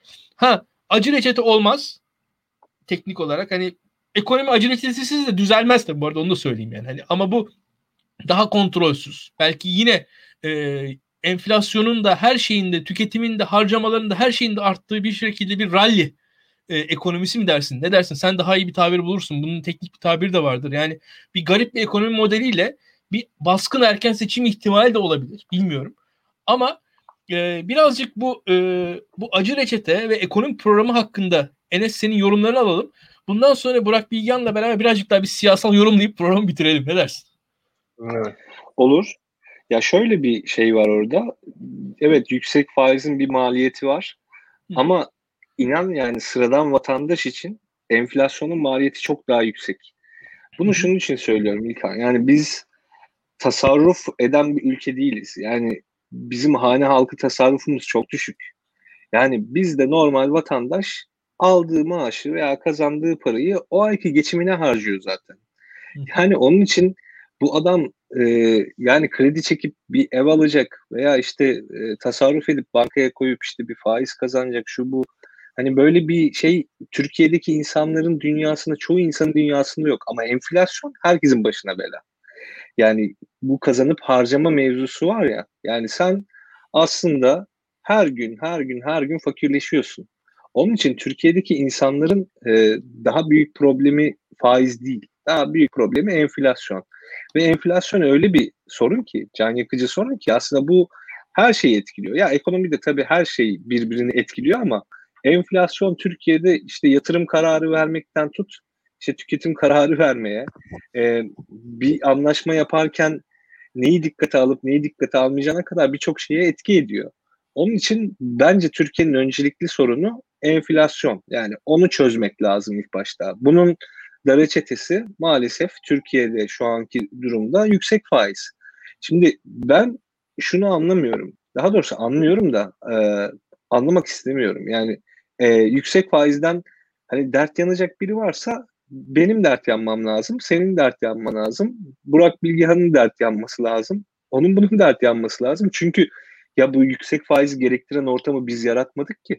S1: Ha acı reçete olmaz teknik olarak hani ekonomi acı reçetesiz de düzelmez tabii bu arada onu da söyleyeyim yani. Hani, ama bu daha kontrolsüz. Belki yine e, enflasyonun da her şeyinde, tüketimin de, harcamaların da her şeyinde arttığı bir şekilde bir rally e, ekonomisi mi dersin? Ne dersin? Sen daha iyi bir tabir bulursun. Bunun teknik bir tabiri de vardır. Yani bir garip bir ekonomi modeliyle bir baskın erken seçim ihtimali de olabilir. Bilmiyorum. Ama e, birazcık bu e, bu acı reçete ve ekonomi programı hakkında Enes senin yorumlarını alalım. Bundan sonra Burak Bilgehan'la beraber birazcık daha bir siyasal yorumlayıp programı bitirelim. Ne dersin?
S3: Evet. Olur. Ya şöyle bir şey var orada. Evet yüksek faizin bir maliyeti var. Hı. Ama inan yani sıradan vatandaş için enflasyonun maliyeti çok daha yüksek. Bunu Hı. şunun için söylüyorum İlkan. Yani biz tasarruf eden bir ülke değiliz. Yani bizim hane halkı tasarrufumuz çok düşük. Yani biz de normal vatandaş aldığı maaşı veya kazandığı parayı o ayki geçimine harcıyor zaten. Yani onun için bu adam e, yani kredi çekip bir ev alacak veya işte e, tasarruf edip bankaya koyup işte bir faiz kazanacak şu bu. Hani böyle bir şey Türkiye'deki insanların dünyasında çoğu insanın dünyasında yok ama enflasyon herkesin başına bela. Yani bu kazanıp harcama mevzusu var ya yani sen aslında her gün her gün her gün fakirleşiyorsun. Onun için Türkiye'deki insanların e, daha büyük problemi faiz değil. Daha büyük problemi enflasyon. Ve enflasyon öyle bir sorun ki, can yakıcı sorun ki aslında bu her şeyi etkiliyor. Ya ekonomide tabii her şey birbirini etkiliyor ama enflasyon Türkiye'de işte yatırım kararı vermekten tut, işte tüketim kararı vermeye, e, bir anlaşma yaparken neyi dikkate alıp neyi dikkate almayacağına kadar birçok şeye etki ediyor. Onun için bence Türkiye'nin öncelikli sorunu enflasyon. Yani onu çözmek lazım ilk başta. Bunun da reçetesi maalesef Türkiye'de şu anki durumda yüksek faiz. Şimdi ben şunu anlamıyorum. Daha doğrusu anlıyorum da e, anlamak istemiyorum. Yani e, yüksek faizden hani dert yanacak biri varsa benim dert yanmam lazım. Senin dert yanman lazım. Burak Bilgehan'ın dert yanması lazım. Onun bunun dert yanması lazım. Çünkü ya bu yüksek faiz gerektiren ortamı biz yaratmadık ki.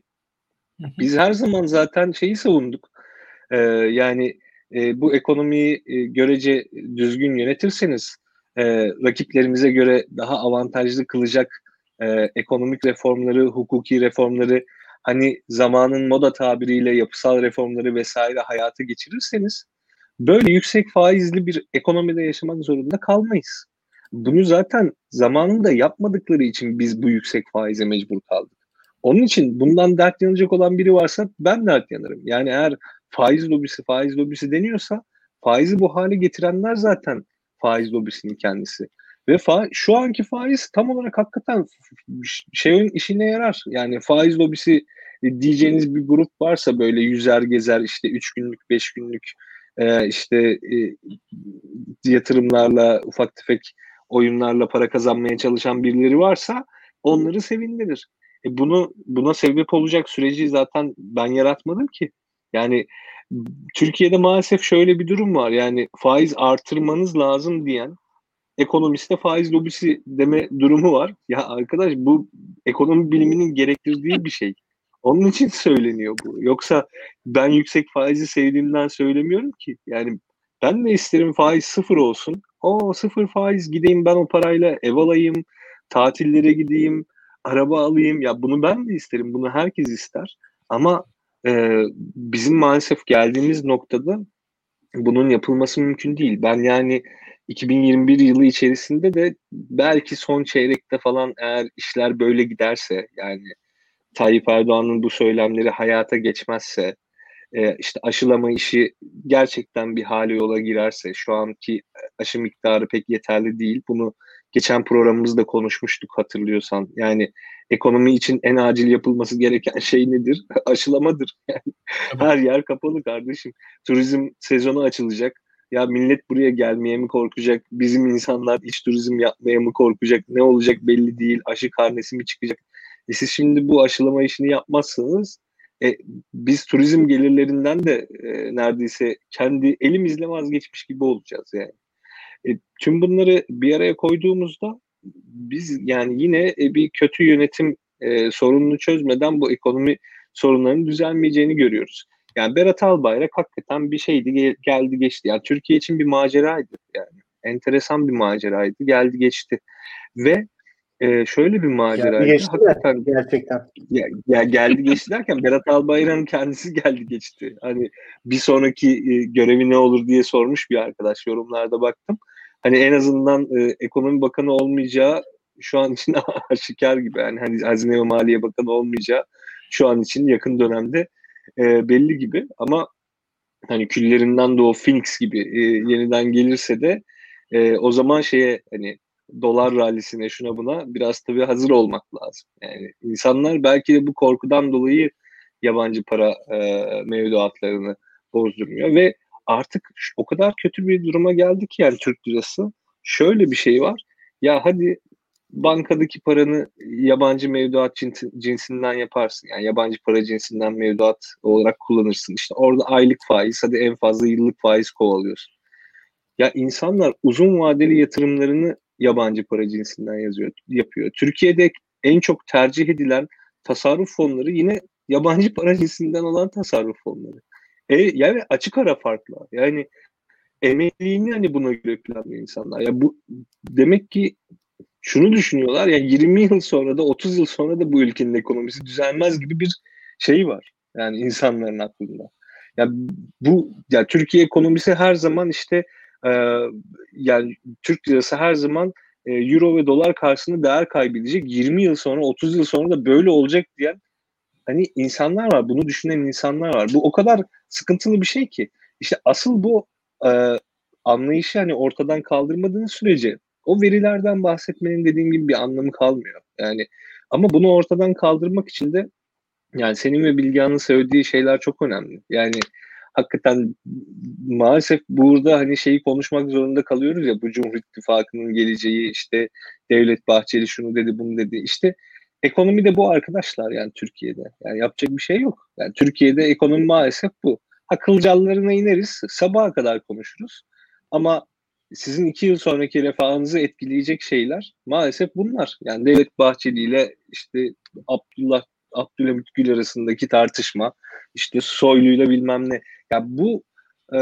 S3: Biz her zaman zaten şeyi savunduk. Ee, yani e, bu ekonomiyi e, görece düzgün yönetirseniz e, rakiplerimize göre daha avantajlı kılacak e, ekonomik reformları, hukuki reformları, hani zamanın moda tabiriyle yapısal reformları vesaire hayata geçirirseniz böyle yüksek faizli bir ekonomide yaşamak zorunda kalmayız. Bunu zaten zamanında yapmadıkları için biz bu yüksek faize mecbur kaldık. Onun için bundan dert yanacak olan biri varsa ben dert yanarım. Yani eğer faiz lobisi, faiz lobisi deniyorsa faizi bu hale getirenler zaten faiz lobisinin kendisi. Ve fa- şu anki faiz tam olarak hakikaten şeyin işine yarar. Yani faiz lobisi diyeceğiniz bir grup varsa böyle yüzer gezer işte üç günlük, beş günlük e, işte e, yatırımlarla, ufak tefek oyunlarla para kazanmaya çalışan birileri varsa onları sevindirir. E bunu buna sebep olacak süreci zaten ben yaratmadım ki. Yani Türkiye'de maalesef şöyle bir durum var. Yani faiz artırmanız lazım diyen ekonomiste faiz lobisi deme durumu var. Ya arkadaş bu ekonomi biliminin gerektirdiği bir şey. Onun için söyleniyor bu. Yoksa ben yüksek faizi sevdiğimden söylemiyorum ki. Yani ben de isterim faiz sıfır olsun. O sıfır faiz gideyim ben o parayla ev alayım, tatillere gideyim, araba alayım. Ya bunu ben de isterim. Bunu herkes ister. Ama e, bizim maalesef geldiğimiz noktada bunun yapılması mümkün değil. Ben yani iki bin yirmi bir yılı içerisinde de belki son çeyrekte falan eğer işler böyle giderse yani Tayyip Erdoğan'ın bu söylemleri hayata geçmezse e, işte aşılama işi gerçekten bir hale yola girerse şu anki aşı miktarı pek yeterli değil. Bunu geçen programımızda konuşmuştuk hatırlıyorsan. Yani ekonomi için en acil yapılması gereken şey nedir? Aşılamadır. Yani her yer kapalı kardeşim. Turizm sezonu açılacak. Ya millet buraya gelmeye mi korkacak? Bizim insanlar iç turizm yapmaya mı korkacak? Ne olacak belli değil. Aşı karnesi mi çıkacak? E siz şimdi bu aşılama işini yapmazsanız e, biz turizm gelirlerinden de e, neredeyse kendi elimizle vazgeçmiş gibi olacağız yani. E, tüm bunları bir araya koyduğumuzda biz yani yine e, bir kötü yönetim e, sorununu çözmeden bu ekonomi sorunlarının düzelmeyeceğini görüyoruz. Yani Berat Albayrak hakikaten bir şeydi gel- geldi geçti. Yani Türkiye için bir maceraydı yani. Enteresan bir maceraydı. Geldi geçti. Ve e, şöyle bir
S2: Geldi
S3: maceraydı.
S2: geçti mi?
S3: Hakikaten
S2: Gerçekten.
S3: ya, ya geldi geçti derken Berat Albayrak'ın kendisi geldi geçti. Hani bir sonraki e, görevi ne olur diye sormuş bir arkadaş, yorumlarda baktım. Hani en azından e, ekonomi bakanı olmayacağı şu an için aşikar gibi. Yani hani Hazine ve Maliye Bakanı olmayacağı şu an için yakın dönemde e, belli gibi. Ama hani küllerinden de o Phoenix gibi e, yeniden gelirse de e, o zaman şeye hani dolar rallisine şuna buna biraz tabii hazır olmak lazım. Yani insanlar belki de bu korkudan dolayı yabancı para e, mevduatlarını bozdurmuyor ve artık o kadar kötü bir duruma geldi ki yani Türk lirası. Şöyle bir şey var. Ya hadi bankadaki paranı yabancı mevduat cinsinden yaparsın. Yani yabancı para cinsinden mevduat olarak kullanırsın. İşte orada aylık faiz, hadi en fazla yıllık faiz kovalıyorsun. Ya insanlar uzun vadeli yatırımlarını yabancı para cinsinden yazıyor, yapıyor. Türkiye'de en çok tercih edilen tasarruf fonları yine yabancı para cinsinden olan tasarruf fonları. E, yani açık ara farklı. Yani emekliliğini hani buna göre planlıyor insanlar. Ya bu demek ki şunu düşünüyorlar ya yirmi yıl sonra da otuz yıl sonra da bu ülkenin ekonomisi düzelmez gibi bir şey var. Yani insanların aklında. Ya bu ya Türkiye ekonomisi her zaman işte e, yani Türk lirası her zaman e, euro ve dolar karşısında değer kaybedecek. yirmi yıl sonra otuz yıl sonra da böyle olacak diyen hani insanlar var. Bunu düşünen insanlar var. Bu o kadar sıkıntılı bir şey ki. İşte asıl bu e, anlayışı hani ortadan kaldırmadığınız sürece o verilerden bahsetmenin dediğim gibi bir anlamı kalmıyor. Yani ama bunu ortadan kaldırmak için de yani senin ve Bilgehan'ın söylediği şeyler çok önemli. Yani hakikaten maalesef burada hani şeyi konuşmak zorunda kalıyoruz ya, bu Cumhur İttifakı'nın geleceği, işte Devlet Bahçeli şunu dedi bunu dedi. İşte ekonomi de bu arkadaşlar yani Türkiye'de. Yani yapacak bir şey yok. Yani Türkiye'de ekonomi maalesef bu. Akılcallarına ineriz, sabaha kadar konuşuruz. Ama sizin iki yıl sonraki refahınızı etkileyecek şeyler maalesef bunlar. Yani Devlet Bahçeli ile işte Abdullah Abdülhamit Gül arasındaki tartışma, işte Soylu'yla bilmem ne. Ya bu e,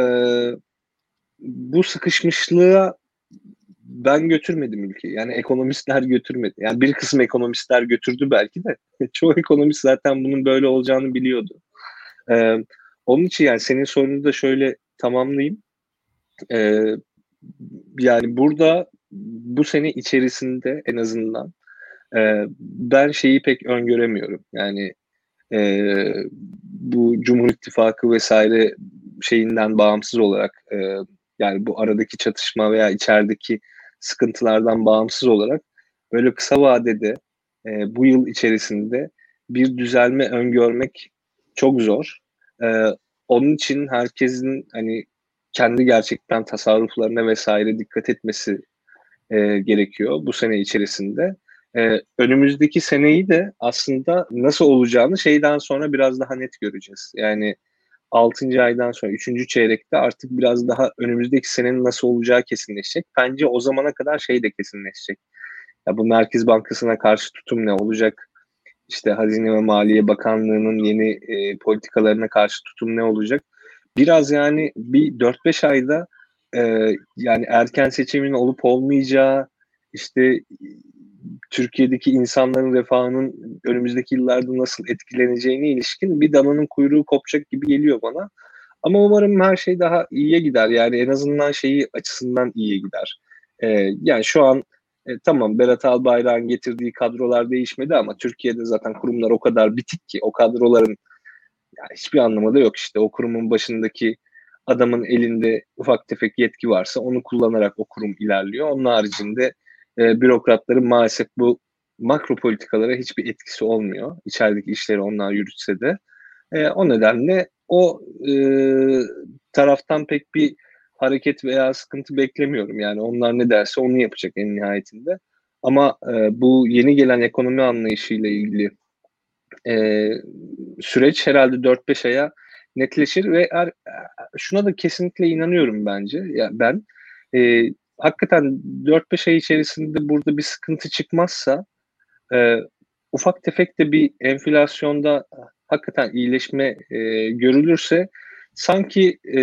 S3: bu sıkışmışlığa ben götürmedim ülkeyi. Yani ekonomistler götürmedi. Yani bir kısım ekonomistler götürdü belki de. Çoğu ekonomist zaten bunun böyle olacağını biliyordu. E, onun için yani senin sorunu da şöyle tamamlayayım. E, yani burada bu sene içerisinde en azından e, ben şeyi pek öngöremiyorum. Yani Ee, bu Cumhur İttifakı vesaire şeyinden bağımsız olarak e, yani bu aradaki çatışma veya içerideki sıkıntılardan bağımsız olarak böyle kısa vadede e, bu yıl içerisinde bir düzelme öngörmek çok zor. E, onun için herkesin hani kendi gerçekten tasarruflarına vesaire dikkat etmesi e, gerekiyor bu sene içerisinde. E, önümüzdeki seneyi de aslında nasıl olacağını şeyden sonra biraz daha net göreceğiz. Yani altıncı aydan sonra üçüncü çeyrekte artık biraz daha önümüzdeki senenin nasıl olacağı kesinleşecek. Bence o zamana kadar şey de kesinleşecek. Ya bu Merkez Bankası'na karşı tutum ne olacak? İşte Hazine ve Maliye Bakanlığı'nın yeni e, politikalarına karşı tutum ne olacak? Biraz yani bir dört beş ayda e, yani erken seçimin olup olmayacağı, işte Türkiye'deki insanların refahının önümüzdeki yıllarda nasıl etkileneceğine ilişkin bir dananın kuyruğu kopacak gibi geliyor bana. Ama umarım her şey daha iyiye gider. Yani en azından şeyi açısından iyiye gider. Ee, yani şu an e, tamam Berat Albayrak'ın getirdiği kadrolar değişmedi ama Türkiye'de zaten kurumlar o kadar bitik ki o kadroların yani hiçbir anlamı da yok. İşte o kurumun başındaki adamın elinde ufak tefek yetki varsa onu kullanarak o kurum ilerliyor. Onun haricinde e, bürokratların maalesef bu makro politikalara hiçbir etkisi olmuyor. İçerideki işleri onlar yürütse de. E, o nedenle o e, taraftan pek bir hareket veya sıkıntı beklemiyorum. Yani onlar ne derse onu yapacak en nihayetinde. Ama e, bu yeni gelen ekonomi anlayışıyla ilgili e, süreç herhalde dört beş aya netleşir ve er, şuna da kesinlikle inanıyorum bence. Ya ben e, hakikaten dört beş ay içerisinde burada bir sıkıntı çıkmazsa e, ufak tefek de bir enflasyonda hakikaten iyileşme e, görülürse sanki e,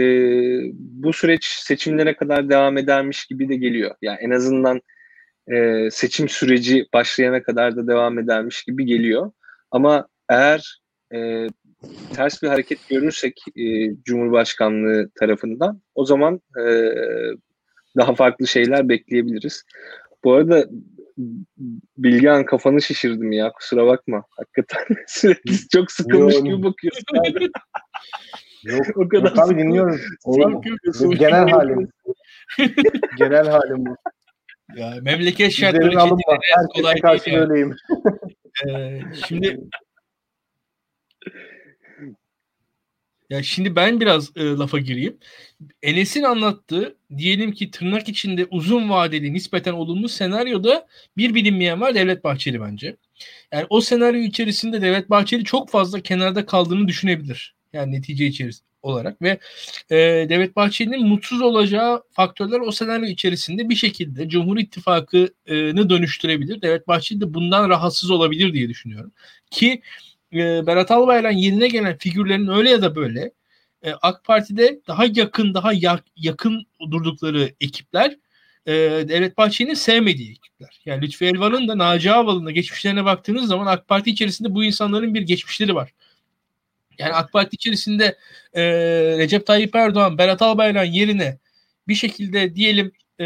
S3: bu süreç seçimlere kadar devam edermiş gibi de geliyor. Yani en azından e, seçim süreci başlayana kadar da devam edermiş gibi geliyor. Ama eğer e, ters bir hareket görürsek e, Cumhurbaşkanlığı tarafından o zaman e, daha farklı şeyler bekleyebiliriz. Bu arada Bilgehan kafanı şişirdim ya kusura bakma. Hakikaten sürekli çok sıkılmış
S2: Yok.
S3: gibi bakıyorsun abi.
S2: Yok,
S3: O kadar
S2: yok abi dinliyorum. O, genel halim. Genel halim bu.
S1: Ya memleket şartları
S2: Üzerine alınma.
S1: Herkese kolay
S2: karşı
S1: değil ya.
S2: böyleyim.
S1: Ee, şimdi ya şimdi ben biraz e, lafa gireyim. Enes'in anlattığı diyelim ki tırnak içinde uzun vadeli nispeten olumlu senaryoda bir bilinmeyen var Devlet Bahçeli bence. Yani o senaryo içerisinde Devlet Bahçeli çok fazla kenarda kaldığını düşünebilir. Yani netice içerisinde olarak ve e, Devlet Bahçeli'nin mutsuz olacağı faktörler o senaryo içerisinde bir şekilde Cumhur İttifakı'nı dönüştürebilir. Devlet Bahçeli de bundan rahatsız olabilir diye düşünüyorum. Ki e, Berat Albayrak'ın yerine gelen figürlerin öyle ya da böyle e, AK Parti'de daha yakın, daha ya- yakın durdukları ekipler e, Devlet Bahçeli'nin sevmediği ekipler. Yani Lütfü Elvan'ın da Naci Ağbal'ın da geçmişlerine baktığınız zaman AK Parti içerisinde bu insanların bir geçmişleri var. Yani AK Parti içerisinde e, Recep Tayyip Erdoğan, Berat Albayrak'ın yerine bir şekilde diyelim e,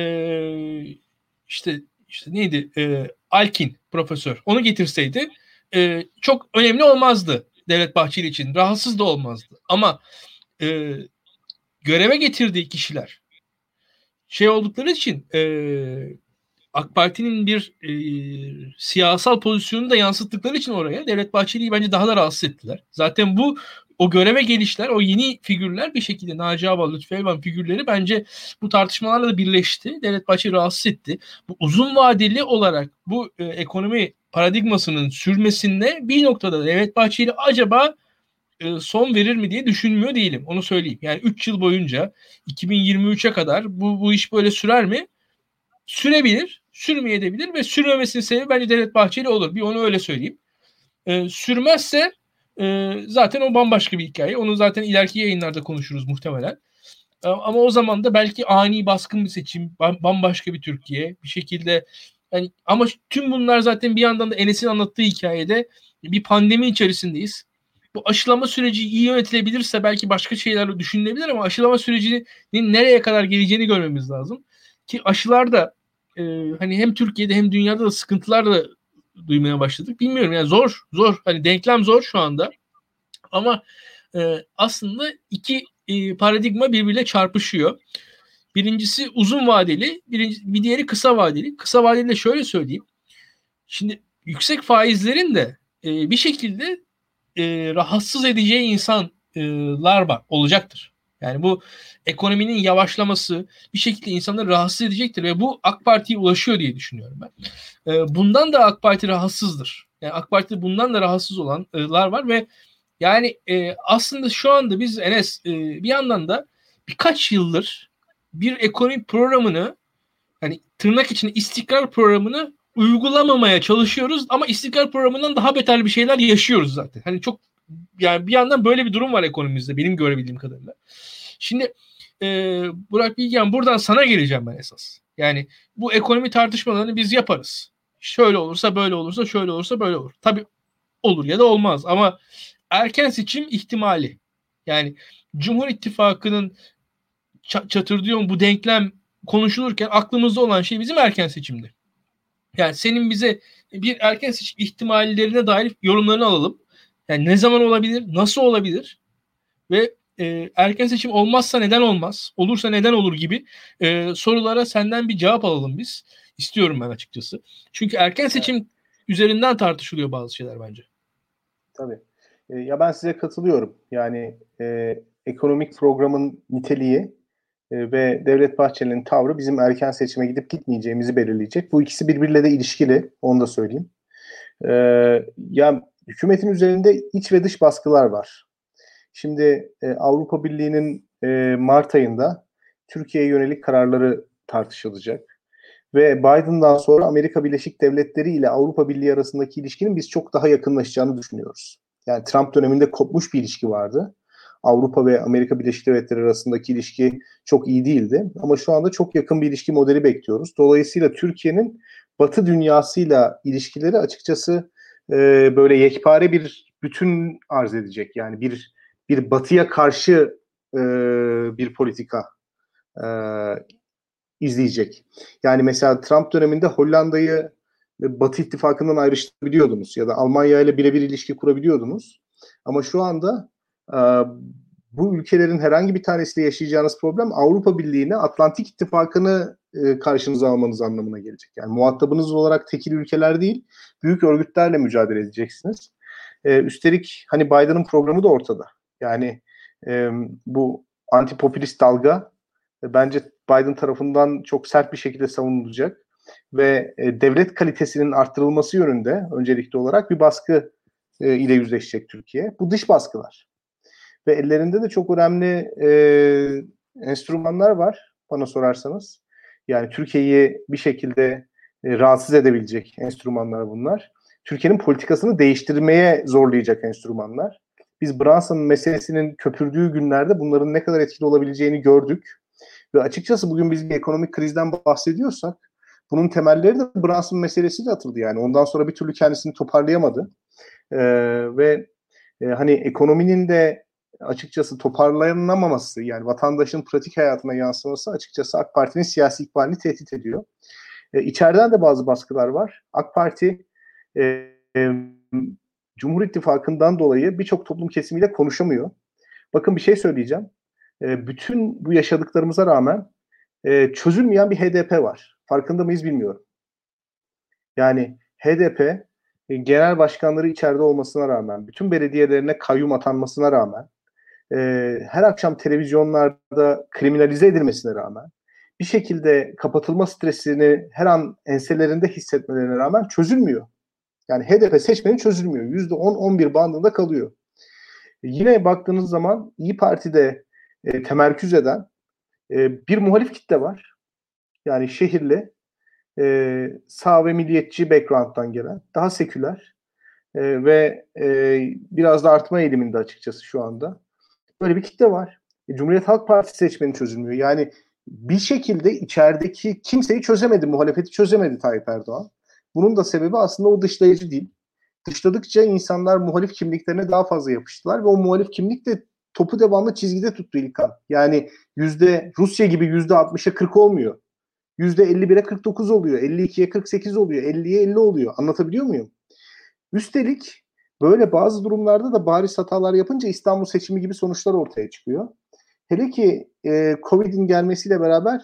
S1: işte işte neydi e, Alkin profesör onu getirseydi e, çok önemli olmazdı Devlet Bahçeli için. Rahatsız da olmazdı. Ama e, göreve getirdiği kişiler şey oldukları için e, AK Parti'nin bir e, siyasal pozisyonunu da yansıttıkları için oraya Devlet Bahçeli'yi bence daha da rahatsız ettiler. Zaten bu o göreve gelişler, o yeni figürler bir şekilde Naci Ağbal, Lütfü Elvan figürleri bence bu tartışmalarla da birleşti. Devlet Bahçeli rahatsız etti. Bu uzun vadeli olarak bu e, ekonomi paradigmasının sürmesinde bir noktada Devlet Bahçeli acaba e, son verir mi diye düşünmüyor değilim. Onu söyleyeyim. Yani üç yıl boyunca iki bin yirmi üçe kadar bu, bu iş böyle sürer mi? Sürebilir, sürmeyebilir ve sürmemesinin sebebi bence Devlet Bahçeli olur. Bir onu öyle söyleyeyim. E, sürmezse e, zaten o bambaşka bir hikaye. Onu zaten ileriki yayınlarda konuşuruz muhtemelen. E, ama o zaman da belki ani baskın bir seçim, bambaşka bir Türkiye bir şekilde. Yani ama tüm bunlar zaten bir yandan da Enes'in anlattığı hikayede bir pandemi içerisindeyiz. Bu aşılama süreci iyi yönetilebilirse belki başka şeyler düşünülebilir ama aşılama sürecinin nereye kadar geleceğini görmemiz lazım. Ki aşılar da e, hani hem Türkiye'de hem dünyada da sıkıntılar da duymaya başladık. Bilmiyorum yani zor zor hani denklem zor şu anda ama e, aslında iki e, paradigma birbiriyle çarpışıyor. Birincisi uzun vadeli, birinci, bir diğeri kısa vadeli. Kısa vadeli de şöyle söyleyeyim. Şimdi yüksek faizlerin de e, bir şekilde e, rahatsız edeceği insanlar var, olacaktır. Yani bu ekonominin yavaşlaması bir şekilde insanları rahatsız edecektir ve bu AK Parti'ye ulaşıyor diye düşünüyorum ben. E, bundan da AK Parti rahatsızdır. Yani AK Parti'de bundan da rahatsız olanlar var ve yani e, aslında şu anda biz Enes e, bir yandan da birkaç yıldır bir ekonomi programını, hani tırnak içinde istikrar programını uygulamamaya çalışıyoruz ama istikrar programından daha beter bir şeyler yaşıyoruz zaten. Hani çok, yani bir yandan böyle bir durum var ekonomimizde benim görebildiğim kadarıyla. Şimdi e, Burak Bilgehan, buradan sana geleceğim ben esas. Yani bu ekonomi tartışmalarını biz yaparız. Şöyle olursa böyle olursa şöyle olursa böyle olur. Tabii olur ya da olmaz ama erken seçim ihtimali. Yani Cumhur İttifakı'nın çatırdıyor bu denklem konuşulurken aklımızda olan şey bizim erken seçimdi. Yani senin bize bir erken seçim ihtimallerine dair yorumlarını alalım. Yani ne zaman olabilir, nasıl olabilir ve e, erken seçim olmazsa neden olmaz, olursa neden olur gibi e, sorulara senden bir cevap alalım biz. İstiyorum ben açıkçası. Çünkü erken seçim evet. üzerinden tartışılıyor bazı şeyler bence.
S2: Tabii. E, ya ben size katılıyorum. Yani e, ekonomik programın niteliği e, ve Devlet Bahçeli'nin tavrı bizim erken seçime gidip gitmeyeceğimizi belirleyecek. Bu ikisi birbiriyle de ilişkili. Onu da söyleyeyim. E, ya hükümetin üzerinde iç ve dış baskılar var. Şimdi e, Avrupa Birliği'nin e, Mart ayında Türkiye'ye yönelik kararları tartışılacak. Ve Biden'dan sonra Amerika Birleşik Devletleri ile Avrupa Birliği arasındaki ilişkinin biz çok daha yakınlaşacağını düşünüyoruz. Yani Trump döneminde kopmuş bir ilişki vardı. Avrupa ve Amerika Birleşik Devletleri arasındaki ilişki çok iyi değildi. Ama şu anda çok yakın bir ilişki modeli bekliyoruz. Dolayısıyla Türkiye'nin Batı dünyasıyla ilişkileri açıkçası e, böyle yekpare bir bütün arz edecek. Yani bir bir Batı'ya karşı e, bir politika e, izleyecek. Yani mesela Trump döneminde Hollanda'yı Batı ittifakından ayrıştırabiliyordunuz ya da Almanya ile birebir ilişki kurabiliyordunuz. Ama şu anda e, bu ülkelerin herhangi bir tanesiyle yaşayacağınız problem Avrupa Birliği'ne, Atlantik İttifakı'nı e, karşınıza almanız anlamına gelecek. Yani muhatabınız olarak tekil ülkeler değil, büyük örgütlerle mücadele edeceksiniz. E, üstelik hani Biden'ın programı da ortada. Yani e, bu antipopülist dalga e, bence Biden tarafından çok sert bir şekilde savunulacak ve e, devlet kalitesinin arttırılması yönünde öncelikli olarak bir baskı e, ile yüzleşecek Türkiye. Bu dış baskılar. Ve ellerinde de çok önemli e, enstrümanlar var bana sorarsanız. Yani Türkiye'yi bir şekilde e, rahatsız edebilecek enstrümanlar bunlar. Türkiye'nin politikasını değiştirmeye zorlayacak enstrümanlar. Biz Brunson meselesinin köpürdüğü günlerde bunların ne kadar etkili olabileceğini gördük. Ve açıkçası bugün biz bir ekonomik krizden bahsediyorsak bunun temelleri de Brunson meselesiyle atıldı. Yani ondan sonra bir türlü kendisini toparlayamadı. Ee, ve e, hani ekonominin de açıkçası toparlanamaması, yani vatandaşın pratik hayatına yansıması açıkçası AK Parti'nin siyasi ikbalini tehdit ediyor. E, içeriden de bazı baskılar var. AK Parti e, e, Cumhur İttifakı'ndan dolayı birçok toplum kesimiyle konuşamıyor. Bakın bir şey söyleyeceğim. E, bütün bu yaşadıklarımıza rağmen e, çözülmeyen bir H D P var. Farkında mıyız bilmiyorum. Yani H D P e, genel başkanları içeride olmasına rağmen, bütün belediyelerine kayyum atanmasına rağmen, e, her akşam televizyonlarda kriminalize edilmesine rağmen, bir şekilde kapatılma stresini her an enselerinde hissetmelerine rağmen çözülmüyor. Yani H D P seçmeni çözülmüyor. yüzde on on bir bandında kalıyor. E, yine baktığınız zaman İYİ Parti'de e, temerküz eden e, bir muhalif kitle var. Yani şehirli, e, sağ ve milliyetçi background'dan gelen, daha seküler e, ve e, biraz da artma eğiliminde açıkçası şu anda. Böyle bir kitle var. E, Cumhuriyet Halk Partisi seçmeni çözülmüyor. Yani bir şekilde içerideki kimseyi çözemedi, muhalefeti çözemedi Tayyip Erdoğan. Bunun da sebebi aslında o dışlayıcı değil. Dışladıkça insanlar muhalif kimliklerine daha fazla yapıştılar ve o muhalif kimlik de topu devamlı çizgide tuttu İlkan. Yani yüzde Rusya gibi yüzde altmışa kırk olmuyor. yüzde elli bire kırk dokuz oluyor. elli ikiye kırk sekiz oluyor. elliye elli oluyor. Anlatabiliyor muyum? Üstelik Böyle bazı durumlarda da bariz hatalar yapınca İstanbul seçimi gibi sonuçlar ortaya çıkıyor. Hele ki e, Covid'in gelmesiyle beraber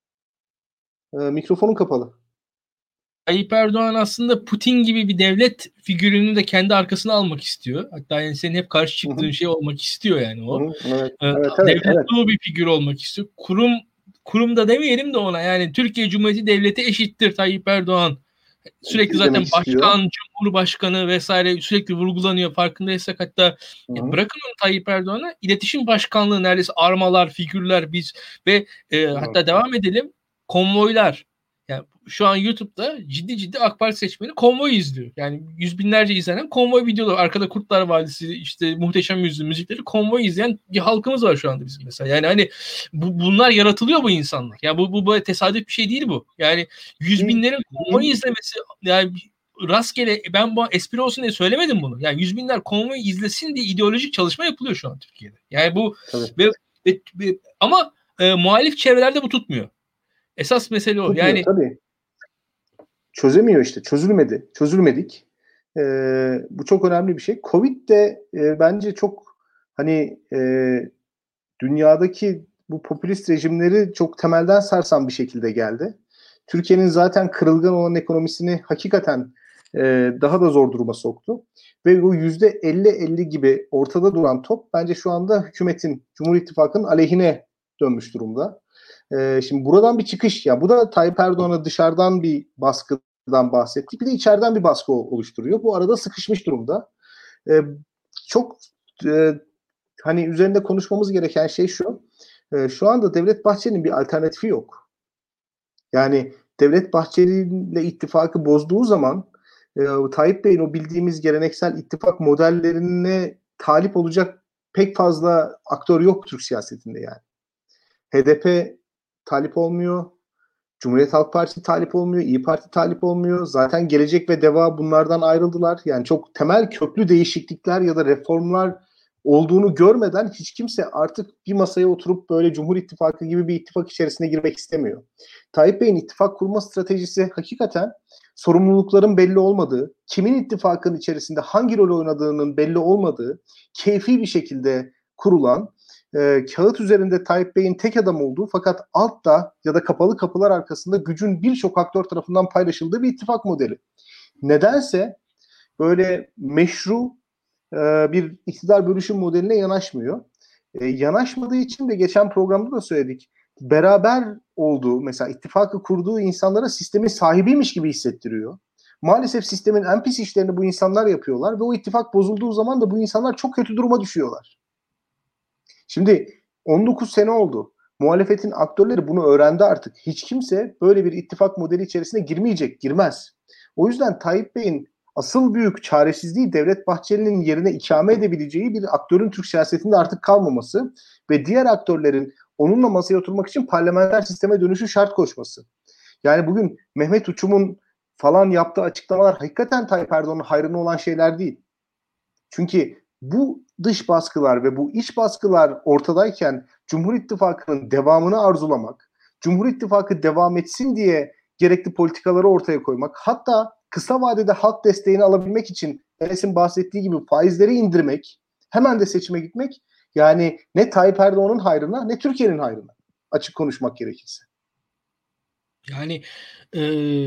S2: e, mikrofonun kapalı.
S1: Tayyip Erdoğan aslında Putin gibi bir devlet figürünü de kendi arkasına almak istiyor. Hatta yani senin hep karşı çıktığın Hı-hı. şey olmak istiyor yani o.
S2: Hı-hı. Evet,
S1: Ee,
S2: evet, evet,
S1: devlet
S2: evet.
S1: dolu bir figür olmak istiyor. Kurum kurumda demeyelim de ona, yani Türkiye Cumhuriyeti Devleti eşittir Tayyip Erdoğan. Sürekli zaten başkan, cumhurbaşkanı vesaire sürekli vurgulanıyor, farkındaysak. Hatta ya bırakın onu Tayyip Erdoğan'a, iletişim başkanlığı neredeyse armalar, figürler biz ve e, hatta devam edelim, konvoylar. Yani şu an YouTube'da ciddi ciddi AK Parti seçmeni konvoy izliyor. Yani yüz binlerce izlenen konvoy videoları. Arkada Kurtlar Vadisi, işte Muhteşem Yüzyıl müzikleri, konvoy izleyen bir halkımız var şu anda bizim mesela. Yani hani bu, bunlar yaratılıyor bu insanlar. Yani bu, bu böyle tesadüf bir şey değil bu. Yani yüz binlerin konvoy izlemesi, yani rastgele, ben bu espri olsun diye söylemedim bunu. Yani yüz binler konvoy izlesin diye ideolojik çalışma yapılıyor şu an Türkiye'de. Yani bu ve, ve, ve ama e, muhalif çevrelerde bu tutmuyor. Esas mesele o.
S2: Tutmuyor,
S1: yani
S2: tabii. Çözemiyor işte. Çözülmedi. Çözülmedik. Ee, bu çok önemli bir şey. Covid de e, bence çok hani e, dünyadaki bu popülist rejimleri çok temelden sarsan bir şekilde geldi. Türkiye'nin zaten kırılgan olan ekonomisini hakikaten e, daha da zor duruma soktu. Ve bu yüzde elli elli gibi ortada duran top bence şu anda hükümetin, Cumhur İttifakı'nın aleyhine dönmüş durumda. E, şimdi buradan bir çıkış, ya bu da Tayyip Erdoğan'a dışarıdan bir baskıdan bahsettik. Bir de içeriden bir baskı oluşturuyor. Bu arada sıkışmış durumda. E, çok e, hani üzerinde konuşmamız gereken şey şu. E, şu anda Devlet Bahçeli'nin bir alternatifi yok. Yani Devlet Bahçeli'yle ittifakı bozduğu zaman e, Tayyip Bey'in o bildiğimiz geleneksel ittifak modellerine talip olacak pek fazla aktör yok Türk siyasetinde yani. H D P talip olmuyor. Cumhuriyet Halk Partisi talip olmuyor. İYİ Parti talip olmuyor. Zaten Gelecek ve Deva bunlardan ayrıldılar. Yani çok temel köklü değişiklikler ya da reformlar olduğunu görmeden hiç kimse artık bir masaya oturup böyle Cumhur İttifakı gibi bir ittifak içerisine girmek istemiyor. Tayyip Bey'in ittifak kurma stratejisi hakikaten sorumlulukların belli olmadığı, kimin ittifakın içerisinde hangi rol oynadığının belli olmadığı, keyfi bir şekilde kurulan, e, kağıt üzerinde Tayyip Bey'in tek adam olduğu fakat altta ya da kapalı kapılar arkasında gücün birçok aktör tarafından paylaşıldığı bir ittifak modeli. Nedense böyle meşru e, bir iktidar bölüşüm modeline yanaşmıyor. E, yanaşmadığı için de geçen programda da söyledik. Beraber olduğu, mesela ittifakı kurduğu insanlara sistemin sahibiymiş gibi hissettiriyor. Maalesef sistemin en pis işlerini bu insanlar yapıyorlar ve o ittifak bozulduğu zaman da bu insanlar çok kötü duruma düşüyorlar. Şimdi on dokuz sene oldu. Muhalefetin aktörleri bunu öğrendi artık. Hiç kimse böyle bir ittifak modeli içerisine girmeyecek, girmez. O yüzden Tayyip Bey'in asıl büyük çaresizliği Devlet Bahçeli'nin yerine ikame edebileceği bir aktörün Türk siyasetinde artık kalmaması ve diğer aktörlerin onunla masaya oturmak için parlamenter sisteme dönüşü şart koşması. Yani bugün Mehmet Uçum'un falan yaptığı açıklamalar hakikaten Tayyip Erdoğan'ın hayrına olan şeyler değil. Çünkü bu dış baskılar ve bu iç baskılar ortadayken Cumhur İttifakı'nın devamını arzulamak, Cumhur İttifakı devam etsin diye gerekli politikaları ortaya koymak, hatta kısa vadede halk desteğini alabilmek için Enes'in bahsettiği gibi faizleri indirmek, hemen de seçime gitmek, yani ne Tayyip Erdoğan'ın hayrına ne Türkiye'nin hayrına, açık konuşmak gerekirse.
S1: Yani e,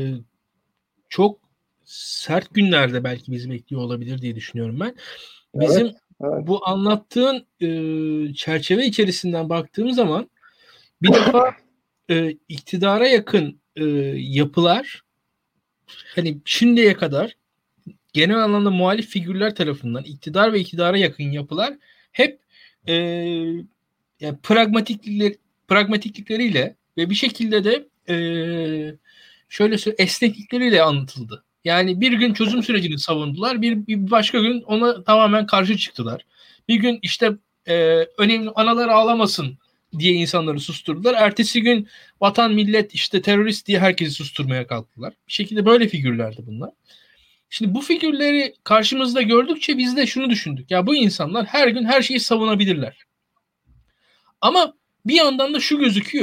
S1: çok sert günlerde belki bizi bekliyor olabilir diye düşünüyorum ben. Bizim evet, evet. bu anlattığın e, çerçeve içerisinden baktığım zaman bir defa e, iktidara yakın e, yapılar, hani şimdiye kadar genel anlamda muhalif figürler tarafından iktidar ve iktidara yakın yapılar hep e, yani pragmatiklikler, pragmatiklikleriyle ve bir şekilde de e, şöyle söyleyeyim, esneklikleriyle anlatıldı. Yani bir gün çözüm sürecini savundular, bir, bir başka gün ona tamamen karşı çıktılar. Bir gün işte e, önemli analar ağlamasın diye insanları susturdular. Ertesi gün vatan millet işte terörist diye herkesi susturmaya kalktılar. Bir şekilde böyle figürlerdi bunlar. Şimdi bu figürleri karşımızda gördükçe biz de şunu düşündük. Ya bu insanlar her gün her şeyi savunabilirler. Ama bir yandan da şu gözüküyor.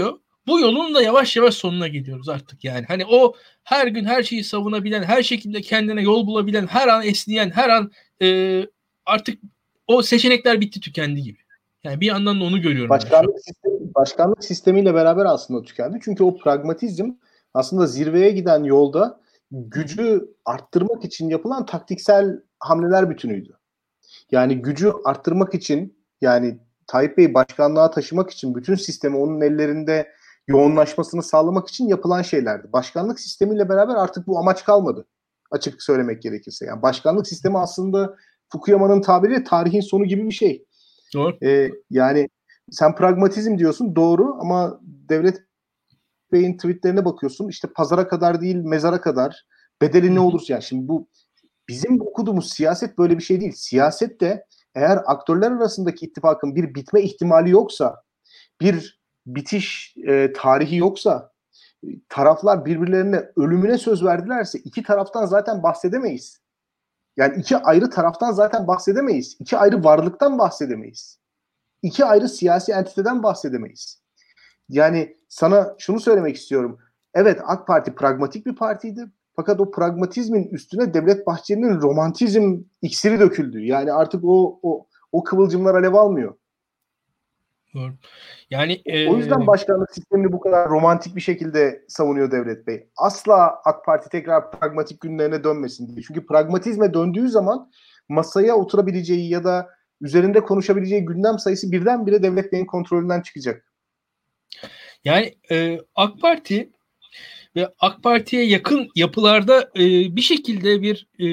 S1: bu yolun da yavaş yavaş sonuna geliyoruz artık yani. Hani o her gün her şeyi savunabilen, her şekilde kendine yol bulabilen, her an esneyen, her an e, artık o seçenekler bitti, tükendi gibi. Yani bir yandan da onu görüyorum.
S2: Başkanlık sistemi, başkanlık sistemiyle beraber aslında tükendi. Çünkü o pragmatizm aslında zirveye giden yolda gücü arttırmak için yapılan taktiksel hamleler bütünüydü. Yani gücü arttırmak için, yani Tayyip Bey'i başkanlığa taşımak için, bütün sistemi onun ellerinde yoğunlaşmasını sağlamak için yapılan şeylerdi. Başkanlık sistemiyle beraber artık bu amaç kalmadı. Açık söylemek gerekirse. Yani başkanlık sistemi aslında Fukuyama'nın tabiriyle tarihin sonu gibi bir şey.
S1: Doğru.
S2: Ee, yani sen pragmatizm diyorsun, doğru, ama Devlet Bey'in tweetlerine bakıyorsun, işte pazara kadar değil mezara kadar, bedeli ne olursa. Yani şimdi bu bizim okuduğumuz siyaset böyle bir şey değil. Siyaset de eğer aktörler arasındaki ittifakın bir bitme ihtimali yoksa, bir bitiş e, tarihi yoksa, taraflar birbirlerine ölümüne söz verdilerse iki taraftan zaten bahsedemeyiz. Yani iki ayrı taraftan zaten bahsedemeyiz. İki ayrı varlıktan bahsedemeyiz. İki ayrı siyasi entiteden bahsedemeyiz. Yani sana şunu söylemek istiyorum. Evet, AK Parti pragmatik bir partiydi. Fakat o pragmatizmin üstüne Devlet Bahçeli'nin romantizm iksiri döküldü. Yani artık o o, o kıvılcımlar alev almıyor.
S1: Doğru. Yani
S2: o yüzden
S1: e...
S2: başkanlık sistemini bu kadar romantik bir şekilde savunuyor Devlet Bey. Asla AK Parti tekrar pragmatik günlerine dönmesin diye. Çünkü pragmatizme döndüğü zaman masaya oturabileceği ya da üzerinde konuşabileceği gündem sayısı birdenbire Devlet Bey'in kontrolünden çıkacak.
S1: Yani e, AK Parti ve AK Parti'ye yakın yapılarda e, bir şekilde bir e,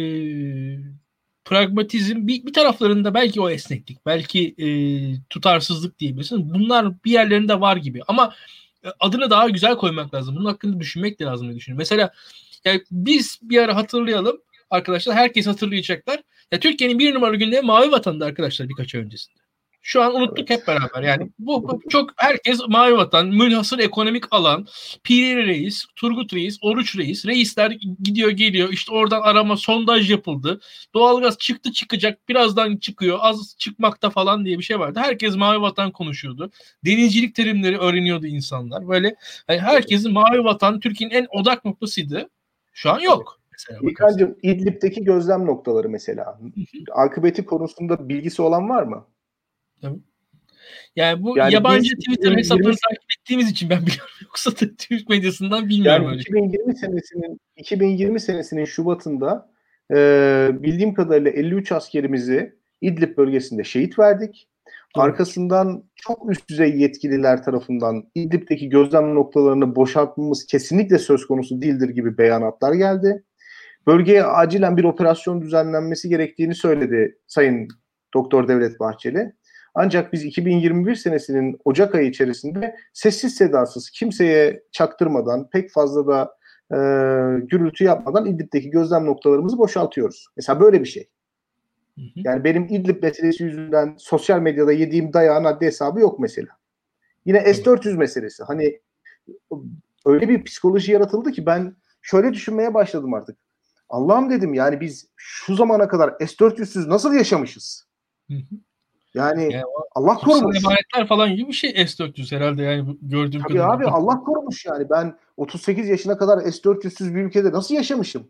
S1: pragmatizm, bir, bir taraflarında belki o esneklik, belki e, tutarsızlık diyebilirsin. Bunlar bir yerlerinde var gibi ama e, adını daha güzel koymak lazım. Bunun hakkında düşünmek de lazım diye düşünüyorum. Mesela yani biz bir ara hatırlayalım arkadaşlar, herkes hatırlayacaklar. Ya Türkiye'nin bir numaralı gündemi Mavi Vatan'dı arkadaşlar birkaç ay öncesinde. Şu an unuttuk
S2: Evet.
S1: hep beraber. Yani bu, bu çok, herkes Mavi Vatan, münhasır ekonomik alan, Piri Reis, Turgut Reis, Oruç Reis, reisler gidiyor geliyor. İşte oradan arama, sondaj yapıldı. Doğalgaz çıktı çıkacak, birazdan çıkıyor, az çıkmakta falan diye bir şey vardı. Herkes Mavi Vatan konuşuyordu. Denizcilik terimleri öğreniyordu insanlar. Böyle yani herkesin Mavi Vatan Türkiye'nin en odak noktasıydı. Şu an yok. Mesela
S2: İlkancığım, İdlib'deki gözlem noktaları mesela. Akıbeti konusunda bilgisi olan var mı?
S1: Tabii. Yani bu
S2: Yani
S1: yabancı
S2: biz
S1: Twitter
S2: iki bin yirmi
S1: hesaplarını takip ettiğimiz için ben biliyorum. Yoksa Türk medyasından bilmiyorum
S2: yani
S1: öyle.
S2: iki bin yirmi senesinin iki bin yirmi senesinin Şubat'ında e, bildiğim kadarıyla elli üç askerimizi İdlib bölgesinde şehit verdik.
S1: Doğru.
S2: Arkasından çok üst düzey yetkililer tarafından İdlib'deki gözlem noktalarını boşaltmamız kesinlikle söz konusu değildir gibi beyanatlar geldi. Bölgeye acilen bir operasyon düzenlenmesi gerektiğini söyledi Sayın Doktor Devlet Bahçeli. Ancak biz iki bin yirmi bir senesinin Ocak ayı içerisinde sessiz sedasız, kimseye çaktırmadan, pek fazla da e, gürültü yapmadan İdlib'deki gözlem noktalarımızı boşaltıyoruz. Mesela böyle bir şey.
S1: Hı hı.
S2: Yani benim İdlib meselesi yüzünden sosyal medyada yediğim dayağın haddi hesabı yok mesela. Yine S dört yüz meselesi. Hani öyle bir psikoloji yaratıldı ki ben şöyle düşünmeye başladım artık. Allah'ım dedim, yani biz şu zamana kadar S dört yüzsüz nasıl yaşamışız?
S1: Hı hı.
S2: Yani,
S1: Yani
S2: Allah
S1: kutsal
S2: korumuş.
S1: emanetler falan gibi bir şey S dört yüz herhalde, yani gördüğüm
S2: Tabii
S1: kadarıyla.
S2: abi, Allah korumuş yani. Ben otuz sekiz yaşına kadar S dört yüzsüz bir ülkede nasıl yaşamışım?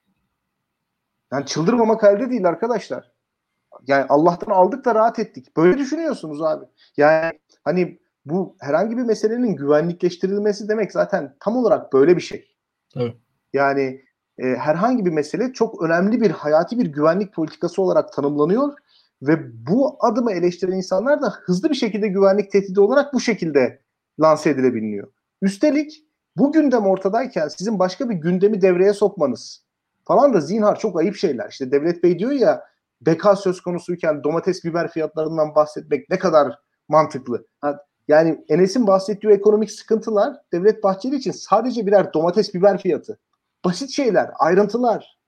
S2: Yani çıldırmamak elde değil arkadaşlar. Yani Allah'tan aldık da rahat ettik. Böyle düşünüyorsunuz abi. Yani hani bu herhangi bir meselenin güvenlikleştirilmesi demek zaten tam olarak böyle bir şey.
S1: Tabii.
S2: Yani e, herhangi bir mesele çok önemli bir hayati bir güvenlik politikası olarak tanımlanıyor ve bu adımı eleştiren insanlar da hızlı bir şekilde güvenlik tehdidi olarak bu şekilde lanse edilebiliyor. Üstelik bu gündem ortadayken sizin başka bir gündemi devreye sokmanız falan da zinhar çok ayıp şeyler. İşte Devlet Bey diyor ya, beka söz konusuyken domates biber fiyatlarından bahsetmek ne kadar mantıklı. Yani Enes'in bahsettiği ekonomik sıkıntılar Devlet Bahçeli için sadece birer domates biber fiyatı. Basit şeyler, ayrıntılar.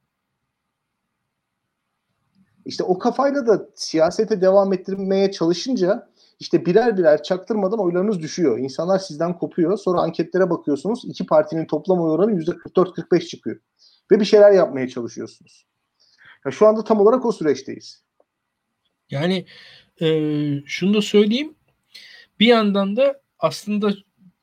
S2: İşte o kafayla da siyasete devam ettirmeye çalışınca işte birer birer çaktırmadan oylarınız düşüyor. İnsanlar sizden kopuyor. Sonra anketlere bakıyorsunuz. İki partinin toplam oy oranı yüzde kırk dört kırk beş çıkıyor. Ve bir şeyler yapmaya çalışıyorsunuz. Ya şu anda tam olarak o süreçteyiz.
S1: Yani e, şunu da söyleyeyim. Bir yandan da aslında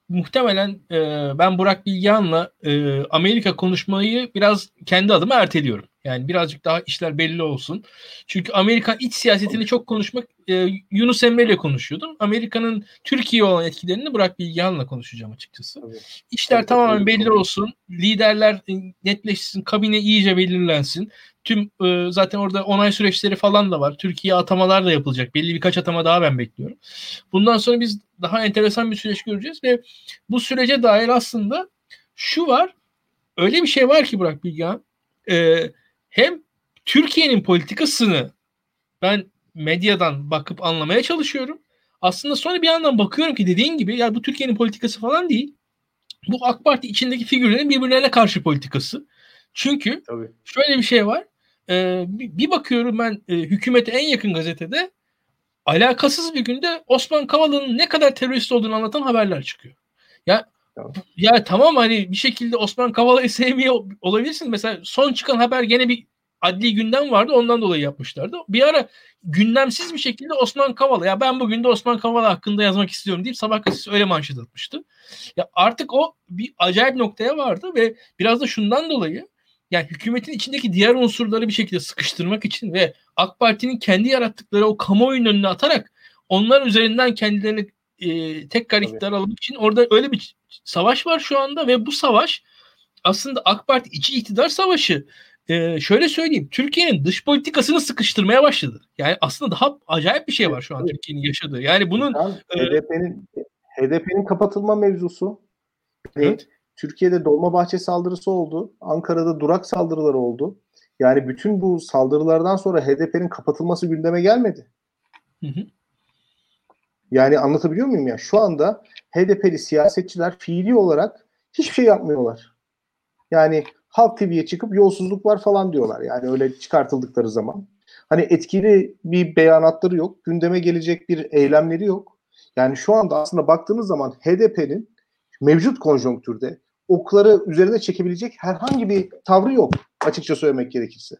S1: muhtemelen e, ben Burak Bilgehan'la e, Amerika konuşmayı biraz kendi adıma erteliyorum. Yani birazcık daha işler belli olsun. Çünkü Amerika iç siyasetini çok konuşmak e, Yunus Emre ile konuşuyordum. Amerika'nın Türkiye olan etkilerini Burak Bilgehan'la konuşacağım açıkçası.
S2: Tabii.
S1: İşler
S2: Tabii,
S1: tamamen
S2: tabii.
S1: belli olsun. Liderler netleşsin, kabine iyice belirlensin. Tüm e, zaten orada onay süreçleri falan da var. Türkiye atamalar da yapılacak. Belli birkaç atama daha ben bekliyorum. Bundan sonra biz daha enteresan bir süreç göreceğiz ve bu sürece dair aslında şu var. Öyle bir şey var ki Burak Bilgehan, e, hem Türkiye'nin politikasını ben medyadan bakıp anlamaya çalışıyorum. Aslında sonra bir yandan bakıyorum ki dediğin gibi ya bu Türkiye'nin politikası falan değil. Bu AK Parti içindeki figürlerin birbirlerine karşı politikası. Çünkü
S2: Tabii.
S1: şöyle bir şey var. Ee, bir bakıyorum ben e, hükümete en yakın gazetede alakasız bir günde Osman Kavala'nın ne kadar terörist olduğunu anlatan haberler çıkıyor. Ya
S2: Tamam.
S1: ya tamam hani bir şekilde Osman Kavala'yı sevmiyor olabilirsin. Mesela son çıkan haber gene bir adli gündem vardı. Ondan dolayı yapmışlardı. Bir ara gündemsiz bir şekilde Osman Kavala ya ben bugün de Osman Kavala hakkında yazmak istiyorum deyip Sabah gazetesi öyle manşet atmıştı. Ya artık o bir acayip noktaya vardı ve biraz da şundan dolayı yani hükümetin içindeki diğer unsurları bir şekilde sıkıştırmak için ve AK Parti'nin kendi yarattıkları o kamuoyunun önüne atarak onlar üzerinden kendilerini e, tekrar iktidar almak için orada öyle bir savaş var şu anda ve bu savaş aslında AK Parti içi iktidar savaşı. Ee, şöyle söyleyeyim. Türkiye'nin dış politikasını sıkıştırmaya başladı. Yani aslında daha acayip bir şey var şu an Türkiye'nin yaşadığı. Yani bunun
S2: e, H D P'nin H D P'nin kapatılma mevzusu.
S1: evet.
S2: Türkiye'de Dolmabahçe saldırısı oldu. Ankara'da durak saldırıları oldu. Yani bütün bu saldırılardan sonra H D P'nin kapatılması gündeme gelmedi.
S1: Hı hı.
S2: Yani anlatabiliyor muyum ya? Şu anda H D P'li siyasetçiler fiili olarak hiçbir şey yapmıyorlar. Yani Halk T V'ye çıkıp yolsuzluk var falan diyorlar. Yani öyle çıkartıldıkları zaman. Hani etkili bir beyanatları yok. Gündeme gelecek bir eylemleri yok. Yani şu anda aslında baktığınız zaman H D P'nin mevcut konjonktürde okları üzerine çekebilecek herhangi bir tavrı yok. Açıkça söylemek gerekirse.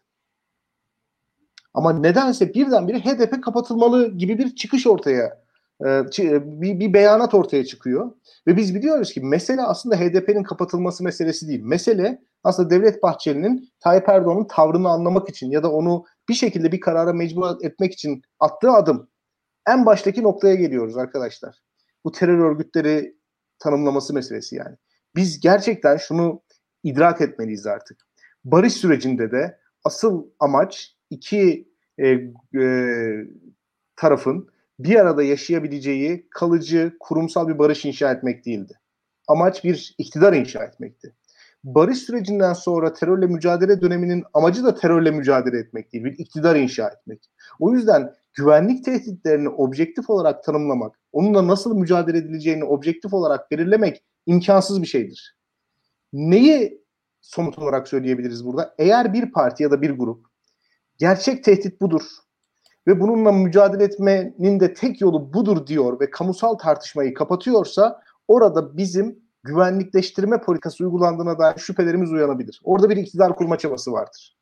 S2: Ama nedense birdenbire H D P kapatılmalı gibi bir çıkış ortaya bir, bir beyanat ortaya çıkıyor. Ve biz biliyoruz ki mesele aslında H D P'nin kapatılması meselesi değil. Mesele aslında Devlet Bahçeli'nin Tayyip Erdoğan'ın tavrını anlamak için ya da onu bir şekilde bir karara mecbur etmek için attığı adım. En baştaki noktaya geliyoruz arkadaşlar. Bu terör örgütleri tanımlaması meselesi yani. Biz gerçekten şunu idrak etmeliyiz artık. Barış sürecinde de asıl amaç iki e, e, tarafın bir arada yaşayabileceği kalıcı, kurumsal bir barış inşa etmek değildi. Amaç bir iktidar inşa etmekti. Barış sürecinden sonra terörle mücadele döneminin amacı da terörle mücadele etmek değil, bir iktidar inşa etmek. O yüzden güvenlik tehditlerini objektif olarak tanımlamak, onunla nasıl mücadele edileceğini objektif olarak belirlemek imkansız bir şeydir. Neyi somut olarak söyleyebiliriz burada? Eğer bir parti ya da bir grup gerçek tehdit budur ve bununla mücadele etmenin de tek yolu budur diyor ve kamusal tartışmayı kapatıyorsa orada bizim güvenlikleştirme politikası uygulandığına dair şüphelerimiz uyanabilir. Orada bir iktidar kurma çabası vardır.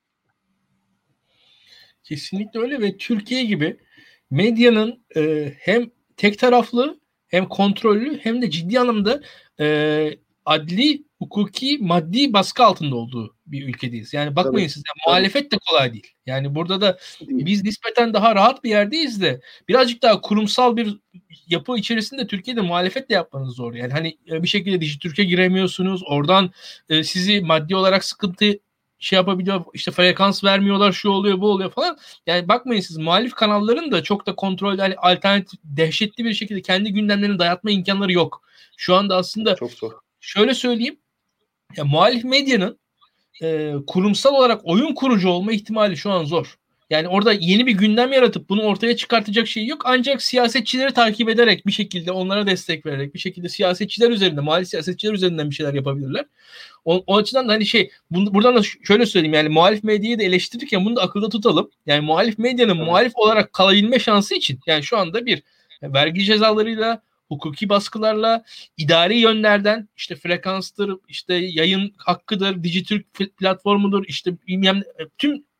S1: Kesinlikle öyle ve Türkiye gibi medyanın e, hem tek taraflı hem kontrollü hem de ciddi anlamda e, adli, hukuki, maddi baskı altında olduğu bir ülkedeyiz. Yani bakmayın siz, yani muhalefet de kolay değil. Yani burada da biz nispeten daha rahat bir yerdeyiz de birazcık daha kurumsal bir yapı içerisinde Türkiye'de muhalefet de yapmanız zor. Yani hani bir şekilde Dijitürk'e giremiyorsunuz. Oradan e, sizi maddi olarak sıkıntı şey yapabiliyor, işte frekans vermiyorlar, şu oluyor, bu oluyor falan. Yani bakmayın siz, muhalif kanalların da çok da kontrol, yani alternatif, dehşetli bir şekilde kendi gündemlerini dayatma imkanları yok. Şu anda aslında
S2: çok zor.
S1: Şöyle söyleyeyim, ya muhalif medyanın e, kurumsal olarak oyun kurucu olma ihtimali şu an zor. Yani orada yeni bir gündem yaratıp bunu ortaya çıkartacak şey yok. Ancak siyasetçileri takip ederek bir şekilde onlara destek vererek bir şekilde siyasetçiler üzerinden, muhalif siyasetçiler üzerinden bir şeyler yapabilirler. O, o açıdan da hani şey, bunu, buradan da şöyle söyleyeyim, yani muhalif medyayı da eleştirirken bunu da akılda tutalım. Yani muhalif medyanın evet. muhalif olarak kalabilme şansı için yani şu anda bir vergi cezalarıyla, hukuki baskılarla, idari yönlerden işte frekanstır, işte yayın hakkıdır, Dijitürk platformudur, işte bilmem tüm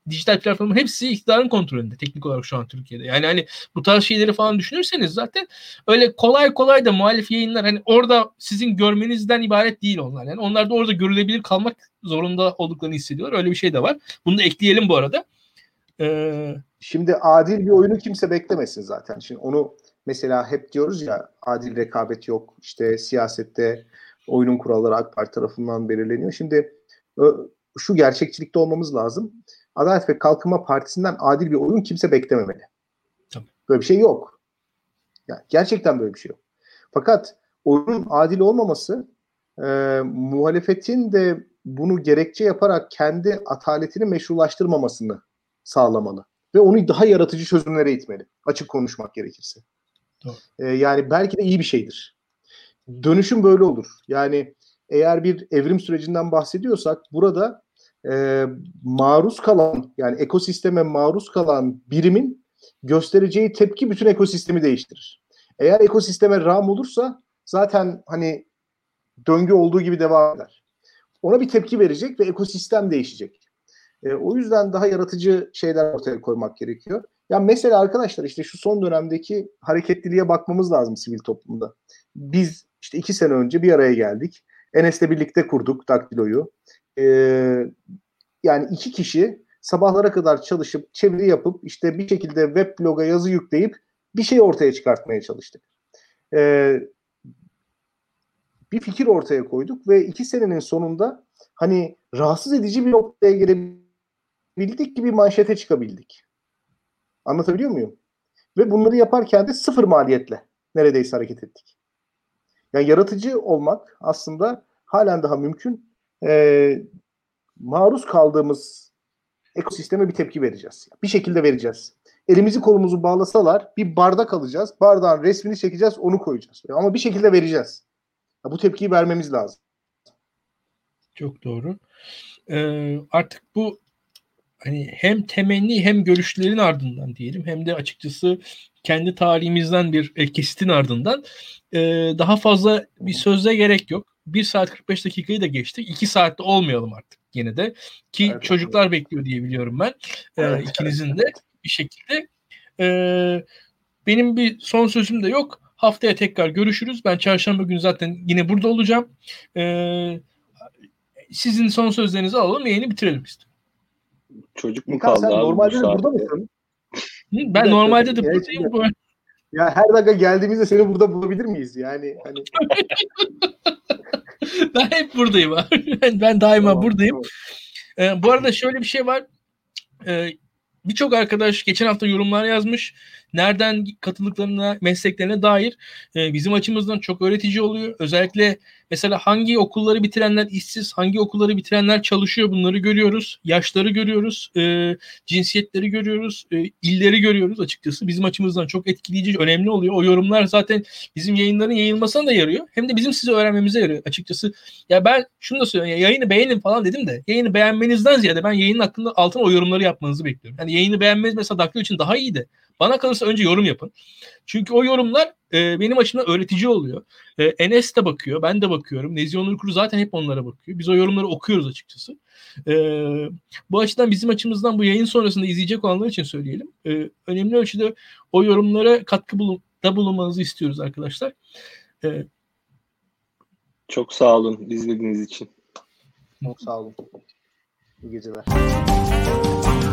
S1: dijital platformların hepsi iktidarın kontrolünde teknik olarak şu an Türkiye'de. Yani hani bu tarz şeyleri falan düşünürseniz zaten öyle kolay kolay da muhalif yayınlar hani orada sizin görmenizden ibaret değil onlar. Yani onlar da orada görülebilir kalmak zorunda olduklarını hissediyorlar. Öyle bir şey de var. Bunu da ekleyelim bu arada. Ee,
S2: Şimdi adil bir oyunu kimse beklemesin zaten. Şimdi onu mesela hep diyoruz ya, adil rekabet yok. İşte siyasette oyunun kuralları AK Parti tarafından belirleniyor. Şimdi şu gerçekçilikte olmamız lazım. Adalet ve Kalkınma Partisi'nden adil bir oyun kimse beklememeli.
S1: Tabii.
S2: Böyle bir şey yok. Yani gerçekten böyle bir şey yok. Fakat oyunun adil olmaması e, muhalefetin de bunu gerekçe yaparak kendi ataletini meşrulaştırmamasını sağlamalı. Ve onu daha yaratıcı çözümlere itmeli. Açık konuşmak gerekirse. E, yani belki de iyi bir şeydir. Dönüşüm böyle olur. Yani eğer bir evrim sürecinden bahsediyorsak burada e, maruz kalan, yani ekosisteme maruz kalan birimin göstereceği tepki bütün ekosistemi değiştirir. Eğer ekosisteme rağm olursa zaten hani döngü olduğu gibi devam eder. Ona bir tepki verecek ve ekosistem değişecek. E, o yüzden daha yaratıcı şeyler ortaya koymak gerekiyor. Ya mesela arkadaşlar işte şu son dönemdeki hareketliliğe bakmamız lazım sivil toplumda. Biz işte iki sene önce bir araya geldik. Enes'le birlikte kurduk Daktilo'yu. E, yani iki kişi sabahlara kadar çalışıp, çeviri yapıp, işte bir şekilde web bloga yazı yükleyip bir şey ortaya çıkartmaya çalıştık. E, bir fikir ortaya koyduk ve iki senenin sonunda hani rahatsız edici bir noktaya gelebildik ki bir manşete çıkabildik. Anlatabiliyor muyum? Ve bunları yaparken de sıfır maliyetle neredeyse hareket ettik. Yani yaratıcı olmak aslında halen daha mümkün. Ee, maruz kaldığımız ekosisteme bir tepki vereceğiz. Bir şekilde vereceğiz. Elimizi kolumuzu bağlasalar bir bardak alacağız. Bardağın resmini çekeceğiz, onu koyacağız. Ama bir şekilde vereceğiz. Ya bu tepkiyi vermemiz lazım.
S1: Çok doğru. Ee, artık bu hani hem temenni hem görüşlerin ardından diyelim hem de açıkçası kendi tarihimizden bir e, kesitin ardından e, daha fazla bir sözle gerek yok. bir saat kırk beş dakikayı da geçtik. iki saatte olmayalım artık yine de. Ki evet, çocuklar evet. bekliyor diye biliyorum ben. E, evet, ikinizin evet, de evet. bir şekilde. E, benim bir son sözüm de yok. Haftaya tekrar görüşürüz. Ben çarşamba günü zaten yine burada olacağım. E, sizin son sözlerinizi alalım. Yayını bitirelim işte.
S3: Çocuk mu kaldı
S2: sen
S3: abi
S2: normalde
S3: bu
S2: de burada mısın?
S1: Ben dakika, normalde de buradayım. Bu.
S2: Ya her dakika geldiğimizde seni burada bulabilir miyiz? Yani hani
S1: ben hep buradayım abi. Ben, ben daima tamam, buradayım. Tamam. Ee, bu arada şöyle bir şey var. Ee, Birçok arkadaş geçen hafta yorumlar yazmış. Nereden katıldıklarına, mesleklerine dair e, bizim açımızdan çok öğretici oluyor. Özellikle mesela hangi okulları bitirenler işsiz, hangi okulları bitirenler çalışıyor, bunları görüyoruz. Yaşları görüyoruz, e, cinsiyetleri görüyoruz, e, illeri görüyoruz açıkçası. Bizim açımızdan çok etkileyici, önemli oluyor. O yorumlar zaten bizim yayınların yayılmasına da yarıyor. Hem de bizim sizi öğrenmemize yarıyor açıkçası. Ya ben şunu da söylüyorum, ya yayını beğenin falan dedim de yayını beğenmenizden ziyade ben yayının hakkında altına o yorumları yapmanızı bekliyorum. Yani yayını beğenmeniz mesela Daktilo için daha iyiydi. Bana kalırsa önce yorum yapın. Çünkü o yorumlar e, benim açımdan öğretici oluyor. E, Enes de bakıyor, ben de bakıyorum. Nezih Onur Kuru zaten hep onlara bakıyor. Biz o yorumları okuyoruz açıkçası. E, bu açıdan bizim açımızdan bu yayın sonrasında izleyecek olanlar için söyleyelim. E, önemli ölçüde o yorumlara katkı bulun, da bulunmanızı istiyoruz arkadaşlar. E,
S3: Çok sağ olun izlediğiniz için.
S2: Çok sağ olun. İyi geceler.